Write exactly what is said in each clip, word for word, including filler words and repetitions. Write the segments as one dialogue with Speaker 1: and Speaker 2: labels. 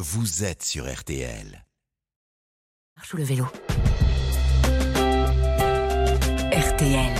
Speaker 1: vous êtes sur R T L.
Speaker 2: Marche ou le vélo. R T L.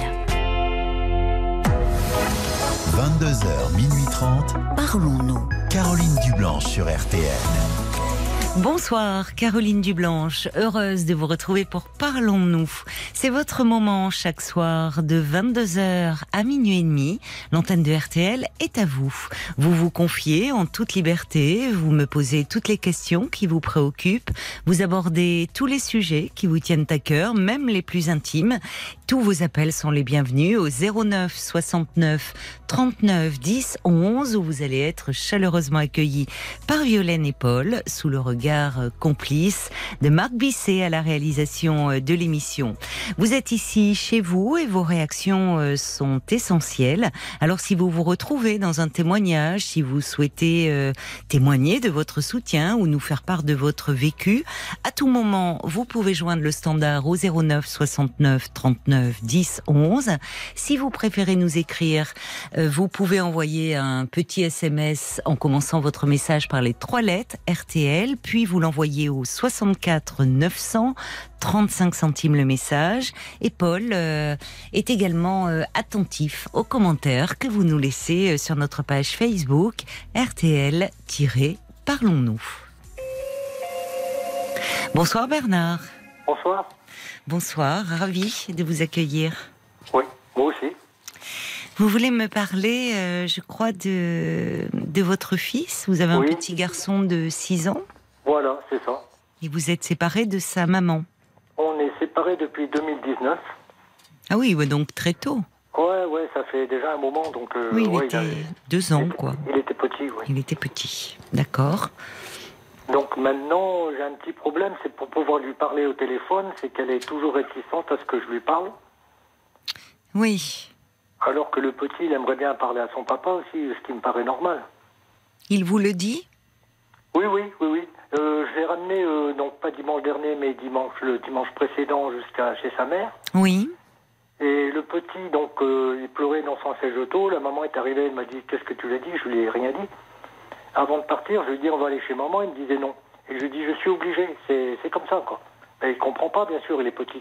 Speaker 1: vingt-deux heures, minuit trente.
Speaker 2: Parlons-nous.
Speaker 1: Caroline Dublanche sur R T L.
Speaker 3: Bonsoir, Caroline Dublanche, heureuse de vous retrouver pour Parlons-nous. C'est votre moment chaque soir de vingt-deux heures à minuit et demi. L'antenne de R T L est à vous. Vous vous confiez en toute liberté, vous me posez toutes les questions qui vous préoccupent, vous abordez tous les sujets qui vous tiennent à cœur, même les plus intimes. Tous vos appels sont les bienvenus au zéro neuf soixante-neuf trente-neuf dix onze où vous allez être chaleureusement accueillis par Violaine et Paul sous le regard complice de Marc Bisset à la réalisation de l'émission. Vous êtes ici chez vous et vos réactions sont essentielles. Alors si vous vous retrouvez dans un témoignage, si vous souhaitez euh, témoigner de votre soutien ou nous faire part de votre vécu, à tout moment vous pouvez joindre le standard au zéro neuf soixante-neuf trente-neuf dix onze. Si vous préférez nous écrire, euh, vous pouvez envoyer un petit S M S en commençant votre message par les trois lettres R T L, puis vous l'envoyez au soixante-quatre neuf cents, trente-cinq centimes le message. Et Paul euh, est également euh, attentif aux commentaires que vous nous laissez sur notre page Facebook R T L-Parlons-nous. Bonsoir Bernard.
Speaker 4: Bonsoir.
Speaker 3: Bonsoir, ravi de vous accueillir.
Speaker 4: Oui, moi aussi.
Speaker 3: Vous voulez me parler, euh, je crois, de, de votre fils. Vous avez
Speaker 4: Oui.
Speaker 3: un petit garçon de six ans
Speaker 4: Voilà, c'est ça.
Speaker 3: et vous êtes séparés de sa maman.
Speaker 4: On est séparés depuis deux mille dix-neuf.
Speaker 3: Ah oui, ouais, donc très tôt.
Speaker 4: Ouais, ouais, ça fait déjà un moment, donc... Euh,
Speaker 3: Oui, il
Speaker 4: ouais,
Speaker 3: était
Speaker 4: avait-
Speaker 3: deux ans,
Speaker 4: il était-
Speaker 3: quoi.
Speaker 4: Il était petit, oui.
Speaker 3: Il était petit, d'accord.
Speaker 4: Donc maintenant, j'ai un petit problème, c'est pour pouvoir lui parler au téléphone, c'est qu'elle est toujours réticente à ce que je lui parle,
Speaker 3: Oui,
Speaker 4: alors que le petit, il aimerait bien parler à son papa aussi, ce qui me paraît normal.
Speaker 3: il vous le dit ?
Speaker 4: Oui, oui, oui, oui. Euh, je l'ai ramené, euh, donc pas dimanche dernier, mais dimanche, le dimanche précédent jusqu'à chez sa mère.
Speaker 3: Oui,
Speaker 4: Et le petit, donc, euh, il pleurait dans son siège auto. La maman est arrivée, elle m'a dit « Qu'est-ce que tu lui as dit ?» Je lui ai rien dit. Avant de partir, je lui ai dit « On va aller chez maman ». Il me disait non. Et je lui ai dit « Je suis obligé, c'est, c'est comme ça, quoi. » Et il comprend pas, bien sûr, il est petit.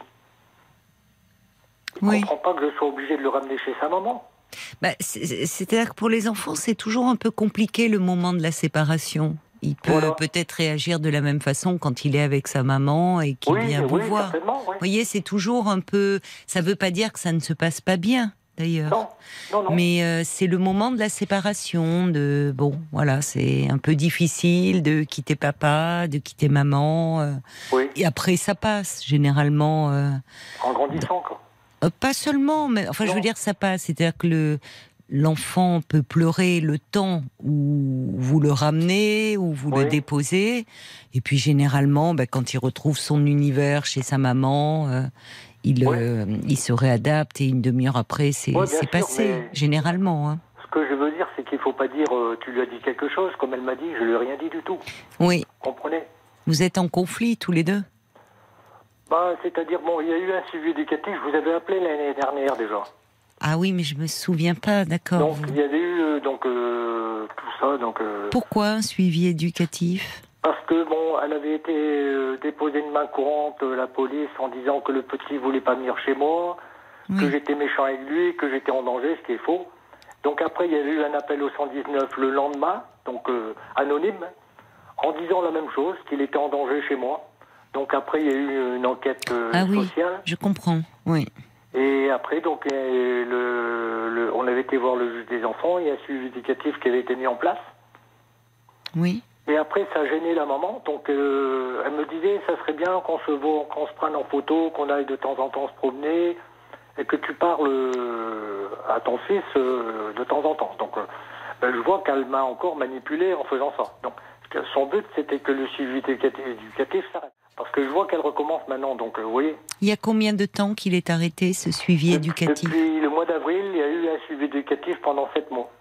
Speaker 4: Il
Speaker 3: Oui.
Speaker 4: comprend pas que je sois obligé de le ramener chez sa maman.
Speaker 3: bah, c'est- c'est-à-dire que pour les enfants, c'est toujours un peu compliqué le moment de la séparation. Il peut
Speaker 4: Voilà.
Speaker 3: peut-être réagir de la même façon quand il est avec sa maman et qu'il
Speaker 4: Oui,
Speaker 3: vient vous
Speaker 4: oui,
Speaker 3: voir.
Speaker 4: certainement, oui.
Speaker 3: Vous voyez, c'est toujours un peu... Ça ne veut pas dire que ça ne se passe pas bien, d'ailleurs.
Speaker 4: Non, non, non.
Speaker 3: Mais euh, c'est le moment de la séparation, de... Bon, voilà, c'est un peu difficile de quitter papa, de quitter maman. euh,
Speaker 4: Oui,
Speaker 3: et après, ça passe, généralement... euh,
Speaker 4: en grandissant, quoi.
Speaker 3: euh, pas seulement, mais... Enfin, je
Speaker 4: Non.
Speaker 3: veux dire, ça passe. C'est-à-dire que le... L'enfant peut pleurer le temps où vous le ramenez, où vous
Speaker 4: Oui.
Speaker 3: le déposez. Et puis, généralement, ben, quand il retrouve son univers chez sa maman... euh, Il,
Speaker 4: Oui.
Speaker 3: euh, il se réadapte et une demi-heure après, c'est,
Speaker 4: Ouais, bien
Speaker 3: c'est
Speaker 4: sûr,
Speaker 3: passé,
Speaker 4: mais-
Speaker 3: généralement. Hein.
Speaker 4: Ce que je veux dire, c'est qu'il faut pas dire euh, tu lui as dit quelque chose, comme elle m'a dit, je lui ai rien dit du tout.
Speaker 3: Oui,
Speaker 4: Comprenez?
Speaker 3: vous êtes en conflit tous les deux.
Speaker 4: Bah, c'est-à-dire, bon, il y a eu un suivi éducatif, je vous avais appelé l'année dernière déjà.
Speaker 3: Ah oui, mais je me souviens pas, d'accord.
Speaker 4: Donc,
Speaker 3: vous-
Speaker 4: il y avait eu euh, donc, euh, tout ça, donc... euh,
Speaker 3: Pourquoi un suivi éducatif ?
Speaker 4: parce que, bon, elle avait été euh, déposée une main courante, euh, la police, en disant que le petit voulait pas venir chez moi, que
Speaker 3: Oui.
Speaker 4: j'étais méchant avec lui, que j'étais en danger, ce qui est faux. Donc après, il y avait eu un appel au cent dix-neuf le lendemain, donc euh, anonyme, en disant la même chose, qu'il était en danger chez moi. Donc après, il y a eu une enquête euh,
Speaker 3: Ah oui,
Speaker 4: sociale.
Speaker 3: je comprends, oui.
Speaker 4: Et après, donc, euh, le, le, on avait été voir le juge des enfants, il y a un suivi éducatif qui avait été mis en place.
Speaker 3: Oui,
Speaker 4: Et après, ça gênait la maman, donc euh, elle me disait, ça serait bien qu'on se voit, qu'on se prenne en photo, qu'on aille de temps en temps se promener, et que tu parles euh, à ton fils euh, de temps en temps. Donc, euh, ben, je vois qu'elle m'a encore manipulé en faisant ça. Donc, son but, c'était que le suivi éducatif, éducatif s'arrête. Parce que je vois qu'elle recommence maintenant, donc euh, vous voyez.
Speaker 3: il y a combien de temps qu'il est arrêté, ce suivi éducatif ?
Speaker 4: Depuis le mois d'avril, il y a eu un suivi éducatif pendant sept mois.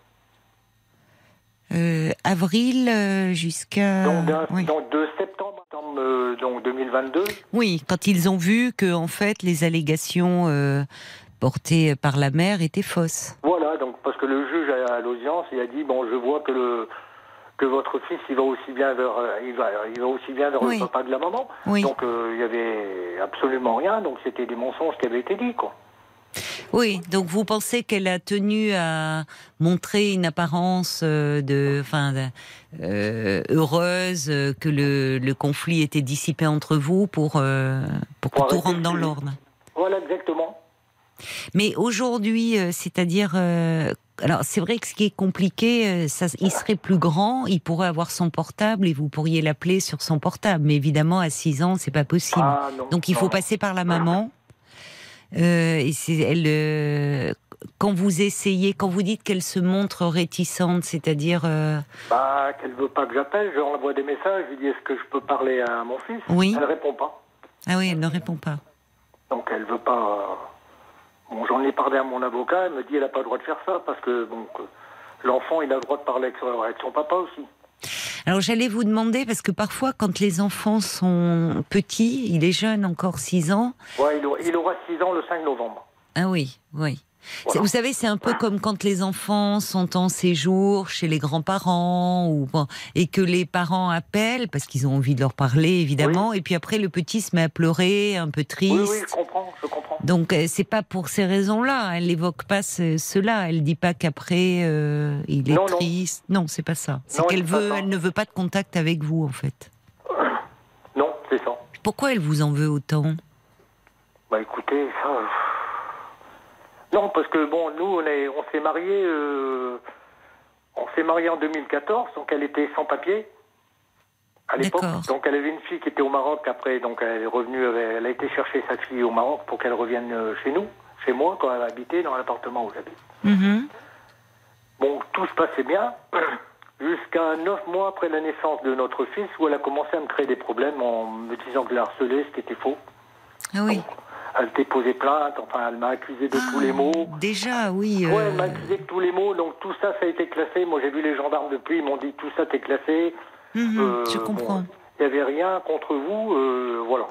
Speaker 3: euh, Avril euh, jusqu'à...
Speaker 4: Donc, d'un-
Speaker 3: oui.
Speaker 4: donc de septembre à euh, donc deux mille vingt-deux.
Speaker 3: Oui, quand ils ont vu que, en fait, les allégations euh, portées par la mère étaient fausses.
Speaker 4: Voilà, donc parce que le juge à l'audience, il a dit bon, je vois que le que votre fils, il va aussi bien vers, il va, il va aussi bien vers
Speaker 3: Oui.
Speaker 4: le papa de la maman.
Speaker 3: Oui.
Speaker 4: Donc, euh, il y avait absolument rien. Donc, c'était des mensonges qui avaient été dits, quoi.
Speaker 3: Oui, donc vous pensez qu'elle a tenu à montrer une apparence euh, de, enfin, de- euh, heureuse, euh, que le, le conflit était dissipé entre vous pour, euh, pour que
Speaker 4: Pour
Speaker 3: tout
Speaker 4: arrêter
Speaker 3: rentre dans
Speaker 4: le-
Speaker 3: l'ordre.
Speaker 4: Voilà, exactement.
Speaker 3: Mais aujourd'hui, euh, c'est-à-dire, euh, alors c'est vrai que ce qui est compliqué, euh, ça, il serait plus grand, il pourrait avoir son portable et vous pourriez l'appeler sur son portable. Mais évidemment, à six ans, c'est pas possible.
Speaker 4: Ah, non,
Speaker 3: Donc il faut
Speaker 4: non, non.
Speaker 3: passer par la maman. Euh, et c'est elle. euh, quand vous essayez, quand vous dites qu'elle se montre réticente, c'est-à-dire, euh,
Speaker 4: Bah, qu'elle veut pas que j'appelle, je lui envoie des messages, je lui dis est-ce que je peux parler à mon fils?
Speaker 3: Oui.
Speaker 4: Elle répond pas.
Speaker 3: ah oui, elle ne répond pas.
Speaker 4: Donc elle veut pas. Bon, j'en ai parlé à mon avocat, elle me dit elle a pas le droit de faire ça parce que bon, que l'enfant il a le droit de parler avec son, avec son papa aussi.
Speaker 3: Alors j'allais vous demander, parce que parfois quand les enfants sont petits, il est jeune, encore six ans.
Speaker 4: Ouais, il aura, il aura six ans le cinq novembre.
Speaker 3: Ah oui, oui.
Speaker 4: Voilà.
Speaker 3: C'est- Vous savez, c'est un peu comme quand les enfants sont en séjour chez les grands-parents ou bon, et que les parents appellent parce qu'ils ont envie de leur parler, évidemment. Et puis après, le petit se met à pleurer, un peu triste.
Speaker 4: Oui, oui, je comprends, je comprends.
Speaker 3: Donc euh, c'est pas pour ces raisons-là. Elle n'évoque pas ce- cela. Elle dit pas qu'après euh, il est
Speaker 4: Non, non.
Speaker 3: triste. Non, c'est pas ça. C'est
Speaker 4: Non,
Speaker 3: qu'elle
Speaker 4: elle dit pas
Speaker 3: veut,
Speaker 4: ça.
Speaker 3: elle ne veut pas de contact avec vous, en fait.
Speaker 4: Non, c'est ça.
Speaker 3: Pourquoi elle vous en veut autant?
Speaker 4: Bah écoutez, ça. euh, Non, parce que bon, nous on est, on s'est mariés, euh, on s'est mariés en deux mille quatorze, donc elle était sans papier à l'époque.
Speaker 3: D'accord.
Speaker 4: Donc elle avait une fille qui était au Maroc après, donc elle est revenue, avec- elle a été chercher sa fille au Maroc pour qu'elle revienne euh, chez nous, chez moi, quand elle habitait dans l'appartement où j'habite.
Speaker 3: Mhm.
Speaker 4: Bon, tout se passait bien, jusqu'à neuf mois après la naissance de notre fils, où elle a commencé à me créer des problèmes en me disant que je la harcelais, ce qui était faux.
Speaker 3: Ah oui.
Speaker 4: Elle déposait plainte, enfin elle m'a accusé de tous les maux.
Speaker 3: Déjà, oui.
Speaker 4: Ouais,
Speaker 3: euh,
Speaker 4: elle m'a accusé de tous les mots, donc tout ça, ça a été classé. Moi, j'ai vu les gendarmes depuis, ils m'ont dit tout ça, t'es classé.
Speaker 3: mhm,
Speaker 4: Euh,
Speaker 3: je comprends.
Speaker 4: bon, il n'y avait rien contre vous, euh, voilà.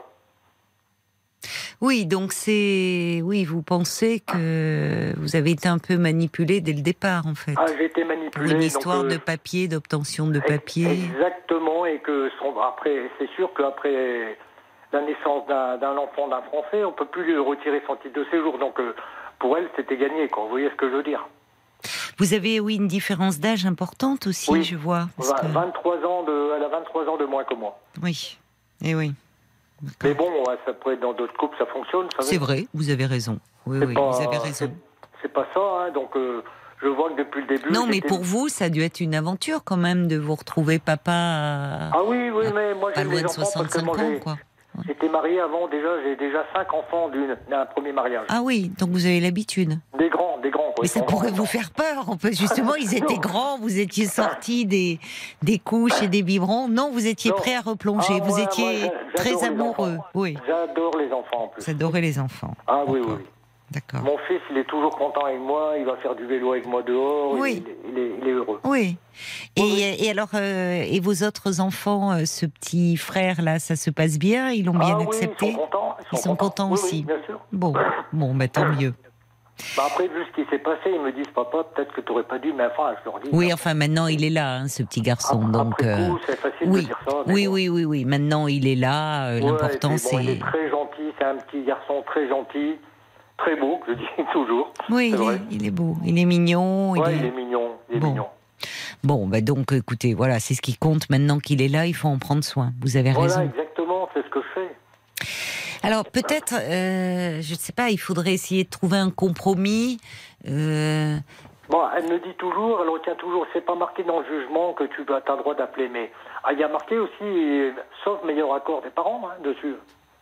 Speaker 3: Oui, donc c'est, oui, vous pensez que vous avez été un peu manipulé dès le départ, en fait,
Speaker 4: Ah, j'ai été
Speaker 3: pour
Speaker 4: manipulé.
Speaker 3: une histoire
Speaker 4: donc, euh,
Speaker 3: de papier, d'obtention de
Speaker 4: ex-
Speaker 3: papier.
Speaker 4: Exactement, et que son, après, c'est sûr qu'après la naissance d'un d'un enfant d'un Français, on peut plus lui retirer son titre de séjour. Donc, euh, pour elle, c'était gagné, quoi. Vous voyez ce que je veux dire?
Speaker 3: Vous avez, oui, une différence d'âge importante aussi,
Speaker 4: Oui.
Speaker 3: je vois. parce
Speaker 4: Vingt-
Speaker 3: que-
Speaker 4: vingt-trois ans de, elle a vingt-trois ans de moins que moi.
Speaker 3: Oui, et oui.
Speaker 4: Mais bon, ouais, ça peut être dans d'autres couples, ça fonctionne. vous savez.
Speaker 3: C'est vrai, vous avez raison. Oui,
Speaker 4: C'est
Speaker 3: oui,
Speaker 4: pas-
Speaker 3: vous avez raison.
Speaker 4: c'est- C'est pas ça, hein, donc euh, je vois que depuis le début.
Speaker 3: Non, mais
Speaker 4: j'étais-
Speaker 3: pour vous, ça a dû être une aventure quand même de vous retrouver papa à
Speaker 4: Ah oui, oui, mais moi
Speaker 3: pas
Speaker 4: j'ai
Speaker 3: loin
Speaker 4: des
Speaker 3: de
Speaker 4: enfants parce que
Speaker 3: soixante-cinq
Speaker 4: moi
Speaker 3: ans,
Speaker 4: j'ai-
Speaker 3: quoi.
Speaker 4: j'étais marié avant déjà, j'ai déjà cinq enfants d'une- d'un premier mariage.
Speaker 3: Ah oui, donc vous avez l'habitude.
Speaker 4: Des grands, des grands. quoi.
Speaker 3: Mais
Speaker 4: Ils
Speaker 3: ça
Speaker 4: sont
Speaker 3: pourrait
Speaker 4: grands.
Speaker 3: vous faire peur. On peut, justement, ils étaient
Speaker 4: Non.
Speaker 3: grands, vous étiez sortis des, des couches et des biberons. Non, vous étiez
Speaker 4: Non.
Speaker 3: prêt à replonger.
Speaker 4: Ah,
Speaker 3: vous
Speaker 4: moi,
Speaker 3: étiez
Speaker 4: moi, j'a- j'adore
Speaker 3: très
Speaker 4: les
Speaker 3: amoureux.
Speaker 4: enfants.
Speaker 3: Oui,
Speaker 4: J'adore les enfants en plus.
Speaker 3: vous adorez les enfants.
Speaker 4: Ah oui, oui,
Speaker 3: D'accord.
Speaker 4: oui.
Speaker 3: D'accord.
Speaker 4: Mon fils, il est toujours content avec moi, il va faire du vélo avec moi dehors,
Speaker 3: Oui.
Speaker 4: il, il est, il est heureux.
Speaker 3: Oui. Et,
Speaker 4: Oui,
Speaker 3: et alors, euh, et vos autres enfants, euh, ce petit frère-là, ça se passe bien? Ils l'ont bien
Speaker 4: ah oui,
Speaker 3: accepté?
Speaker 4: ils sont contents.
Speaker 3: Ils sont contents
Speaker 4: Oui,
Speaker 3: aussi.
Speaker 4: Oui, bien sûr.
Speaker 3: Bon, bon, bah, tant mieux.
Speaker 4: Bah après, vu ce qui s'est passé, ils me disent, papa, peut-être que tu n'aurais pas dû, mais enfin, je leur dis.
Speaker 3: Oui, enfin, maintenant, il est là, hein, ce petit garçon.
Speaker 4: Après
Speaker 3: donc,
Speaker 4: coup,
Speaker 3: euh,
Speaker 4: c'est facile
Speaker 3: oui,
Speaker 4: de dire ça. mais
Speaker 3: oui,
Speaker 4: bon.
Speaker 3: oui, oui, oui. Maintenant, il est là. euh,
Speaker 4: Ouais,
Speaker 3: L'important,
Speaker 4: et puis bon, il
Speaker 3: c'est.
Speaker 4: est très gentil, c'est un petit garçon très gentil, très beau, je dis toujours.
Speaker 3: Oui,
Speaker 4: c'est
Speaker 3: il
Speaker 4: vrai.
Speaker 3: est, il est beau. Il est mignon.
Speaker 4: Ouais,
Speaker 3: il
Speaker 4: il
Speaker 3: est...
Speaker 4: est mignon, il est
Speaker 3: Bon.
Speaker 4: mignon.
Speaker 3: Bon, bah donc, écoutez, voilà, c'est ce qui compte. Maintenant qu'il est là, il faut en prendre soin. Vous avez
Speaker 4: Voilà,
Speaker 3: raison.
Speaker 4: exactement, c'est ce que je fais.
Speaker 3: Alors, peut-être, euh, je ne sais pas, il faudrait essayer de trouver un compromis. Euh,
Speaker 4: Bon, elle me dit toujours, elle retient toujours, c'est pas marqué dans le jugement que tu as le droit d'appeler, mais ah, il y a marqué aussi, euh, sauf meilleur accord des parents, hein, dessus.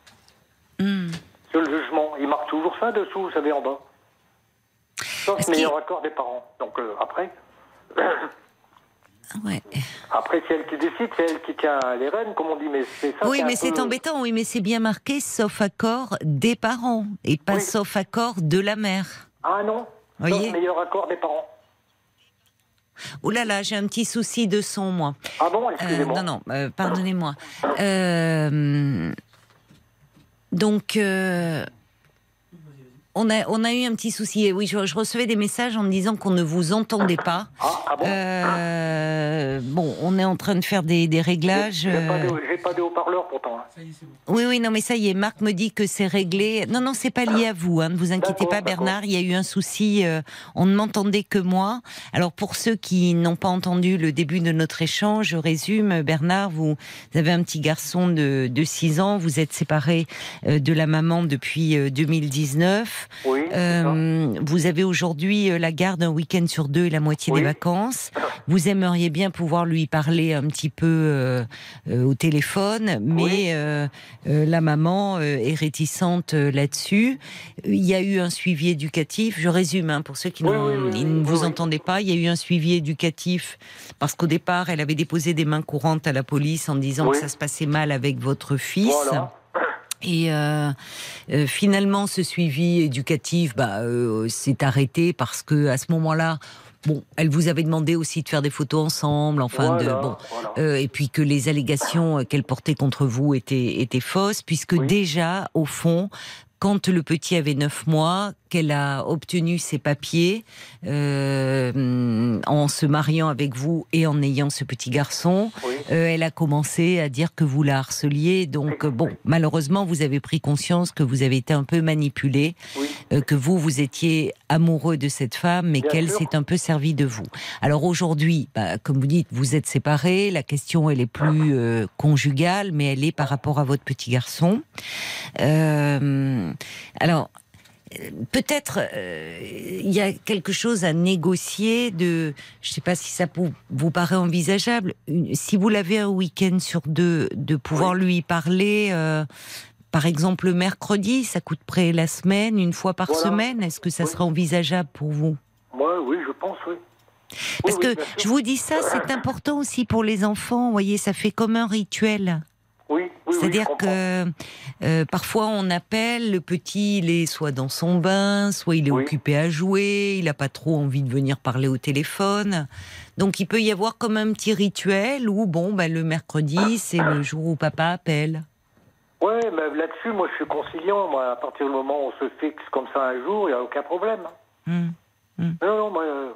Speaker 3: hmm.
Speaker 4: Sur le jugement, il marque toujours ça dessous, vous savez, en bas. Sauf
Speaker 3: Est-ce
Speaker 4: meilleur
Speaker 3: qu'il-
Speaker 4: accord des parents. Donc euh, après,
Speaker 3: Ouais.
Speaker 4: après c'est elle qui décide, c'est elle qui tient les rênes, comme on dit, mais c'est ça.
Speaker 3: Oui,
Speaker 4: un
Speaker 3: mais c'est
Speaker 4: peu-
Speaker 3: embêtant, oui, mais c'est bien marqué sauf accord des parents et pas
Speaker 4: Oui.
Speaker 3: sauf accord de la mère.
Speaker 4: Ah non,
Speaker 3: Voyez.
Speaker 4: sauf meilleur accord des parents.
Speaker 3: Oh là là, j'ai un petit souci de son, moi.
Speaker 4: Ah bon,
Speaker 3: Euh,
Speaker 4: excusez-moi.
Speaker 3: non, non, euh, pardonnez-moi. Euh, donc, euh, on a, on a eu un petit souci. Oui, je, je recevais des messages en me disant qu'on ne vous entendait pas.
Speaker 4: Ah, ah bon
Speaker 3: euh, Bon, on est en train de faire des, des réglages.
Speaker 4: J'ai pas de,
Speaker 3: euh,
Speaker 4: j'ai pas de haut-parleur pourtant. Hein.
Speaker 3: Oui, oui, non, mais ça y est, Marc me dit que c'est réglé. Non, non, c'est pas lié à vous, hein, ne vous inquiétez
Speaker 4: D'accord,
Speaker 3: pas,
Speaker 4: d'accord.
Speaker 3: Bernard. Il y a eu un souci. Euh, on ne m'entendait que moi. Alors, pour ceux qui n'ont pas entendu le début de notre échange, je résume. Bernard, vous avez un petit garçon de, de six ans. Vous êtes séparé euh, de la maman depuis euh, deux mille dix-neuf.
Speaker 4: Oui. c'est
Speaker 3: Euh, vous avez aujourd'hui euh, la garde un week-end sur deux et la moitié
Speaker 4: Oui.
Speaker 3: des vacances. Vous aimeriez bien pouvoir lui parler un petit peu euh, euh, au téléphone, mais
Speaker 4: Oui.
Speaker 3: euh, euh, la maman euh, est réticente euh, là-dessus. Il y a eu un suivi éducatif. Je résume, hein, pour ceux qui
Speaker 4: Oui,
Speaker 3: n'ont-
Speaker 4: oui, oui,
Speaker 3: ils
Speaker 4: oui,
Speaker 3: ne
Speaker 4: oui,
Speaker 3: vous
Speaker 4: oui.
Speaker 3: entendaient pas. Il y a eu un suivi éducatif parce qu'au départ, elle avait déposé des mains courantes à la police en disant
Speaker 4: Oui.
Speaker 3: que ça se passait mal avec votre fils.
Speaker 4: Voilà.
Speaker 3: Et euh, euh, finalement, ce suivi éducatif bah, euh, s'est arrêté parce que à ce moment-là, bon, elle vous avait demandé aussi de faire des photos ensemble, enfin
Speaker 4: Voilà,
Speaker 3: de bon,
Speaker 4: voilà.
Speaker 3: euh, et puis que les allégations qu'elle portait contre vous étaient étaient fausses, puisque
Speaker 4: Oui.
Speaker 3: déjà au fond, quand le petit avait neuf mois, qu'elle a obtenu ses papiers euh, en se mariant avec vous et en ayant ce petit garçon,
Speaker 4: Oui.
Speaker 3: euh, elle a commencé à dire que vous la harceliez. Donc euh, bon, malheureusement, vous avez pris conscience que vous avez été un peu manipulé,
Speaker 4: Oui.
Speaker 3: euh, que vous, vous étiez amoureux de cette femme, mais
Speaker 4: Bien
Speaker 3: qu'elle
Speaker 4: sûr.
Speaker 3: s'est un peu servie de vous. Alors aujourd'hui, bah, comme vous dites, vous êtes séparés. La question, elle est plus euh, conjugale, mais elle est par rapport à votre petit garçon. Euh, alors. Peut-être euh, il y a quelque chose à négocier de, je ne sais pas si ça vous, vous paraît envisageable, une, si vous l'avez un week-end sur deux, de pouvoir
Speaker 4: Oui.
Speaker 3: lui parler, euh, par exemple le mercredi, ça coûte près la semaine, une fois par
Speaker 4: Voilà.
Speaker 3: semaine, est-ce que ça
Speaker 4: Oui.
Speaker 3: serait envisageable pour vous ?
Speaker 4: Moi, oui, je pense, oui.
Speaker 3: Parce
Speaker 4: Oui,
Speaker 3: que
Speaker 4: oui, bien sûr.
Speaker 3: je vous dis ça, c'est important aussi pour les enfants, vous voyez, ça fait comme un rituel.
Speaker 4: Oui, oui, oui,
Speaker 3: C'est-à-dire
Speaker 4: je comprends.
Speaker 3: que euh, parfois on appelle, le petit, il est soit dans son bain, soit il est
Speaker 4: Oui.
Speaker 3: occupé à jouer, il n'a pas trop envie de venir parler au téléphone. Donc il peut y avoir comme un petit rituel où, bon, ben, le mercredi, c'est le jour où papa appelle.
Speaker 4: Ouais, mais là-dessus, moi, je suis conciliant. Moi, à partir du moment où on se fixe comme ça un jour, il n'y a aucun problème.
Speaker 3: Hum.
Speaker 4: Non, non, moi... euh,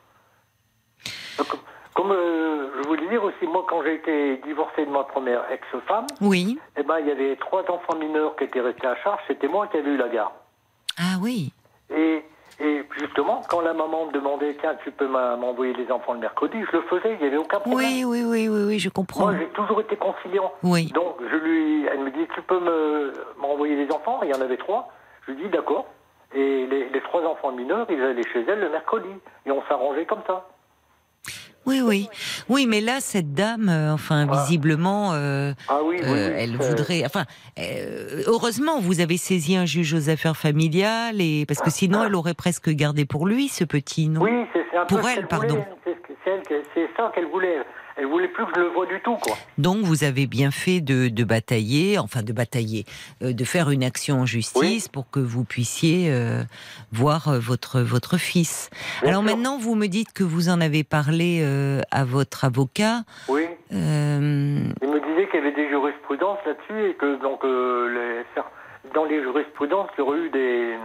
Speaker 4: donc, comme euh, je voulais dire aussi, moi, quand j'ai été divorcé de ma première ex-femme,
Speaker 3: Oui.
Speaker 4: eh ben, il y avait trois enfants mineurs qui étaient restés à charge. C'était moi qui avais eu la garde.
Speaker 3: Ah oui.
Speaker 4: Et, et justement, quand la maman me demandait, tiens, tu peux m'a- m'envoyer les enfants le mercredi, je le faisais, il n'y avait aucun problème.
Speaker 3: Oui, oui, oui, oui, oui, je comprends.
Speaker 4: Moi, j'ai toujours été conciliant.
Speaker 3: Oui.
Speaker 4: Donc, je lui, elle me dit, tu peux me, m'envoyer les enfants? Il y en avait trois. Je lui dis, d'accord. Et les, les trois enfants mineurs, ils allaient chez elle le mercredi. Et on s'arrangeait comme ça.
Speaker 3: Oui, oui. Oui, mais là, cette dame, euh, enfin,
Speaker 4: Ah.
Speaker 3: visiblement, euh,
Speaker 4: Ah oui, oui,
Speaker 3: euh,
Speaker 4: oui,
Speaker 3: elle
Speaker 4: c'est-
Speaker 3: voudrait... Enfin, euh, heureusement, vous avez saisi un juge aux affaires familiales, et parce que sinon, elle aurait presque gardé pour lui, ce petit, non?
Speaker 4: Oui, c'est c'est un peu
Speaker 3: Pour
Speaker 4: ce
Speaker 3: elle,
Speaker 4: qu'elle
Speaker 3: pardon.
Speaker 4: voulait. C'est ce que- c'est elle que- c'est ça qu'elle voulait. Elle voulait plus que je le voie du tout, quoi.
Speaker 3: Donc vous avez bien fait de, de batailler, enfin de batailler, euh, de faire une action en justice
Speaker 4: Oui.
Speaker 3: pour que vous puissiez euh, voir euh, votre votre fils.
Speaker 4: Bien
Speaker 3: Alors
Speaker 4: sûr.
Speaker 3: maintenant, vous me dites que vous en avez parlé euh, à votre avocat.
Speaker 4: Oui.
Speaker 3: Euh,
Speaker 4: Il me disait qu'il y avait des jurisprudences là-dessus et que donc euh, les, dans les jurisprudences, il y aurait eu des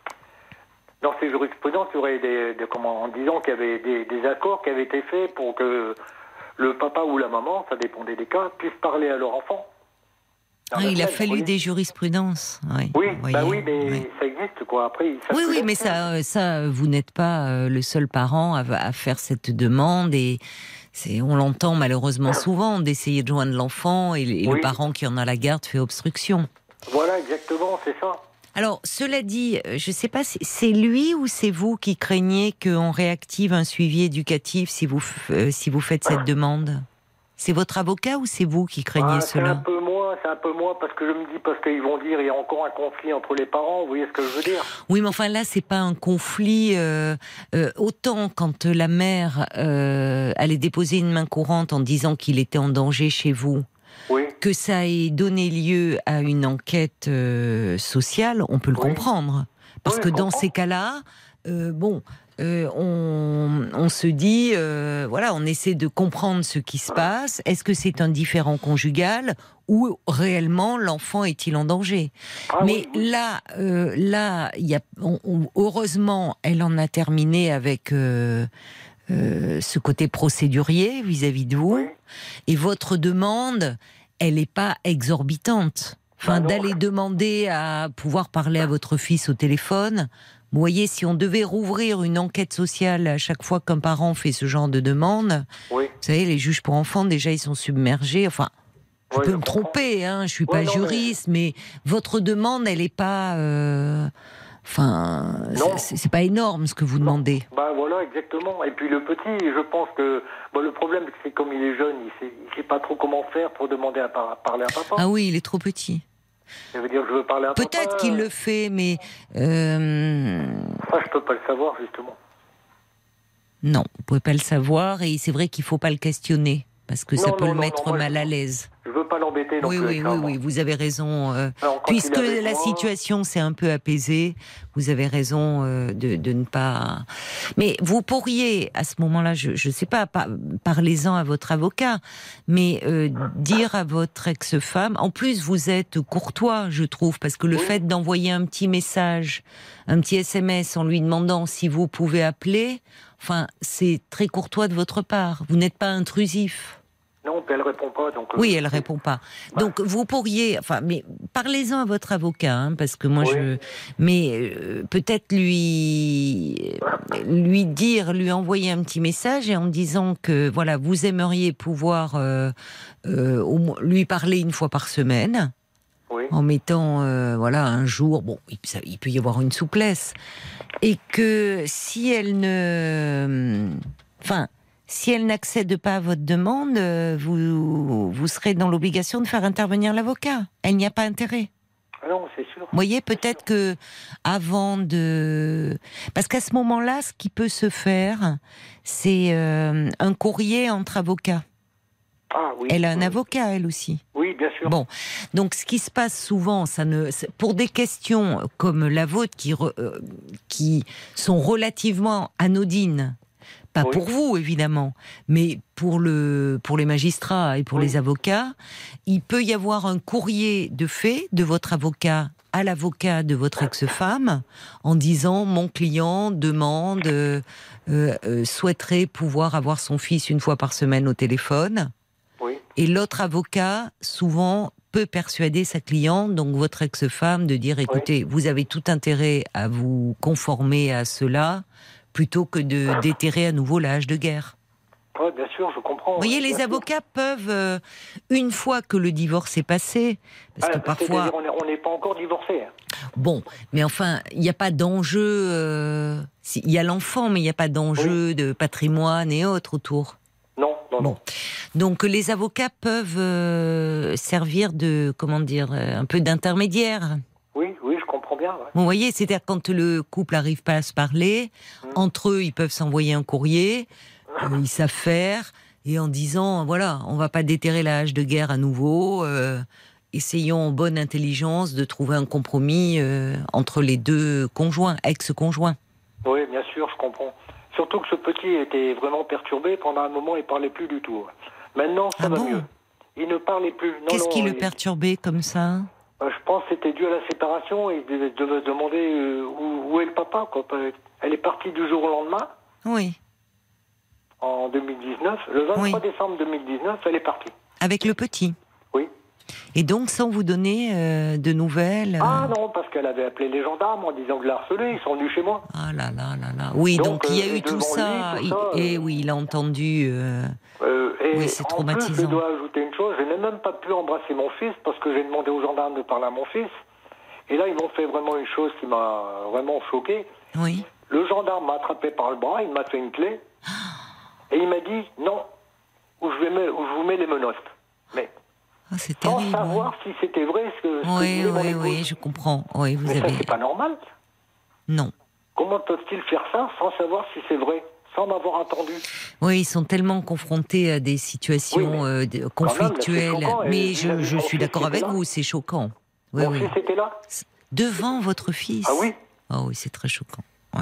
Speaker 4: dans ces jurisprudences, il y aurait des, des comment en disant qu'il y avait des, des accords qui avaient été faits pour que le papa ou la maman, ça dépendait des cas, puissent parler à leur enfant. Dans
Speaker 3: ah,
Speaker 4: la
Speaker 3: il a
Speaker 4: scène,
Speaker 3: fallu
Speaker 4: oui.
Speaker 3: des jurisprudences. Oui,
Speaker 4: Oui,
Speaker 3: vous
Speaker 4: bah
Speaker 3: voyez,
Speaker 4: oui, mais
Speaker 3: oui.
Speaker 4: ça existe quoi. Après, ça
Speaker 3: Oui,
Speaker 4: peut
Speaker 3: oui,
Speaker 4: l'être.
Speaker 3: mais ça, euh, ça, vous n'êtes pas euh, le seul parent à, à faire cette demande et c'est, on l'entend malheureusement souvent d'essayer de joindre l'enfant et, et
Speaker 4: Oui.
Speaker 3: le parent qui en a la garde fait obstruction.
Speaker 4: Voilà, exactement, c'est ça.
Speaker 3: Alors, cela dit, euh, je ne sais pas, c'est- c'est lui ou c'est vous qui craignez qu'on réactive un suivi éducatif si vous, f- euh, si vous faites cette demande? C'est votre avocat ou c'est vous qui craignez
Speaker 4: Ah, c'est un
Speaker 3: cela?
Speaker 4: peu moi, c'est un peu moi, parce que je me dis, parce qu'ils vont dire, il y a encore un conflit entre les parents, vous voyez ce que je veux dire?
Speaker 3: Oui, mais enfin là, c'est pas un conflit. Euh, euh, autant quand la mère euh, allait déposer une main courante en disant qu'il était en danger chez vous,
Speaker 4: Oui,
Speaker 3: que ça ait donné lieu à une enquête euh, sociale, on peut le
Speaker 4: Oui.
Speaker 3: comprendre. Parce
Speaker 4: Oui,
Speaker 3: que
Speaker 4: je
Speaker 3: dans
Speaker 4: comprends.
Speaker 3: ces cas-là, euh, bon, euh, on, on se dit, euh, voilà, on essaie de comprendre ce qui se passe. Est-ce que c'est un différend conjugal ou réellement l'enfant est-il en danger?
Speaker 4: Ah,
Speaker 3: Mais
Speaker 4: oui, oui.
Speaker 3: là, euh, là, il y a, on- on- heureusement, elle en a terminé avec euh, euh, ce côté procédurier vis-à-vis de vous.
Speaker 4: Oui.
Speaker 3: Et votre demande, elle n'est pas exorbitante. Enfin,
Speaker 4: Bah non.
Speaker 3: d'aller demander à pouvoir parler à votre fils au téléphone. Vous voyez, si on devait rouvrir une enquête sociale à chaque fois qu'un parent fait ce genre de demande,
Speaker 4: Oui.
Speaker 3: vous savez, les juges pour enfants, déjà, ils sont submergés. Enfin, je
Speaker 4: Oui,
Speaker 3: peux
Speaker 4: je
Speaker 3: me
Speaker 4: comprends.
Speaker 3: tromper, hein, je suis
Speaker 4: Ouais,
Speaker 3: pas
Speaker 4: non,
Speaker 3: juriste, mais... votre demande, elle n'est pas... euh, Enfin,
Speaker 4: Non.
Speaker 3: c'est c'est pas énorme ce que vous demandez.
Speaker 4: Bah voilà, exactement. Et puis le petit, je pense que bon, le problème, c'est comme il est jeune, il sait, il sait pas trop comment faire pour demander à par- parler à papa.
Speaker 3: Ah oui, il est trop petit.
Speaker 4: Ça veut dire que je veux parler à papa.
Speaker 3: Peut-être qu'il le fait, mais... euh,
Speaker 4: Ça, je peux pas le savoir, justement.
Speaker 3: Non, vous pouvez pas le savoir, et c'est vrai qu'il faut pas le questionner, parce que ça
Speaker 4: Non,
Speaker 3: peut
Speaker 4: non,
Speaker 3: le
Speaker 4: non,
Speaker 3: mettre
Speaker 4: non, moi,
Speaker 3: mal
Speaker 4: je-
Speaker 3: à l'aise.
Speaker 4: Je veux pas l'embêter non
Speaker 3: Oui,
Speaker 4: plus.
Speaker 3: oui,
Speaker 4: avec
Speaker 3: oui,
Speaker 4: ça, moi.
Speaker 3: oui, vous avez raison. euh,
Speaker 4: Alors, quand
Speaker 3: puisque
Speaker 4: il est avec
Speaker 3: la
Speaker 4: moi-
Speaker 3: situation s'est un peu apaisée, vous avez raison euh, de, de ne pas... Mais vous pourriez, à ce moment-là, je ne sais pas, par- parlez-en à votre avocat, mais euh, dire à votre ex-femme... En plus, vous êtes courtois, je trouve, parce que le
Speaker 4: Oui.
Speaker 3: fait d'envoyer un petit message, un petit S M S en lui demandant si vous pouvez appeler, enfin, c'est très courtois de votre part. Vous n'êtes pas intrusif.
Speaker 4: Non, puis elle répond pas. Donc, euh,
Speaker 3: Oui, elle répond pas. Donc vous pourriez, enfin, mais parlez-en à votre avocat, hein, parce que moi
Speaker 4: Oui.
Speaker 3: je, mais euh, peut-être lui, lui dire, lui envoyer un petit message et en disant que voilà, vous aimeriez pouvoir euh, euh, au moins lui parler une fois par semaine,
Speaker 4: Oui.
Speaker 3: en mettant euh, voilà un jour, bon, il, ça- il peut y avoir une souplesse, et que si elle ne, enfin. Si elle n'accède pas à votre demande, euh, vous, vous serez dans l'obligation de faire intervenir l'avocat. Elle n'y a pas intérêt.
Speaker 4: Ah non, c'est sûr.
Speaker 3: Vous voyez, peut-être que avant de... Parce qu'à ce moment-là, ce qui peut se faire, c'est euh, un courrier entre avocats.
Speaker 4: Ah oui.
Speaker 3: Elle a un
Speaker 4: oui.
Speaker 3: avocat, elle aussi.
Speaker 4: Oui, bien sûr.
Speaker 3: Bon, donc ce qui se passe souvent, ça ne, c'est- pour des questions comme la vôtre qui, re- euh, qui sont relativement anodines, pas
Speaker 4: Oui.
Speaker 3: pour vous évidemment, mais pour, le, pour les magistrats et pour
Speaker 4: Oui.
Speaker 3: les avocats, il peut y avoir un courrier de fait de votre avocat à l'avocat de votre ex-femme en disant mon client demande, euh, euh, euh, souhaiterait pouvoir avoir son fils une fois par semaine au téléphone.
Speaker 4: Oui.
Speaker 3: Et l'autre avocat, souvent, peut persuader sa cliente, donc votre ex-femme, de dire, écoutez, vous avez tout intérêt à vous conformer à cela, plutôt que de déterrer à nouveau l'âge de guerre.
Speaker 4: Oui, bien sûr, je comprends.
Speaker 3: Vous voyez,
Speaker 4: bien
Speaker 3: les
Speaker 4: sûr.
Speaker 3: avocats peuvent, euh, une fois que le divorce est passé, parce
Speaker 4: Ah,
Speaker 3: que parfois...
Speaker 4: c'est-à-dire, on est- on n'est pas encore divorcé.
Speaker 3: Bon, mais enfin, il n'y a pas d'enjeu... euh, si- Il y a l'enfant, mais il n'y a pas d'enjeu de patrimoine et autres autour.
Speaker 4: Non, non,
Speaker 3: Bon.
Speaker 4: non.
Speaker 3: Donc les avocats peuvent euh, servir de, comment dire, euh, un peu d'intermédiaire.
Speaker 4: Oui, oui, je comprends bien. ouais.
Speaker 3: Vous voyez, c'est-à-dire quand le couple n'arrive pas à se parler,
Speaker 4: Mm.
Speaker 3: entre eux, ils peuvent s'envoyer un courrier, euh, ils savent faire, et en disant, voilà, on va pas déterrer la hache de guerre à nouveau, euh, essayons en bonne intelligence de trouver un compromis euh, entre les deux conjoints, ex-conjoints.
Speaker 4: Oui, bien sûr, je comprends. Surtout que ce petit était vraiment perturbé. Pendant un moment, il parlait plus du tout. Maintenant, ça
Speaker 3: Ah
Speaker 4: va
Speaker 3: bon
Speaker 4: mieux. Il ne parlait plus. Non,
Speaker 3: Qu'est-ce
Speaker 4: non,
Speaker 3: qui le
Speaker 4: il-
Speaker 3: perturbait comme ça?
Speaker 4: Euh, Je pense que c'était dû à la séparation. Il devait, devait se demander euh, où, où est le papa, quoi. Elle est partie du jour au lendemain,
Speaker 3: Oui,
Speaker 4: en deux mille dix-neuf. Le vingt-trois
Speaker 3: Oui.
Speaker 4: décembre deux mille dix-neuf, elle est partie.
Speaker 3: avec le petit.
Speaker 4: Oui.
Speaker 3: Et donc, sans vous donner euh, de nouvelles. euh,
Speaker 4: Ah non, parce qu'elle avait appelé les gendarmes en disant que la harcelé. Ils sont venus chez moi.
Speaker 3: Ah là là là là. Oui, donc,
Speaker 4: Donc,
Speaker 3: il y a
Speaker 4: euh,
Speaker 3: eu tout
Speaker 4: devant
Speaker 3: ça.
Speaker 4: lui, tout ça,
Speaker 3: Il- Et
Speaker 4: euh,
Speaker 3: oui, il a entendu. euh,
Speaker 4: Euh, et
Speaker 3: Oui, c'est
Speaker 4: en
Speaker 3: traumatisant.
Speaker 4: plus, je dois ajouter une chose. Je n'ai même pas pu embrasser mon fils parce que j'ai demandé aux gendarmes de parler à mon fils. Et là, ils m'ont fait vraiment une chose qui m'a vraiment choqué.
Speaker 3: Oui.
Speaker 4: Le gendarme m'a attrapé par le bras, il m'a fait une clé. Et il m'a dit, non, où je, vais me- où je vous mets les menottes. Mais
Speaker 3: Ah, c'est
Speaker 4: sans
Speaker 3: terrible.
Speaker 4: savoir si c'était vrai ce que, ce que
Speaker 3: Oui,
Speaker 4: disait mon
Speaker 3: oui,
Speaker 4: épouse.
Speaker 3: oui, je comprends. Oui, vous
Speaker 4: Mais ça,
Speaker 3: avez.
Speaker 4: c'est pas normal.
Speaker 3: Non.
Speaker 4: Comment peuvent-ils faire ça sans savoir si c'est vrai, sans m'avoir entendu?
Speaker 3: Oui, ils sont tellement confrontés à des situations
Speaker 4: Oui, mais
Speaker 3: euh, de-
Speaker 4: là,
Speaker 3: conflictuelles.
Speaker 4: c'est choquant, et
Speaker 3: mais
Speaker 4: vous
Speaker 3: je,
Speaker 4: avez
Speaker 3: je
Speaker 4: mon
Speaker 3: suis
Speaker 4: fils
Speaker 3: d'accord
Speaker 4: qui
Speaker 3: avec
Speaker 4: était là.
Speaker 3: vous, c'est choquant. Oui,
Speaker 4: Mon
Speaker 3: oui.
Speaker 4: fils était là.
Speaker 3: Devant votre fils.
Speaker 4: Ah oui.
Speaker 3: Ah oui, c'est très choquant. Oui.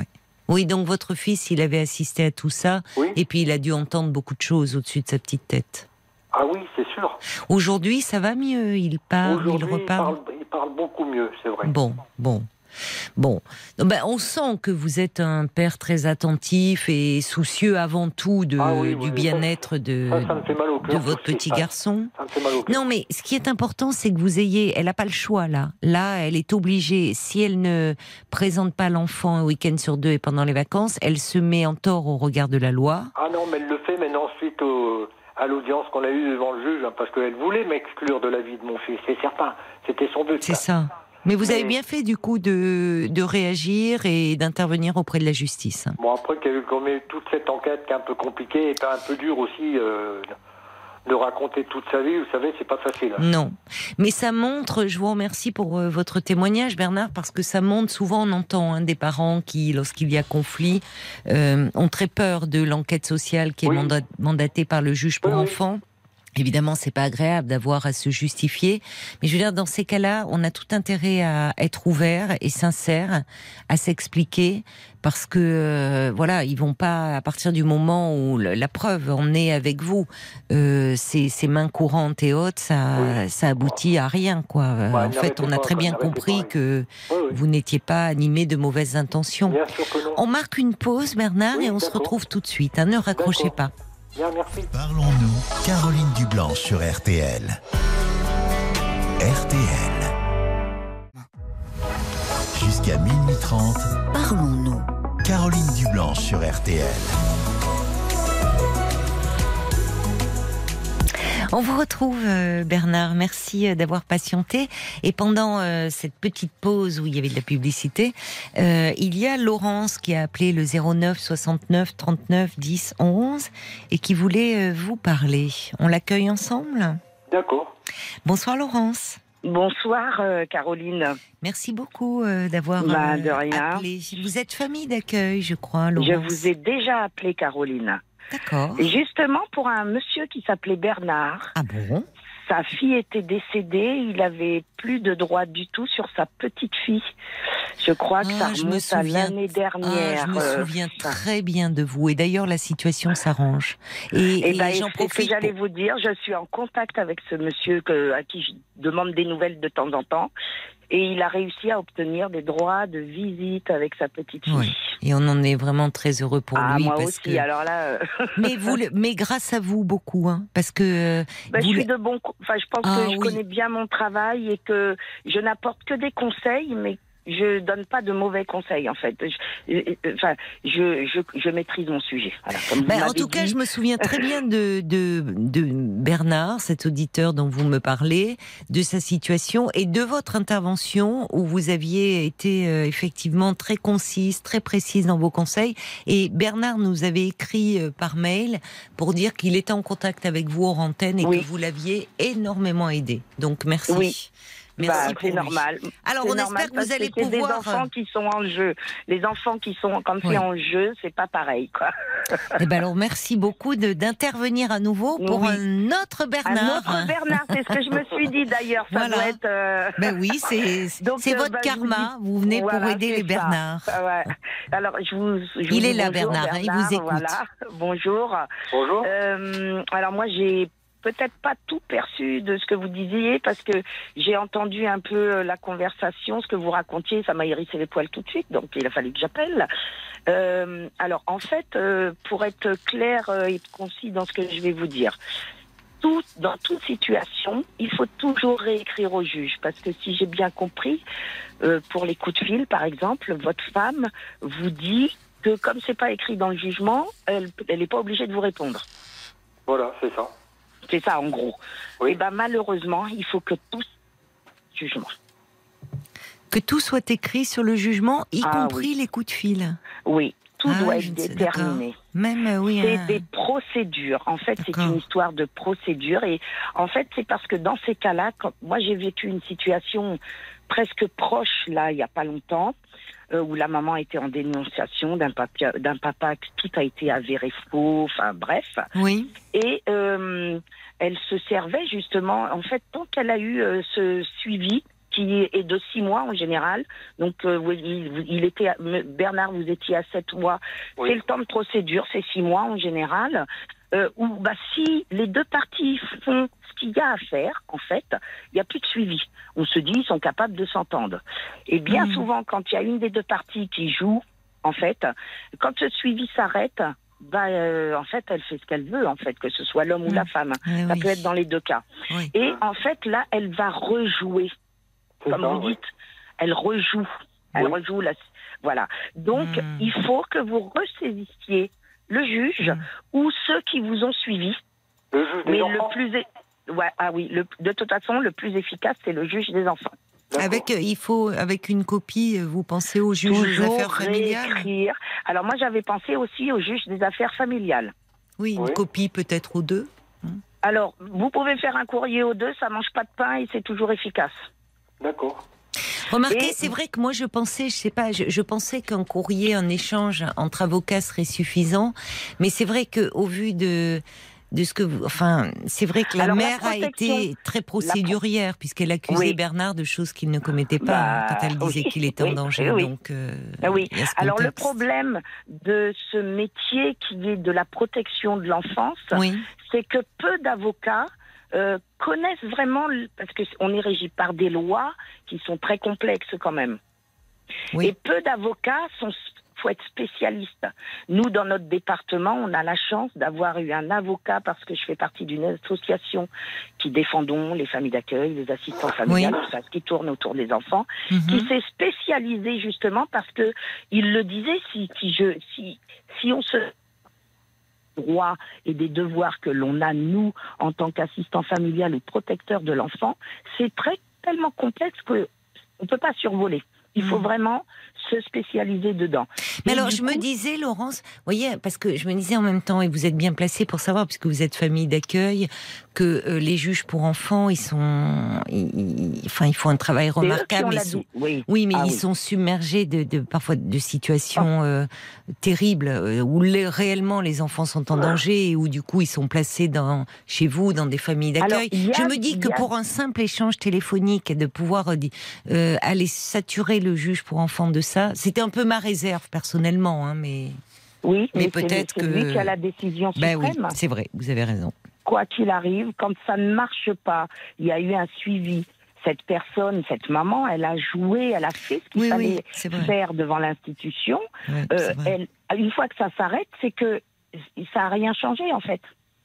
Speaker 3: Oui, donc votre fils, il avait assisté à tout ça,
Speaker 4: Oui.
Speaker 3: et puis il a dû entendre beaucoup de choses au-dessus de sa petite tête.
Speaker 4: Ah oui, c'est sûr.
Speaker 3: Aujourd'hui, ça va mieux, il parle, il
Speaker 4: Aujourd'hui, il
Speaker 3: reparle.
Speaker 4: parle, il parle beaucoup mieux, c'est vrai.
Speaker 3: Bon, bon. Bon, ben, on sent que vous êtes un père très attentif et soucieux avant tout de,
Speaker 4: Ah oui,
Speaker 3: du
Speaker 4: oui,
Speaker 3: bien-être de,
Speaker 4: Ça, ça me fait mal au
Speaker 3: de
Speaker 4: cœur.
Speaker 3: votre
Speaker 4: tout ce qui
Speaker 3: petit
Speaker 4: se passe.
Speaker 3: garçon.
Speaker 4: Ça me fait mal au cœur.
Speaker 3: Non, mais ce qui est important, c'est que vous ayez. Elle n'a pas le choix là. Là, elle est obligée. Si elle ne présente pas l'enfant un week-end sur deux et pendant les vacances, elle se met en tort au regard de la loi.
Speaker 4: Ah non, mais elle le fait maintenant suite au, à l'audience qu'on a eue devant le juge, hein, parce qu'elle voulait m'exclure de la vie de mon fils, c'est certain. C'était son but.
Speaker 3: C'est
Speaker 4: ça.
Speaker 3: ça. Mais vous
Speaker 4: Mais-
Speaker 3: avez bien fait du coup de, de réagir et d'intervenir auprès de la justice.
Speaker 4: Bon, après qu'il y a eu quand même toute cette enquête qui est un peu compliquée et puis un peu dure aussi euh, de raconter toute sa vie, vous savez, c'est pas facile. hein.
Speaker 3: Non, mais ça montre, je vous remercie pour euh, votre témoignage Bernard, parce que ça montre, souvent on entend hein, des parents qui, lorsqu'il y a conflit, euh, ont très peur de l'enquête sociale qui est
Speaker 4: Oui.
Speaker 3: manda- mandatée par le juge pour
Speaker 4: Oui, oui.
Speaker 3: enfants. Évidemment, c'est pas agréable d'avoir à se justifier, mais je veux dire, dans ces cas-là, on a tout intérêt à être ouvert et sincère, à s'expliquer, parce que euh, voilà, ils vont pas, à partir du moment où le- la preuve en est avec vous, euh, ces, ces mains courantes et hautes, ça,
Speaker 4: Oui.
Speaker 3: ça aboutit à rien, quoi. Euh,
Speaker 4: Ouais,
Speaker 3: en fait,
Speaker 4: n'arrêtez
Speaker 3: on a
Speaker 4: pas,
Speaker 3: très
Speaker 4: quoi,
Speaker 3: bien
Speaker 4: n'arrêtez
Speaker 3: compris
Speaker 4: pas.
Speaker 3: que
Speaker 4: Oui, oui.
Speaker 3: vous n'étiez pas animé de mauvaises intentions.
Speaker 4: Bien sûr que non.
Speaker 3: On marque une pause, Bernard,
Speaker 4: Oui,
Speaker 3: et on se
Speaker 4: d'accord.
Speaker 3: retrouve tout de suite. hein, ne raccrochez
Speaker 4: D'accord.
Speaker 3: pas.
Speaker 4: Bien, merci.
Speaker 1: Parlons-nous, Caroline Dublanche sur R T L. R T L. Jusqu'à minuit trente,
Speaker 2: Parlons-nous.
Speaker 1: Caroline Dublanche sur R T L.
Speaker 3: On vous retrouve euh, Bernard, merci euh, d'avoir patienté. Et pendant euh, cette petite pause où il y avait de la publicité, euh, il y a Laurence qui a appelé le zéro neuf soixante-neuf trente-neuf dix onze et qui voulait euh, vous parler. On l'accueille ensemble ?
Speaker 4: D'accord.
Speaker 3: Bonsoir Laurence.
Speaker 5: Bonsoir euh, Caroline.
Speaker 3: Merci beaucoup euh, d'avoir
Speaker 5: Bah,
Speaker 3: euh,
Speaker 5: de rien.
Speaker 3: appelé. Vous êtes famille d'accueil, je crois, Laurence.
Speaker 5: Je vous ai déjà appelé Caroline.
Speaker 3: D'accord.
Speaker 5: Et justement pour un monsieur qui s'appelait Bernard.
Speaker 3: Ah bon ?
Speaker 5: Sa fille était décédée, il avait plus de droit du tout sur sa petite fille. Je crois que
Speaker 3: Ah,
Speaker 5: ça
Speaker 3: je me
Speaker 5: remonte à
Speaker 3: souviens.
Speaker 5: l'année
Speaker 3: Ah,
Speaker 5: dernière.
Speaker 3: je me
Speaker 5: euh,
Speaker 3: souviens
Speaker 5: ça.
Speaker 3: très bien de vous. Et d'ailleurs, la situation s'arrange. Et,
Speaker 5: Et,
Speaker 3: et
Speaker 5: ben,
Speaker 3: j'en
Speaker 5: c'est ce que
Speaker 3: profite.
Speaker 5: j'allais
Speaker 3: pour-
Speaker 5: vous dire. Je suis en contact avec ce monsieur que, à qui je demande des nouvelles de temps en temps. Et il a réussi à obtenir des droits de visite avec sa petite fille.
Speaker 3: Oui. Et on en est vraiment très heureux pour
Speaker 5: ah,
Speaker 3: lui.
Speaker 5: moi
Speaker 3: parce
Speaker 5: aussi.
Speaker 3: que...
Speaker 5: Alors là, euh,
Speaker 3: mais, vous, le- mais grâce à vous, beaucoup. Hein, parce que. euh,
Speaker 5: ben, je
Speaker 3: vous
Speaker 5: suis
Speaker 3: le-
Speaker 5: de bon. co- Enfin, je pense
Speaker 3: Ah,
Speaker 5: que je
Speaker 3: oui.
Speaker 5: connais bien mon travail et que je n'apporte que des conseils, mais je donne pas de mauvais conseils en fait. Je, je- enfin, je, je, je maîtrise mon sujet. Voilà, comme vous
Speaker 3: Ben, en
Speaker 5: m'avez
Speaker 3: tout cas,
Speaker 5: dit.
Speaker 3: je me souviens très bien de, de, de Bernard, cet auditeur dont vous me parlez, de sa situation et de votre intervention où vous aviez été euh, effectivement très concise, très précise dans vos conseils. Et Bernard nous avait écrit euh, par mail pour dire qu'il était en contact avec vous hors antenne et
Speaker 5: Oui.
Speaker 3: que vous l'aviez énormément aidé. Donc merci.
Speaker 5: Oui.
Speaker 3: Merci
Speaker 5: Bah,
Speaker 3: pour
Speaker 5: c'est
Speaker 3: lui.
Speaker 5: normal.
Speaker 3: Alors,
Speaker 5: C'est
Speaker 3: on
Speaker 5: normal
Speaker 3: espère que
Speaker 5: parce
Speaker 3: vous allez
Speaker 5: c'est
Speaker 3: pouvoir.
Speaker 5: des enfants qui sont en jeu. Les enfants qui sont quand
Speaker 3: Oui.
Speaker 5: c'est en jeu, c'est pas pareil, quoi.
Speaker 3: Eh ben alors, merci beaucoup de d'intervenir à nouveau pour
Speaker 5: Oui.
Speaker 3: un autre
Speaker 5: Un
Speaker 3: Bernard.
Speaker 5: autre Bernard, c'est ce que je me suis dit d'ailleurs. Ça
Speaker 3: Voilà.
Speaker 5: doit être. euh,
Speaker 3: Ben oui, c'est
Speaker 5: Donc,
Speaker 3: c'est
Speaker 5: euh,
Speaker 3: votre
Speaker 5: bah, je vous
Speaker 3: karma.
Speaker 5: dis-
Speaker 3: Vous, venez
Speaker 5: Voilà,
Speaker 3: pour aider
Speaker 5: c'est
Speaker 3: les
Speaker 5: ça.
Speaker 3: Bernards.
Speaker 5: Ah ouais. Alors, je vous. je vous
Speaker 3: Il
Speaker 5: dis
Speaker 3: est là,
Speaker 5: bonjour,
Speaker 3: Bernard, hein, il vous écoute.
Speaker 5: Voilà. Bonjour.
Speaker 4: Bonjour.
Speaker 5: Euh, alors moi, j'ai peut-être pas tout perçu de ce que vous disiez parce que j'ai entendu un peu euh, la conversation, ce que vous racontiez, ça m'a hérissé les poils tout de suite, donc il a fallu que j'appelle. Euh, alors en fait, euh, pour être clair euh, et concis dans ce que je vais vous dire, tout, dans toute situation, il faut toujours réécrire au juge parce que si j'ai bien compris, euh, pour les coups de fil par exemple, votre femme vous dit que comme c'est pas écrit dans le jugement, elle elle est pas obligée de vous répondre.
Speaker 4: Voilà, c'est ça.
Speaker 5: C'est ça, en gros.
Speaker 4: Oui.
Speaker 5: Et ben malheureusement, il faut que tout jugement.
Speaker 3: Que tout soit écrit sur le jugement, y
Speaker 5: Ah,
Speaker 3: compris les coups de fil.
Speaker 5: Oui, tout
Speaker 3: Ah,
Speaker 5: doit
Speaker 3: je
Speaker 5: être
Speaker 3: ne sais-
Speaker 5: déterminé.
Speaker 3: Même, euh, oui.
Speaker 5: C'est
Speaker 3: hein.
Speaker 5: des procédures. En fait, c'est
Speaker 3: D'accord.
Speaker 5: une histoire de procédure. Et en fait, c'est parce que dans ces cas-là, quand moi j'ai vécu une situation presque proche là, il y a pas longtemps, euh, où la maman était en dénonciation d'un papa, d'un papa que tout a été avéré faux. Enfin bref.
Speaker 3: Oui.
Speaker 5: Et euh, elle se servait justement, en fait, tant qu'elle a eu euh, ce suivi qui est de six mois en général. Donc, euh, oui, il, il était, à, Bernard, vous étiez à sept mois. Oui. C'est le temps de procédure, c'est six mois en général. Euh, où, bah, si les deux parties font ce qu'il y a à faire, en fait, il n'y a plus de suivi. On se dit, ils sont capables de s'entendre. Et bien mmh. souvent, quand il y a une des deux parties qui joue, en fait, quand ce suivi s'arrête, bah, euh, en fait, elle fait ce qu'elle veut, en fait, que ce soit l'homme mmh. ou la femme. Oui, ça oui. peut être dans les deux cas. Oui. Et en fait, là, elle va rejouer. C'est Comme ça, vous oui. dites, elle rejoue. Elle oui. rejoue. La... Voilà. Donc, mmh. il faut que vous ressaisissiez le juge mmh. ou ceux qui vous ont suivi.
Speaker 4: Le juge des
Speaker 5: Mais
Speaker 4: enfants.
Speaker 5: le plus... Ouais, ah oui, le... de toute façon, le plus efficace, c'est le juge des enfants.
Speaker 3: Avec, il faut, avec une copie, vous pensez au juge
Speaker 5: Toujours
Speaker 3: des affaires familiales
Speaker 5: réécrire. Alors moi, j'avais pensé aussi au juge des affaires familiales.
Speaker 3: Oui, une oui. copie peut-être aux deux.
Speaker 5: Alors, vous pouvez faire un courrier aux deux, ça mange pas de pain et c'est toujours efficace.
Speaker 4: D'accord.
Speaker 3: Remarquez,
Speaker 5: Et...
Speaker 3: c'est vrai que moi je pensais, je sais pas, je, je pensais qu'un courrier, un échange entre avocats serait suffisant, mais c'est vrai que au vu de de ce que vous, enfin, c'est vrai que la
Speaker 5: Alors,
Speaker 3: mère
Speaker 5: la
Speaker 3: a été très procédurière puisqu'elle accusait oui. Bernard de choses qu'il ne commettait pas bah, quand elle disait oui, qu'il était oui, en danger.
Speaker 5: Oui.
Speaker 3: Donc, euh,
Speaker 5: oui. Alors le problème de ce métier qui est de la protection de l'enfance, oui. c'est que peu d'avocats euh, connaissent vraiment, parce que on est régi par des lois qui sont très complexes quand même. Oui. Et peu d'avocats sont faut être spécialiste. Nous, dans notre département, on a la chance d'avoir eu un avocat parce que je fais partie d'une association qui défendons les familles d'accueil, les assistants familiales, oui. tout ça, ce qui tourne autour des enfants, mm-hmm. qui s'est spécialisé justement parce que il le disait, si, si, je, si, si on se droits et des devoirs que l'on a, nous, en tant qu'assistant familial ou protecteur de l'enfant, c'est très tellement complexe qu'on ne peut pas survoler. Il faut vraiment se spécialiser dedans.
Speaker 3: Mais et alors, je coup... me disais, Laurence, vous voyez, parce que je me disais en même temps, et vous êtes bien placée pour savoir, puisque vous êtes famille d'accueil, que euh, les juges pour enfants, ils sont, ils, ils, enfin, ils font un travail remarquable. Ils sont, oui. oui, mais ah, ils oui. sont submergés de, de parfois de situations euh, terribles euh, où les, réellement les enfants sont en danger et où du coup ils sont placés dans chez vous, dans des familles d'accueil. Alors, je me dis que a... pour un simple échange téléphonique et de pouvoir euh, aller saturer le juge pour enfants de ça, c'était un peu ma réserve personnellement, hein, mais
Speaker 5: oui, mais,
Speaker 3: mais peut-être
Speaker 5: c'est
Speaker 3: que
Speaker 5: lui qui a la décision suprême.
Speaker 3: Ben oui, c'est vrai, vous avez raison.
Speaker 5: Quoi qu'il arrive, quand ça ne marche pas, il y a eu un suivi. Cette personne, cette maman, elle a joué, elle a fait ce qu'il
Speaker 3: oui,
Speaker 5: fallait
Speaker 3: oui,
Speaker 5: faire devant l'institution.
Speaker 3: Oui,
Speaker 5: euh, elle, une fois que ça s'arrête, c'est que ça n'a rien changé en fait.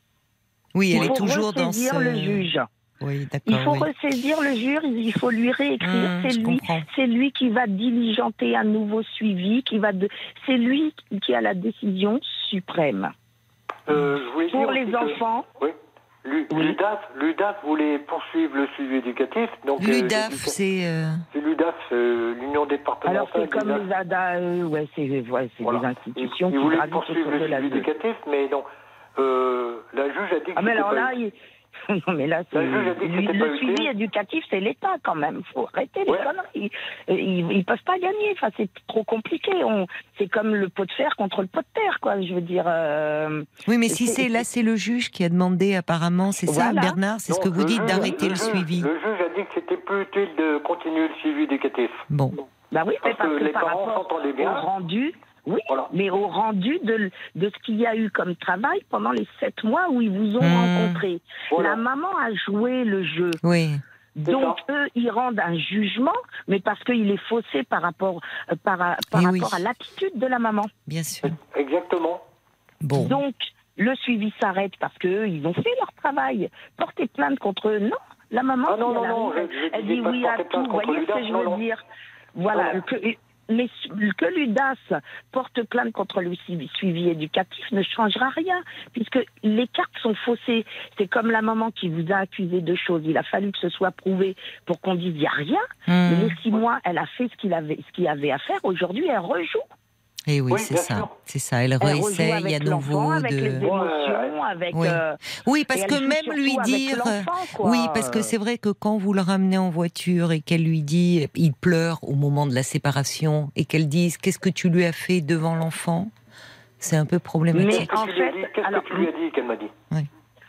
Speaker 3: Oui, elle
Speaker 5: il
Speaker 3: est toujours dans
Speaker 5: ce...
Speaker 3: ce...
Speaker 5: le juge.
Speaker 3: Oui, d'accord,
Speaker 5: il faut
Speaker 3: oui.
Speaker 5: ressaisir le juge, il faut lui réécrire. Mmh, c'est, lui, c'est lui qui va diligenter un nouveau suivi, qui va de... c'est lui qui a la décision suprême.
Speaker 4: Euh, je voulais
Speaker 5: Pour
Speaker 4: dire
Speaker 5: les enfants.
Speaker 4: Que, oui. L'U, oui. L'UDAF, l'UDAF voulait poursuivre le suivi éducatif. Donc,
Speaker 3: L'UDAF,
Speaker 4: euh,
Speaker 3: c'est... Euh...
Speaker 4: C'est l'UDAF, euh, l'Union départementale.
Speaker 5: Alors c'est comme les A D A, euh, ouais, c'est, ouais, c'est voilà. des institutions
Speaker 4: ils,
Speaker 5: qui
Speaker 4: ils voulaient poursuivre le suivi
Speaker 5: de
Speaker 4: éducatif, mais non. Euh, la juge a dit que
Speaker 5: ah, mais
Speaker 4: c'était
Speaker 5: alors
Speaker 4: pas
Speaker 5: là, il... non, mais là, c'est...
Speaker 4: La juge a dit que c'était
Speaker 5: le
Speaker 4: pas
Speaker 5: suivi
Speaker 4: utile.
Speaker 5: éducatif, c'est l'État quand même. Il faut arrêter les
Speaker 4: ouais.
Speaker 5: conneries. Ils, ils peuvent pas gagner. Enfin, c'est trop compliqué. On... C'est comme le pot de fer contre le pot de terre, quoi. Je veux dire. Euh...
Speaker 3: Oui, mais si c'est... c'est là, c'est le juge qui a demandé apparemment, c'est voilà. ça, Bernard, c'est non, ce que vous dites, juge, d'arrêter le, le suivi.
Speaker 4: Le juge a dit que c'était plus utile de continuer le suivi éducatif.
Speaker 3: Bon.
Speaker 5: Bah oui,
Speaker 4: parce, parce que, que les
Speaker 5: par
Speaker 4: parents
Speaker 5: rapport
Speaker 4: s'entendaient bien.
Speaker 5: Au rendu. Oui,
Speaker 4: voilà.
Speaker 5: mais au rendu de, de ce qu'il y a eu comme travail pendant les sept mois où ils vous ont mmh. rencontré. Voilà. La maman a joué le jeu.
Speaker 3: Oui.
Speaker 5: Donc eux, ils rendent un jugement, mais parce qu'il est faussé par rapport, euh, par, par rapport
Speaker 3: oui.
Speaker 5: à l'attitude de la maman.
Speaker 3: Bien sûr.
Speaker 4: Exactement.
Speaker 3: Bon.
Speaker 5: Donc le suivi s'arrête parce qu'eux, ils ont fait leur travail. Porter plainte contre eux, non. La maman,
Speaker 4: ah non, non,
Speaker 5: elle,
Speaker 4: non,
Speaker 5: arrive,
Speaker 4: je, je
Speaker 5: elle dit oui à tout. Vous voyez ce que je veux non, dire non. Voilà. Non, que, mais que l'U D A S porte plainte contre le suivi éducatif ne changera rien, puisque les cartes sont faussées. C'est comme la maman qui vous a accusé de choses. Il a fallu que ce soit prouvé pour qu'on dise il n'y a rien. Mmh. Mais les six mois, elle a fait ce qu'il avait, ce qu'il avait à faire. Aujourd'hui, elle rejoue.
Speaker 3: Et oui,
Speaker 4: oui
Speaker 3: c'est ça,
Speaker 4: sûr.
Speaker 3: c'est ça. Elle, elle réessaye à nouveau
Speaker 5: avec
Speaker 3: de.
Speaker 5: Les émotions, avec.
Speaker 3: Oui,
Speaker 5: euh,
Speaker 3: oui parce que même lui dire. Oui, parce que c'est vrai que quand vous le ramenez en voiture et qu'elle lui dit, il pleure au moment de la séparation et qu'elle dise qu'est-ce que tu lui as fait devant l'enfant, c'est un peu problématique.
Speaker 5: Mais en fait,
Speaker 4: qu'est-ce
Speaker 5: alors,
Speaker 4: que tu lui as dit qu'elle m'a dit.
Speaker 3: Oui.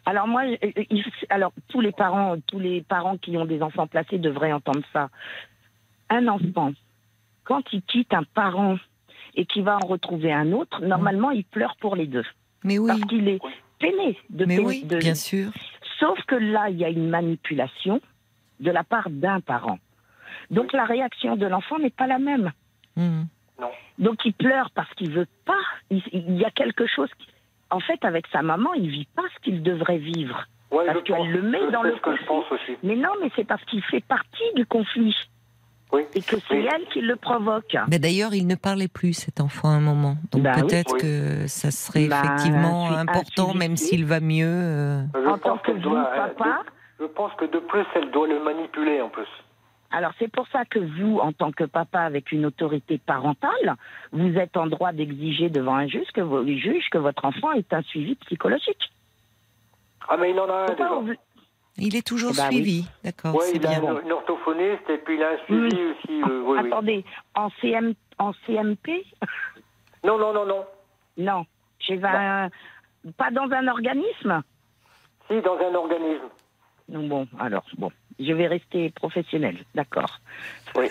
Speaker 5: Alors moi, il, alors tous les parents, tous les parents qui ont des enfants placés devraient entendre ça. Un enfant, quand il quitte un parent et qu'il va en retrouver un autre, normalement, il pleure pour les deux.
Speaker 3: Mais oui.
Speaker 5: Parce qu'il est peiné de
Speaker 3: Mais
Speaker 5: payer
Speaker 3: oui,
Speaker 5: de
Speaker 3: bien sûr.
Speaker 5: Sauf que là, il y a une manipulation de la part d'un parent. Donc la réaction de l'enfant n'est pas la même.
Speaker 3: Mmh.
Speaker 4: Non.
Speaker 5: Donc il pleure parce qu'il veut pas. Il, il y a quelque chose. Qui... En fait, avec sa maman, il vit pas ce qu'il devrait vivre.
Speaker 4: Ouais,
Speaker 5: parce
Speaker 4: je
Speaker 5: qu'elle
Speaker 4: pense.
Speaker 5: le met
Speaker 4: Je
Speaker 5: dans
Speaker 4: sais
Speaker 5: le
Speaker 4: ce que
Speaker 5: conflit.
Speaker 4: je pense aussi.
Speaker 5: Mais non, mais c'est parce qu'il fait partie du conflit.
Speaker 4: Oui.
Speaker 5: Et que c'est
Speaker 4: Oui.
Speaker 5: elle qui le provoque.
Speaker 3: Mais d'ailleurs, il ne parlait plus, cet enfant, à un moment. Donc
Speaker 5: Bah oui.
Speaker 3: peut-être
Speaker 4: Oui.
Speaker 3: que ça serait
Speaker 5: Bah,
Speaker 3: effectivement
Speaker 5: un suivi-
Speaker 3: important,
Speaker 5: un suivi
Speaker 3: même
Speaker 5: psy.
Speaker 3: s'il va mieux. euh.
Speaker 4: Je
Speaker 5: En
Speaker 4: pense
Speaker 5: tant que
Speaker 4: qu'elle
Speaker 5: vous,
Speaker 4: doit, euh,
Speaker 5: papa.
Speaker 4: de- je pense que de plus, elle doit le manipuler en plus.
Speaker 5: Alors c'est pour ça que vous, en tant que papa avec une autorité parentale, vous êtes en droit d'exiger devant un juge que, vo- juge que votre enfant ait un suivi psychologique.
Speaker 4: Ah, mais il en a un
Speaker 5: Pourquoi
Speaker 4: déjà.
Speaker 5: on veut-
Speaker 3: Il est toujours
Speaker 5: Eh ben
Speaker 3: suivi, d'accord,
Speaker 4: Ouais,
Speaker 3: c'est
Speaker 4: il a
Speaker 3: bien.
Speaker 4: une, une orthophoniste et puis il a un suivi
Speaker 5: Mm.
Speaker 4: aussi. euh, oui, oui.
Speaker 5: Attendez, en, C M, en C M P?
Speaker 4: Non, non, non, non.
Speaker 5: Non, chez un, pas dans un organisme.
Speaker 4: Si, dans un organisme.
Speaker 5: Non, bon, alors, bon, je vais rester professionnelle, d'accord.
Speaker 4: Oui.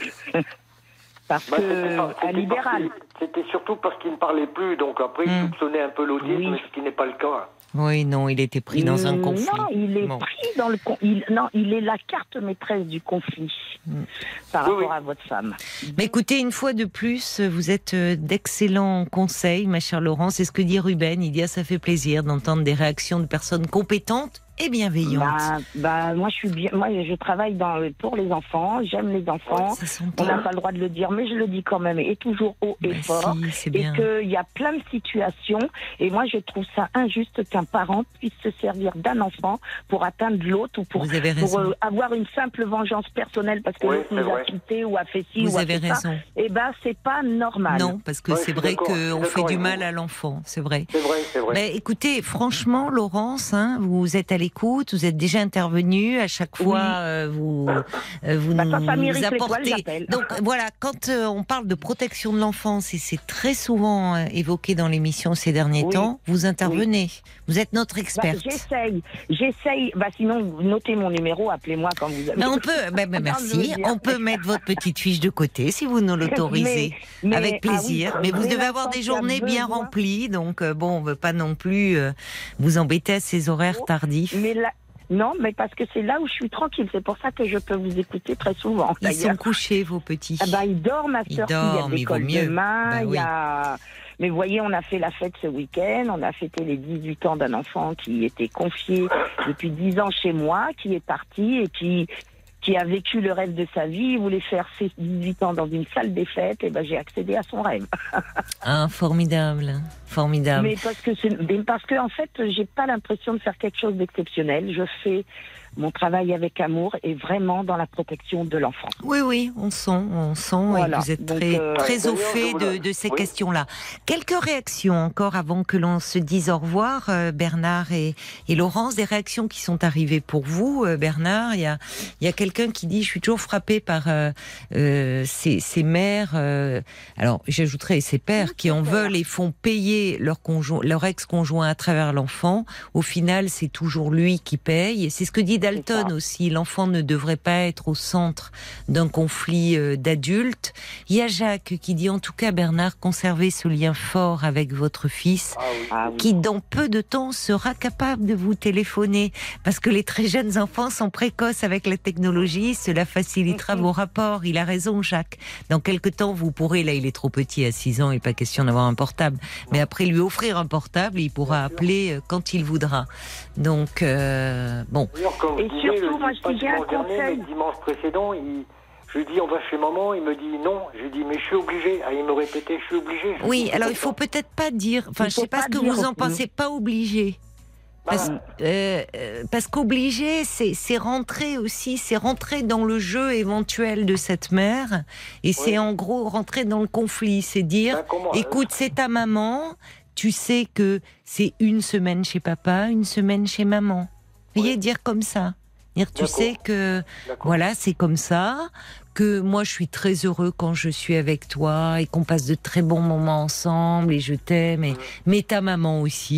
Speaker 5: Parce
Speaker 4: Bah,
Speaker 5: que,
Speaker 4: c'était pas-
Speaker 5: un
Speaker 4: c'était
Speaker 5: libéral.
Speaker 4: parce qu'il- C'était surtout parce qu'il ne parlait plus, donc après il
Speaker 3: Mm.
Speaker 4: soupçonnait un peu l'autisme,
Speaker 5: Oui.
Speaker 4: ce qui n'est pas le cas.
Speaker 3: Oui, non, il était pris dans un
Speaker 5: Mm,
Speaker 3: conflit.
Speaker 5: Non, il est
Speaker 3: Bon.
Speaker 5: pris dans le con- il, non, il est la carte maîtresse du conflit
Speaker 3: Mm.
Speaker 5: par
Speaker 4: Oui,
Speaker 5: rapport
Speaker 4: oui.
Speaker 5: à votre femme.
Speaker 3: Mais écoutez, une fois de plus, vous êtes euh, d'excellents conseils, ma chère Laurence. C'est ce que dit Ruben. Il dit ah, ça fait plaisir d'entendre des réactions de personnes compétentes et bienveillantes.
Speaker 5: Bah, bah, moi, je suis bien. Moi, je travaille dans, pour les enfants. J'aime les enfants.
Speaker 3: Ça s'entend.
Speaker 5: On n'a pas le droit de le dire, mais je le dis quand même, et toujours haut et
Speaker 3: Bah
Speaker 5: fort.
Speaker 3: si, c'est
Speaker 5: Et
Speaker 3: bien.
Speaker 5: qu'il y a plein de situations. Et moi, je trouve ça injuste qu'un parent puisse se servir d'un enfant pour atteindre l'autre ou pour,
Speaker 3: Vous avez
Speaker 5: pour
Speaker 3: raison.
Speaker 5: euh, avoir une simple vengeance personnelle parce que
Speaker 4: Oui,
Speaker 5: l'autre
Speaker 4: c'est
Speaker 5: nous a
Speaker 4: vrai.
Speaker 5: quittés ou a fait ci
Speaker 3: Vous
Speaker 5: ou a
Speaker 3: avez
Speaker 5: fait ça.
Speaker 3: raison.
Speaker 5: Eh ben, c'est pas normal.
Speaker 3: Non, parce que
Speaker 4: Ouais, je
Speaker 3: c'est
Speaker 4: suis
Speaker 3: vrai
Speaker 4: d'accord, je suis
Speaker 3: qu'on fait
Speaker 4: d'accord
Speaker 3: du
Speaker 4: avec
Speaker 3: mal
Speaker 4: vous.
Speaker 3: à l'enfant, c'est vrai.
Speaker 4: C'est vrai, c'est vrai.
Speaker 3: Mais écoutez, franchement, Laurence, hein, vous êtes à l'écoute, vous êtes déjà intervenue. À chaque fois,
Speaker 5: Oui.
Speaker 3: euh, vous, euh, vous
Speaker 5: Bah,
Speaker 3: nous,
Speaker 5: quand ça m'irrite les poils,
Speaker 3: apportez.
Speaker 5: j'appelle.
Speaker 3: Donc voilà, quand euh, on parle de protection de l'enfance, et c'est très souvent euh, évoqué dans l'émission ces derniers
Speaker 5: Oui.
Speaker 3: temps, vous intervenez. Vous êtes notre
Speaker 5: Bah,
Speaker 3: experte.
Speaker 5: j'essaye, j'essaye. Bah, sinon, vous notez mon numéro, appelez-moi quand vous avez.
Speaker 3: Mais on peut, ben, ben,
Speaker 5: Non, je veux
Speaker 3: merci.
Speaker 5: dire.
Speaker 3: On peut mettre votre petite fiche de côté si vous nous l'autorisez.
Speaker 5: Mais- mais-
Speaker 3: Avec plaisir.
Speaker 5: ah oui,
Speaker 3: mais vous
Speaker 5: dès
Speaker 3: devez avoir
Speaker 5: l'instant
Speaker 3: des
Speaker 5: qu'il y a
Speaker 3: journées bien
Speaker 5: besoin-
Speaker 3: remplies, donc euh, bon, on veut pas non plus euh, vous embêter à ces horaires tardifs.
Speaker 5: Mais là, non, mais parce que c'est là où je suis tranquille. C'est pour ça que je peux vous écouter très souvent.
Speaker 3: Ils sont
Speaker 5: D'ailleurs.
Speaker 3: couchés, vos petits.
Speaker 5: Ah bah, ils dorment, ma
Speaker 3: Ils
Speaker 5: soeur. Il y a
Speaker 3: dorment,
Speaker 5: des
Speaker 3: il vaut
Speaker 5: écoles
Speaker 3: mieux.
Speaker 5: demain.
Speaker 3: Bah
Speaker 5: il
Speaker 3: oui.
Speaker 5: y a... Mais vous voyez, on a fait la fête ce week-end. On a fêté les dix-huit ans d'un enfant qui était confié depuis dix ans chez moi, qui est parti et qui qui a vécu le rêve de sa vie. Il voulait faire ses dix-huit ans dans une salle des fêtes. Et ben, j'ai accédé à son rêve.
Speaker 3: Ah, formidable, formidable.
Speaker 5: Mais parce que c'est, mais parce que en fait, j'ai pas l'impression de faire quelque chose d'exceptionnel. Je fais mon travail avec amour et vraiment dans la protection de l'enfant.
Speaker 3: Oui, oui, on sent, on sent,
Speaker 5: Voilà.
Speaker 3: et vous êtes
Speaker 5: Donc,
Speaker 3: très,
Speaker 5: euh,
Speaker 3: très au
Speaker 4: d'ailleurs,
Speaker 3: fait
Speaker 4: je vous
Speaker 3: de,
Speaker 4: la-
Speaker 3: de ces
Speaker 4: oui.
Speaker 3: questions-là. Quelques réactions encore avant que l'on se dise au revoir, euh, Bernard et, et Laurence, des réactions qui sont arrivées pour vous, euh, Bernard. Il y a, il y a quelqu'un qui dit, je suis toujours frappé par euh, euh, ces, ces mères, euh, alors j'ajouterais ces pères qui en veulent et font payer leur conjoint, leur ex-conjoint à travers l'enfant. Au final, c'est toujours lui qui paye. Et c'est ce que dit Dalton
Speaker 5: ça.
Speaker 3: aussi. L'enfant ne devrait pas être au centre d'un conflit euh, d'adultes. Il y a Jacques qui dit, en tout cas, Bernard, conservez ce lien fort avec votre fils,
Speaker 4: Ah oui.
Speaker 5: Ah oui.
Speaker 3: qui dans peu de temps sera capable de vous téléphoner, parce que les très jeunes enfants sont précoces avec la technologie, cela facilitera
Speaker 5: Mhm.
Speaker 3: vos rapports. Il a raison, Jacques. Dans quelque temps, vous pourrez, là il est trop petit, à six ans, il n'est pas question d'avoir un portable, mais après lui offrir un portable, il pourra appeler euh, quand il voudra. Donc, euh, bon.
Speaker 4: D'ailleurs, comme
Speaker 5: Et
Speaker 4: je disais,
Speaker 5: surtout,
Speaker 4: le,
Speaker 5: moi, je
Speaker 4: pas
Speaker 5: dis bien un
Speaker 4: dimanche dernier,
Speaker 5: conseil.
Speaker 4: mais dimanche précédent, il, je lui dis on va chez maman, il me dit non. Je lui dis mais je suis obligé. Ah, il me répétait je suis obligé. Je lui
Speaker 3: Oui,
Speaker 4: dis,
Speaker 3: alors
Speaker 4: c'est
Speaker 3: il faut
Speaker 4: comme ça.
Speaker 3: peut-être pas dire, enfin
Speaker 5: Il
Speaker 3: je sais
Speaker 5: faut
Speaker 3: pas
Speaker 5: pas
Speaker 3: ce que
Speaker 5: dire
Speaker 3: vous en
Speaker 5: au plus.
Speaker 3: pensez, pas obligé. Parce,
Speaker 4: Bah,
Speaker 3: euh, euh, parce qu'obligé, c'est, c'est rentrer aussi, c'est rentrer dans le jeu éventuel de cette mère, et c'est
Speaker 4: Oui.
Speaker 3: en gros rentrer dans le conflit, c'est dire,
Speaker 4: bah, comment, euh,
Speaker 3: écoute, c'est ta maman, tu sais que c'est une semaine chez papa, une semaine chez maman. Vous voyez,
Speaker 4: Oui.
Speaker 3: dire comme ça. Dire, tu
Speaker 4: D'accord.
Speaker 3: sais que,
Speaker 4: d'accord.
Speaker 3: voilà, c'est comme ça, que moi je suis très heureux quand je suis avec toi, et qu'on passe de très bons moments ensemble, et je t'aime, et,
Speaker 4: Mhm.
Speaker 3: mais ta maman aussi.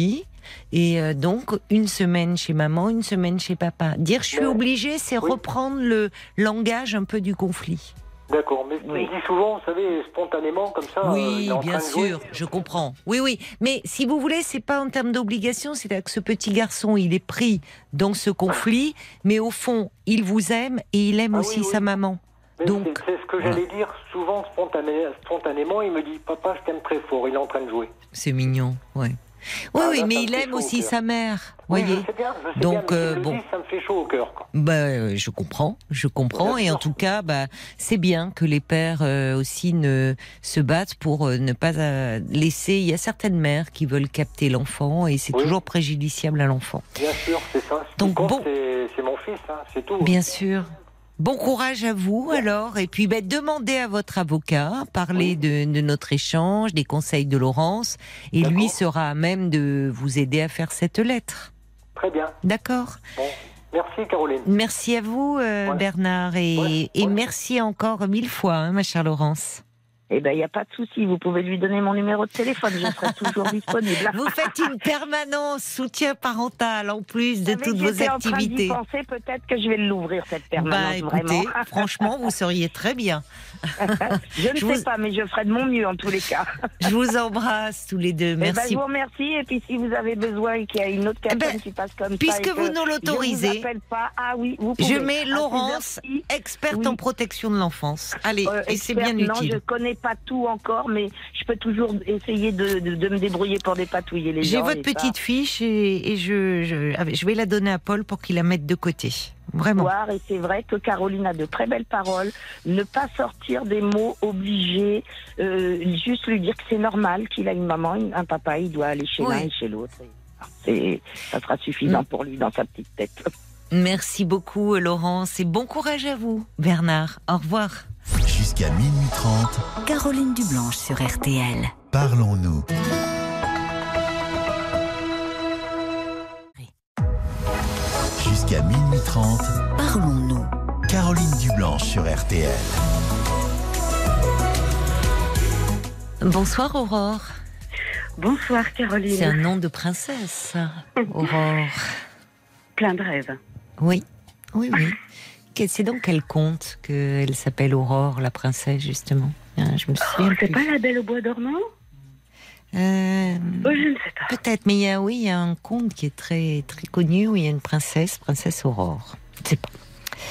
Speaker 3: Et euh, donc, une semaine chez maman, une semaine chez papa. Dire je suis
Speaker 4: Mais-
Speaker 3: obligée, c'est
Speaker 4: oui.
Speaker 3: reprendre le langage un peu du conflit.
Speaker 4: D'accord, mais
Speaker 5: Oui.
Speaker 4: tu me dis souvent, vous savez, spontanément, comme ça, euh, il
Speaker 3: Oui,
Speaker 4: est en
Speaker 3: bien
Speaker 4: train de jouer.
Speaker 3: sûr, je comprends. Oui, oui. Mais si vous voulez, c'est pas en termes d'obligation, c'est que ce petit garçon, il est pris dans ce conflit, mais au fond, il vous aime et il aime
Speaker 4: Ah
Speaker 3: aussi
Speaker 4: oui, oui.
Speaker 3: sa maman.
Speaker 4: Mais
Speaker 3: Donc,
Speaker 4: c'est- c'est ce que
Speaker 3: voilà.
Speaker 4: j'allais dire souvent spontané- spontanément. Il me dit, papa, je t'aime très fort. Il est en train de jouer.
Speaker 3: C'est mignon, ouais. Oui,
Speaker 4: Ah,
Speaker 3: oui,
Speaker 4: là,
Speaker 3: mais
Speaker 4: ça me
Speaker 3: il
Speaker 4: fait
Speaker 3: aime
Speaker 4: chaud au
Speaker 3: aussi
Speaker 4: cœur.
Speaker 3: sa mère,
Speaker 4: Oui,
Speaker 3: voyez.
Speaker 4: je sais bien, je sais
Speaker 3: Donc,
Speaker 4: bien, mais
Speaker 3: euh,
Speaker 4: tu me
Speaker 3: bon.
Speaker 4: le dis, ça me fait chaud au cœur. quoi.
Speaker 3: Bah, euh, je comprends, je comprends,
Speaker 4: Bien
Speaker 3: et en
Speaker 4: sûr.
Speaker 3: tout cas, bah, c'est bien que les pères euh, aussi ne se battent pour euh, ne pas euh, laisser. Il y a certaines mères qui veulent capter l'enfant, et c'est
Speaker 4: Oui.
Speaker 3: toujours préjudiciable à l'enfant.
Speaker 4: Bien sûr, c'est ça. Ce
Speaker 3: Donc,
Speaker 4: qui compte,
Speaker 3: bon.
Speaker 4: c'est c'est mon fils, hein, c'est tout.
Speaker 3: Bien sûr. Bon courage à vous alors, et puis ben, demandez à votre avocat, parlez
Speaker 4: Oui.
Speaker 3: de, de notre échange, des conseils de Laurence, et lui
Speaker 4: D'accord.
Speaker 3: sera à même de vous aider à faire cette lettre.
Speaker 4: Très bien.
Speaker 3: D'accord?
Speaker 4: Bon. Merci, Caroline.
Speaker 3: Merci à vous euh,
Speaker 4: Ouais.
Speaker 3: Bernard, et,
Speaker 4: Ouais,
Speaker 3: et
Speaker 4: ouais.
Speaker 3: merci encore mille fois, hein, ma chère Laurence.
Speaker 5: Eh ben, il n'y a pas de souci. Vous pouvez lui donner mon numéro de téléphone. Je serai toujours disponible.
Speaker 3: Vous faites une permanence soutien parental en plus de
Speaker 5: Avec
Speaker 3: toutes
Speaker 5: que
Speaker 3: vos
Speaker 5: j'étais en train d'y
Speaker 3: activités.
Speaker 5: penser, peut-être que je vais l'ouvrir, cette
Speaker 3: Bah
Speaker 5: permanence,
Speaker 3: écoutez,
Speaker 5: vraiment.
Speaker 3: franchement, vous seriez très bien.
Speaker 5: Je ne
Speaker 3: je
Speaker 5: sais
Speaker 3: vous-
Speaker 5: pas, mais je ferai de mon mieux en tous les cas.
Speaker 3: Je vous embrasse tous les deux.
Speaker 5: Eh ben,
Speaker 3: Merci.
Speaker 5: je vous remercie. Et puis, si vous avez besoin et qu'il y a une autre
Speaker 3: Eh
Speaker 5: personne
Speaker 3: ben,
Speaker 5: qui passe comme ça.
Speaker 3: puisque
Speaker 5: et que
Speaker 3: vous nous l'autorisez,
Speaker 5: Je vous appelle pas. Ah oui, vous pouvez.
Speaker 3: Je mets
Speaker 5: À ces
Speaker 3: Laurence,
Speaker 5: heures-ci,
Speaker 3: experte
Speaker 5: oui.
Speaker 3: en protection de l'enfance. Allez,
Speaker 5: euh,
Speaker 3: et c'est
Speaker 5: experte,
Speaker 3: bien
Speaker 5: non,
Speaker 3: utile.
Speaker 5: je connais pas tout encore, mais je peux toujours essayer de, de, de me débrouiller pour dépatouiller les
Speaker 3: J'ai
Speaker 5: gens.
Speaker 3: votre
Speaker 5: et ça.
Speaker 3: petite fiche et, et je, je, je vais la donner à Paul pour qu'il la mette de côté. Vraiment.
Speaker 5: Voir, et c'est vrai que Caroline a de très belles paroles. Ne pas sortir des mots obligés, euh, juste lui dire que c'est normal qu'il a une maman, une- un papa, il doit aller chez
Speaker 3: Oui.
Speaker 5: l'un et chez l'autre. Et ça sera suffisant
Speaker 3: Mm.
Speaker 5: pour lui dans sa petite tête.
Speaker 3: Merci beaucoup, Laurence, et bon courage à vous, Bernard. Au revoir.
Speaker 1: Jusqu'à minuit trente,
Speaker 2: Caroline Dublanche sur R T L.
Speaker 1: parlons-nous. Jusqu'à minuit trente,
Speaker 2: Parlons-nous.
Speaker 1: Caroline Dublanche sur R T L.
Speaker 3: Bonsoir, Aurore.
Speaker 6: Bonsoir Caroline.
Speaker 3: C'est un nom de princesse, ça, Aurore.
Speaker 6: Plein de rêves.
Speaker 3: Oui, oui, oui. Que- C'est dans quel conte qu'elle s'appelle Aurore, la princesse, justement? Hein, Je me souviens
Speaker 6: C'est
Speaker 3: plus.
Speaker 6: pas la Belle au bois dormant?
Speaker 3: Euh,
Speaker 6: Oh, je ne sais pas.
Speaker 3: Peut-être, mais il y a, oui, il y a un conte qui est très, très connu où il y a une princesse, princesse Aurore. Je ne sais pas.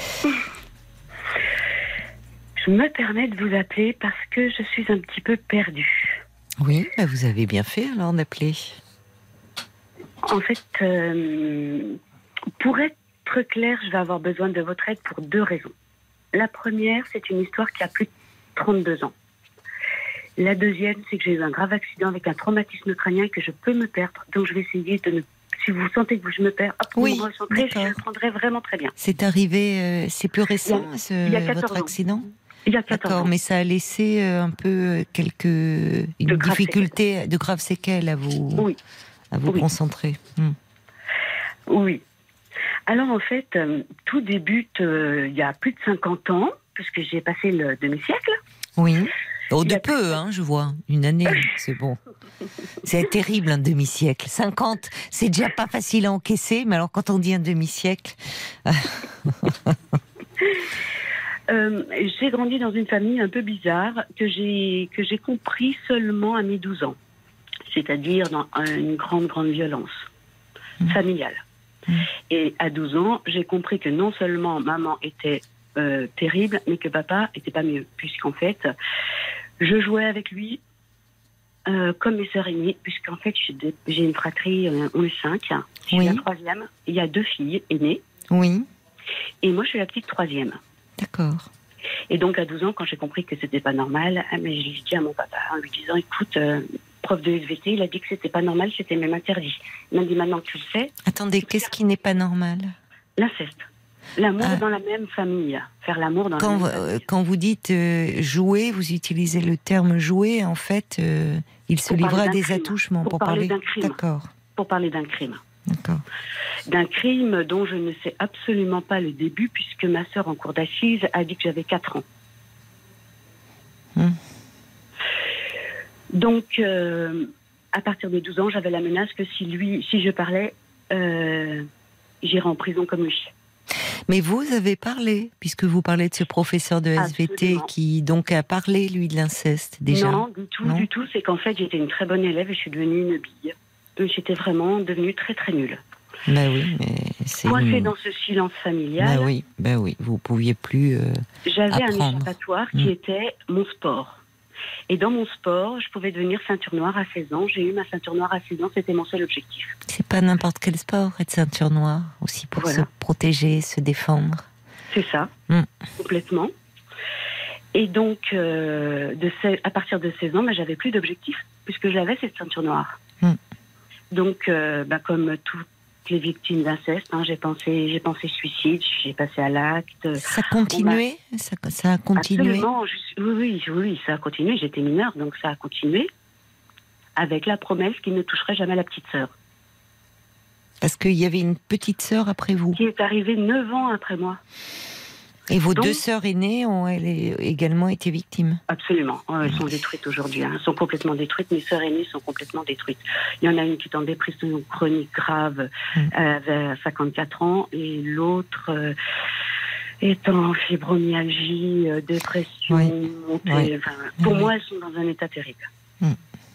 Speaker 6: Je me permets de vous appeler parce que je suis un petit peu perdue.
Speaker 3: Oui, bah vous avez bien fait alors d'appeler.
Speaker 6: En fait, euh, pour être claire, je vais avoir besoin de votre aide pour deux raisons. La première, c'est une histoire qui a plus de trente-deux ans. La deuxième, c'est que j'ai eu un grave accident avec un traumatisme crânien et que je peux me perdre. Donc je vais essayer de ne... Si vous sentez que je me perds, hop,
Speaker 3: Oui,
Speaker 6: vous me recentrez, je
Speaker 3: d'accord.
Speaker 6: le prendrai vraiment très bien.
Speaker 3: C'est arrivé, euh, c'est plus récent,
Speaker 6: Il y a-
Speaker 3: ce-
Speaker 6: il y a quatorze
Speaker 3: votre
Speaker 6: ans.
Speaker 3: accident?
Speaker 6: Il y a quatorze
Speaker 3: D'accord,
Speaker 6: ans.
Speaker 3: mais ça a laissé euh, un peu euh, quelques une
Speaker 6: De graves
Speaker 3: difficulté, de graves séquelles à vous,
Speaker 6: Oui.
Speaker 3: à vous
Speaker 6: Oui.
Speaker 3: concentrer. Hmm.
Speaker 6: Oui. Alors en fait, euh, tout débute euh, il y a plus de cinquante ans, puisque j'ai passé le demi-siècle.
Speaker 3: Oui. Oh,
Speaker 6: Il
Speaker 3: de
Speaker 6: a-
Speaker 3: peu, hein, je vois. Une année, c'est bon. C'est terrible, un demi-siècle. cinquante, c'est déjà pas facile à encaisser, mais alors quand on dit un demi-siècle...
Speaker 6: Euh, j'ai grandi dans une famille un peu bizarre que j'ai que j'ai compris seulement à mes douze ans, c'est-à-dire dans une grande grande violence
Speaker 3: Mmh.
Speaker 6: familiale.
Speaker 3: Mmh.
Speaker 6: Et à douze ans, j'ai compris que non seulement maman était euh, terrible, mais que papa était pas mieux, puisqu'en fait, je jouais avec lui euh, comme mes sœurs aînées, puisqu'en fait, j'ai des- j'ai une fratrie, euh, on est cinq, je suis
Speaker 3: Oui.
Speaker 6: la troisième, il y a deux filles aînées,
Speaker 3: Oui,
Speaker 6: et moi je suis la petite troisième.
Speaker 3: d'accord.
Speaker 6: Et donc, à douze ans, quand j'ai compris que c'était pas normal, ah, mais je l'ai dit à mon papa en lui disant, écoute, euh, prof de S V T, il a dit que c'était pas normal, c'était même interdit. Il m'a dit, maintenant que tu le sais,
Speaker 3: Attendez, qu'est-ce qui n'est pas normal?
Speaker 6: l'inceste. L'amour
Speaker 3: Ah.
Speaker 6: dans la même famille. Faire l'amour dans
Speaker 3: Quand,
Speaker 6: la
Speaker 3: vous-
Speaker 6: même
Speaker 3: euh,
Speaker 6: famille.
Speaker 3: quand vous dites euh, jouer, vous utilisez le terme jouer, en fait, euh, il se
Speaker 6: Pour
Speaker 3: livre
Speaker 6: parler
Speaker 3: à
Speaker 6: d'un
Speaker 3: des
Speaker 6: crime.
Speaker 3: attouchements
Speaker 6: Pour
Speaker 3: pour
Speaker 6: parler
Speaker 3: parler.
Speaker 6: d'un crime.
Speaker 3: D'accord,
Speaker 6: Pour parler d'un crime.
Speaker 3: d'accord.
Speaker 6: D'un crime dont je ne sais absolument pas le début, puisque ma sœur en cour d'assises a dit que j'avais quatre ans.
Speaker 3: Hmm.
Speaker 6: Donc, euh, à partir de douze ans, j'avais la menace que si lui, si je parlais, euh, j'irais en prison comme lui.
Speaker 3: Mais vous avez parlé, puisque vous parlez de ce professeur de S V T
Speaker 6: Absolument.
Speaker 3: qui donc a parlé, lui, de l'inceste, déjà.
Speaker 6: Non, du tout,
Speaker 3: Non.
Speaker 6: du tout. C'est qu'en fait, j'étais une très bonne élève et je suis devenue une bille. J'étais vraiment devenue très très nulle.
Speaker 3: Ben oui, mais c'est...
Speaker 6: Coincée
Speaker 3: une...
Speaker 6: dans ce silence familial,
Speaker 3: Ben oui, ben oui, vous pouviez plus euh,
Speaker 6: j'avais
Speaker 3: apprendre.
Speaker 6: un échappatoire qui
Speaker 3: Mm.
Speaker 6: était mon sport. Et dans mon sport, je pouvais devenir ceinture noire à seize ans. J'ai eu ma ceinture noire à seize ans, c'était mon seul objectif.
Speaker 3: C'est pas n'importe quel sport, être ceinture noire, aussi pour
Speaker 6: Voilà.
Speaker 3: se protéger, se défendre.
Speaker 6: C'est ça,
Speaker 3: Mm.
Speaker 6: complètement. Et donc, euh, de seize à partir de seize ans, bah, j'avais plus d'objectif, puisque j'avais cette ceinture noire.
Speaker 3: Mm.
Speaker 6: Donc, euh, bah, comme toutes les victimes d'inceste, hein, j'ai pensé, j'ai pensé suicide, j'ai passé à l'acte.
Speaker 3: Ça continuait ça, ça a continué
Speaker 6: Absolument, je- oui, oui, oui, ça a continué. J'étais mineure, donc ça a continué, avec la promesse qu'il ne toucherait jamais la petite sœur,
Speaker 3: Parce qu'il y avait une petite sœur après vous.
Speaker 6: qui est arrivée neuf ans après moi.
Speaker 3: Et vos
Speaker 6: Donc-
Speaker 3: deux sœurs aînées ont elles, également été victimes.
Speaker 6: Absolument. Oh, elles sont détruites aujourd'hui. Hein. Elles sont complètement détruites. Mes sœurs aînées sont complètement détruites. Il y en a une qui est en dépression chronique grave,
Speaker 3: Mm.
Speaker 6: euh, vers cinquante-quatre ans, et l'autre euh, est en fibromyalgie, euh, dépression,
Speaker 3: Oui.
Speaker 6: montée.
Speaker 3: Oui.
Speaker 6: Enfin, pour
Speaker 3: Oui.
Speaker 6: moi, elles sont dans un état terrible.
Speaker 3: Mm.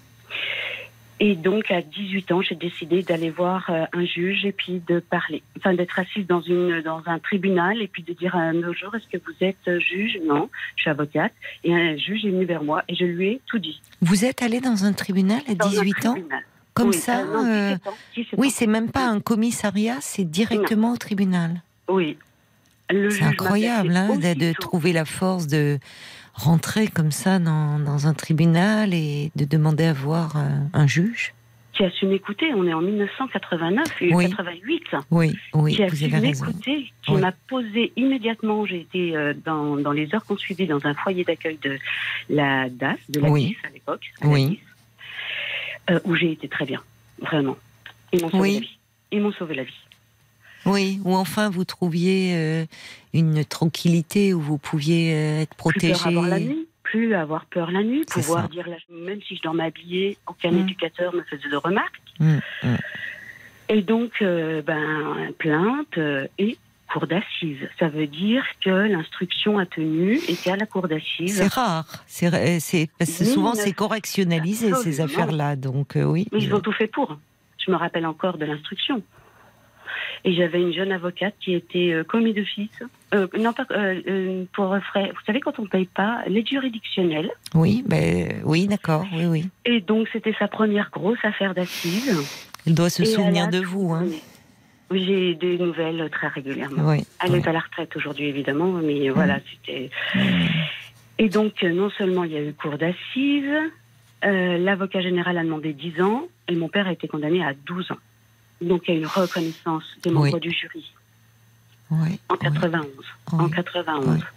Speaker 6: Et donc, à dix-huit ans, j'ai décidé d'aller voir euh, un juge et puis de parler. Enfin, d'être assise dans, une, dans un tribunal et puis de dire un jour, est-ce que vous êtes euh, juge? Non, je suis avocate. Et un juge est venu vers moi et je lui ai tout dit.
Speaker 3: Vous êtes allée dans un tribunal à
Speaker 6: Dans un
Speaker 3: dix-huit ans
Speaker 6: tribunal.
Speaker 3: Comme
Speaker 6: Oui,
Speaker 3: ça
Speaker 6: euh, non,
Speaker 3: euh,
Speaker 6: dix-sept ans, dix-sept
Speaker 3: Oui,
Speaker 6: ans.
Speaker 3: c'est même pas un commissariat, c'est directement au tribunal.
Speaker 6: Oui. Le
Speaker 3: C'est
Speaker 6: juge
Speaker 3: incroyable
Speaker 6: m'a
Speaker 3: hein,
Speaker 6: placée
Speaker 3: de, de
Speaker 6: aussitôt.
Speaker 3: trouver la force de rentrer comme ça dans, dans un tribunal et de demander à voir euh, un juge.
Speaker 6: Qui a su m'écouter. On est en dix-neuf cent quatre-vingt-neuf et
Speaker 3: Oui.
Speaker 6: quatre-vingt-huit.
Speaker 3: Oui, oui,
Speaker 6: Qui a
Speaker 3: vous
Speaker 6: su
Speaker 3: avez raison.
Speaker 6: m'écouter, qui
Speaker 3: Oui.
Speaker 6: m'a posé immédiatement. J'ai été euh, dans, dans les heures qu'on suivit dans un foyer d'accueil de la D A S, de la
Speaker 3: Oui.
Speaker 6: D I S à l'époque, à la
Speaker 3: Oui.
Speaker 6: D I S, euh, où j'ai été très bien, vraiment. Ils m'ont sauvé
Speaker 3: Oui.
Speaker 6: la vie. Ils m'ont sauvé la vie.
Speaker 3: Oui, ou enfin vous trouviez euh, une tranquillité où vous pouviez euh, être
Speaker 6: Plus peur
Speaker 3: protégé.
Speaker 6: avoir la nuit, plus avoir peur la nuit,
Speaker 3: C'est
Speaker 6: pouvoir
Speaker 3: ça.
Speaker 6: dire, la- même si je dormais habillée, aucun
Speaker 3: Mm.
Speaker 6: éducateur me faisait de remarques.
Speaker 3: Mmh, mmh.
Speaker 6: Et donc, euh, ben, plainte euh, et cour d'assises. Ça veut dire que l'instruction a tenu était à la cour d'assises.
Speaker 3: C'est rare, c'est, ra- c'est, parce que
Speaker 6: mille
Speaker 3: souvent
Speaker 6: neuf cents
Speaker 3: c'est correctionnalisé ces
Speaker 6: Absolument.
Speaker 3: affaires-là, donc euh, oui.
Speaker 6: Mais ils ont tout fait pour. Je me rappelle encore de l'instruction. Et j'avais une jeune avocate qui était euh, commis d'office, euh, non pas euh, euh, pour frais. Vous savez, quand on ne paye pas l'aide juridictionnelle.
Speaker 3: Oui, ben, oui, d'accord, oui, oui.
Speaker 6: Et donc, c'était sa première grosse affaire d'assises.
Speaker 3: Il doit se
Speaker 6: Et
Speaker 3: souvenir
Speaker 6: elle a
Speaker 3: de vous, hein.
Speaker 6: Oui. Oui, j'ai des nouvelles très régulièrement.
Speaker 3: Oui,
Speaker 6: Elle
Speaker 3: oui.
Speaker 6: est à la retraite aujourd'hui, évidemment, mais voilà, c'était. Et donc, euh, non seulement il y a eu cour d'assises, euh, l'avocat général a demandé dix ans, et mon père a été condamné à douze ans. Donc, il y a eu une reconnaissance des membres
Speaker 3: Oui.
Speaker 6: du jury
Speaker 3: Oui,
Speaker 6: en
Speaker 3: oui.
Speaker 6: quatre-vingt-onze.
Speaker 3: Oui.
Speaker 6: En quatre-vingt-onze.
Speaker 3: Oui.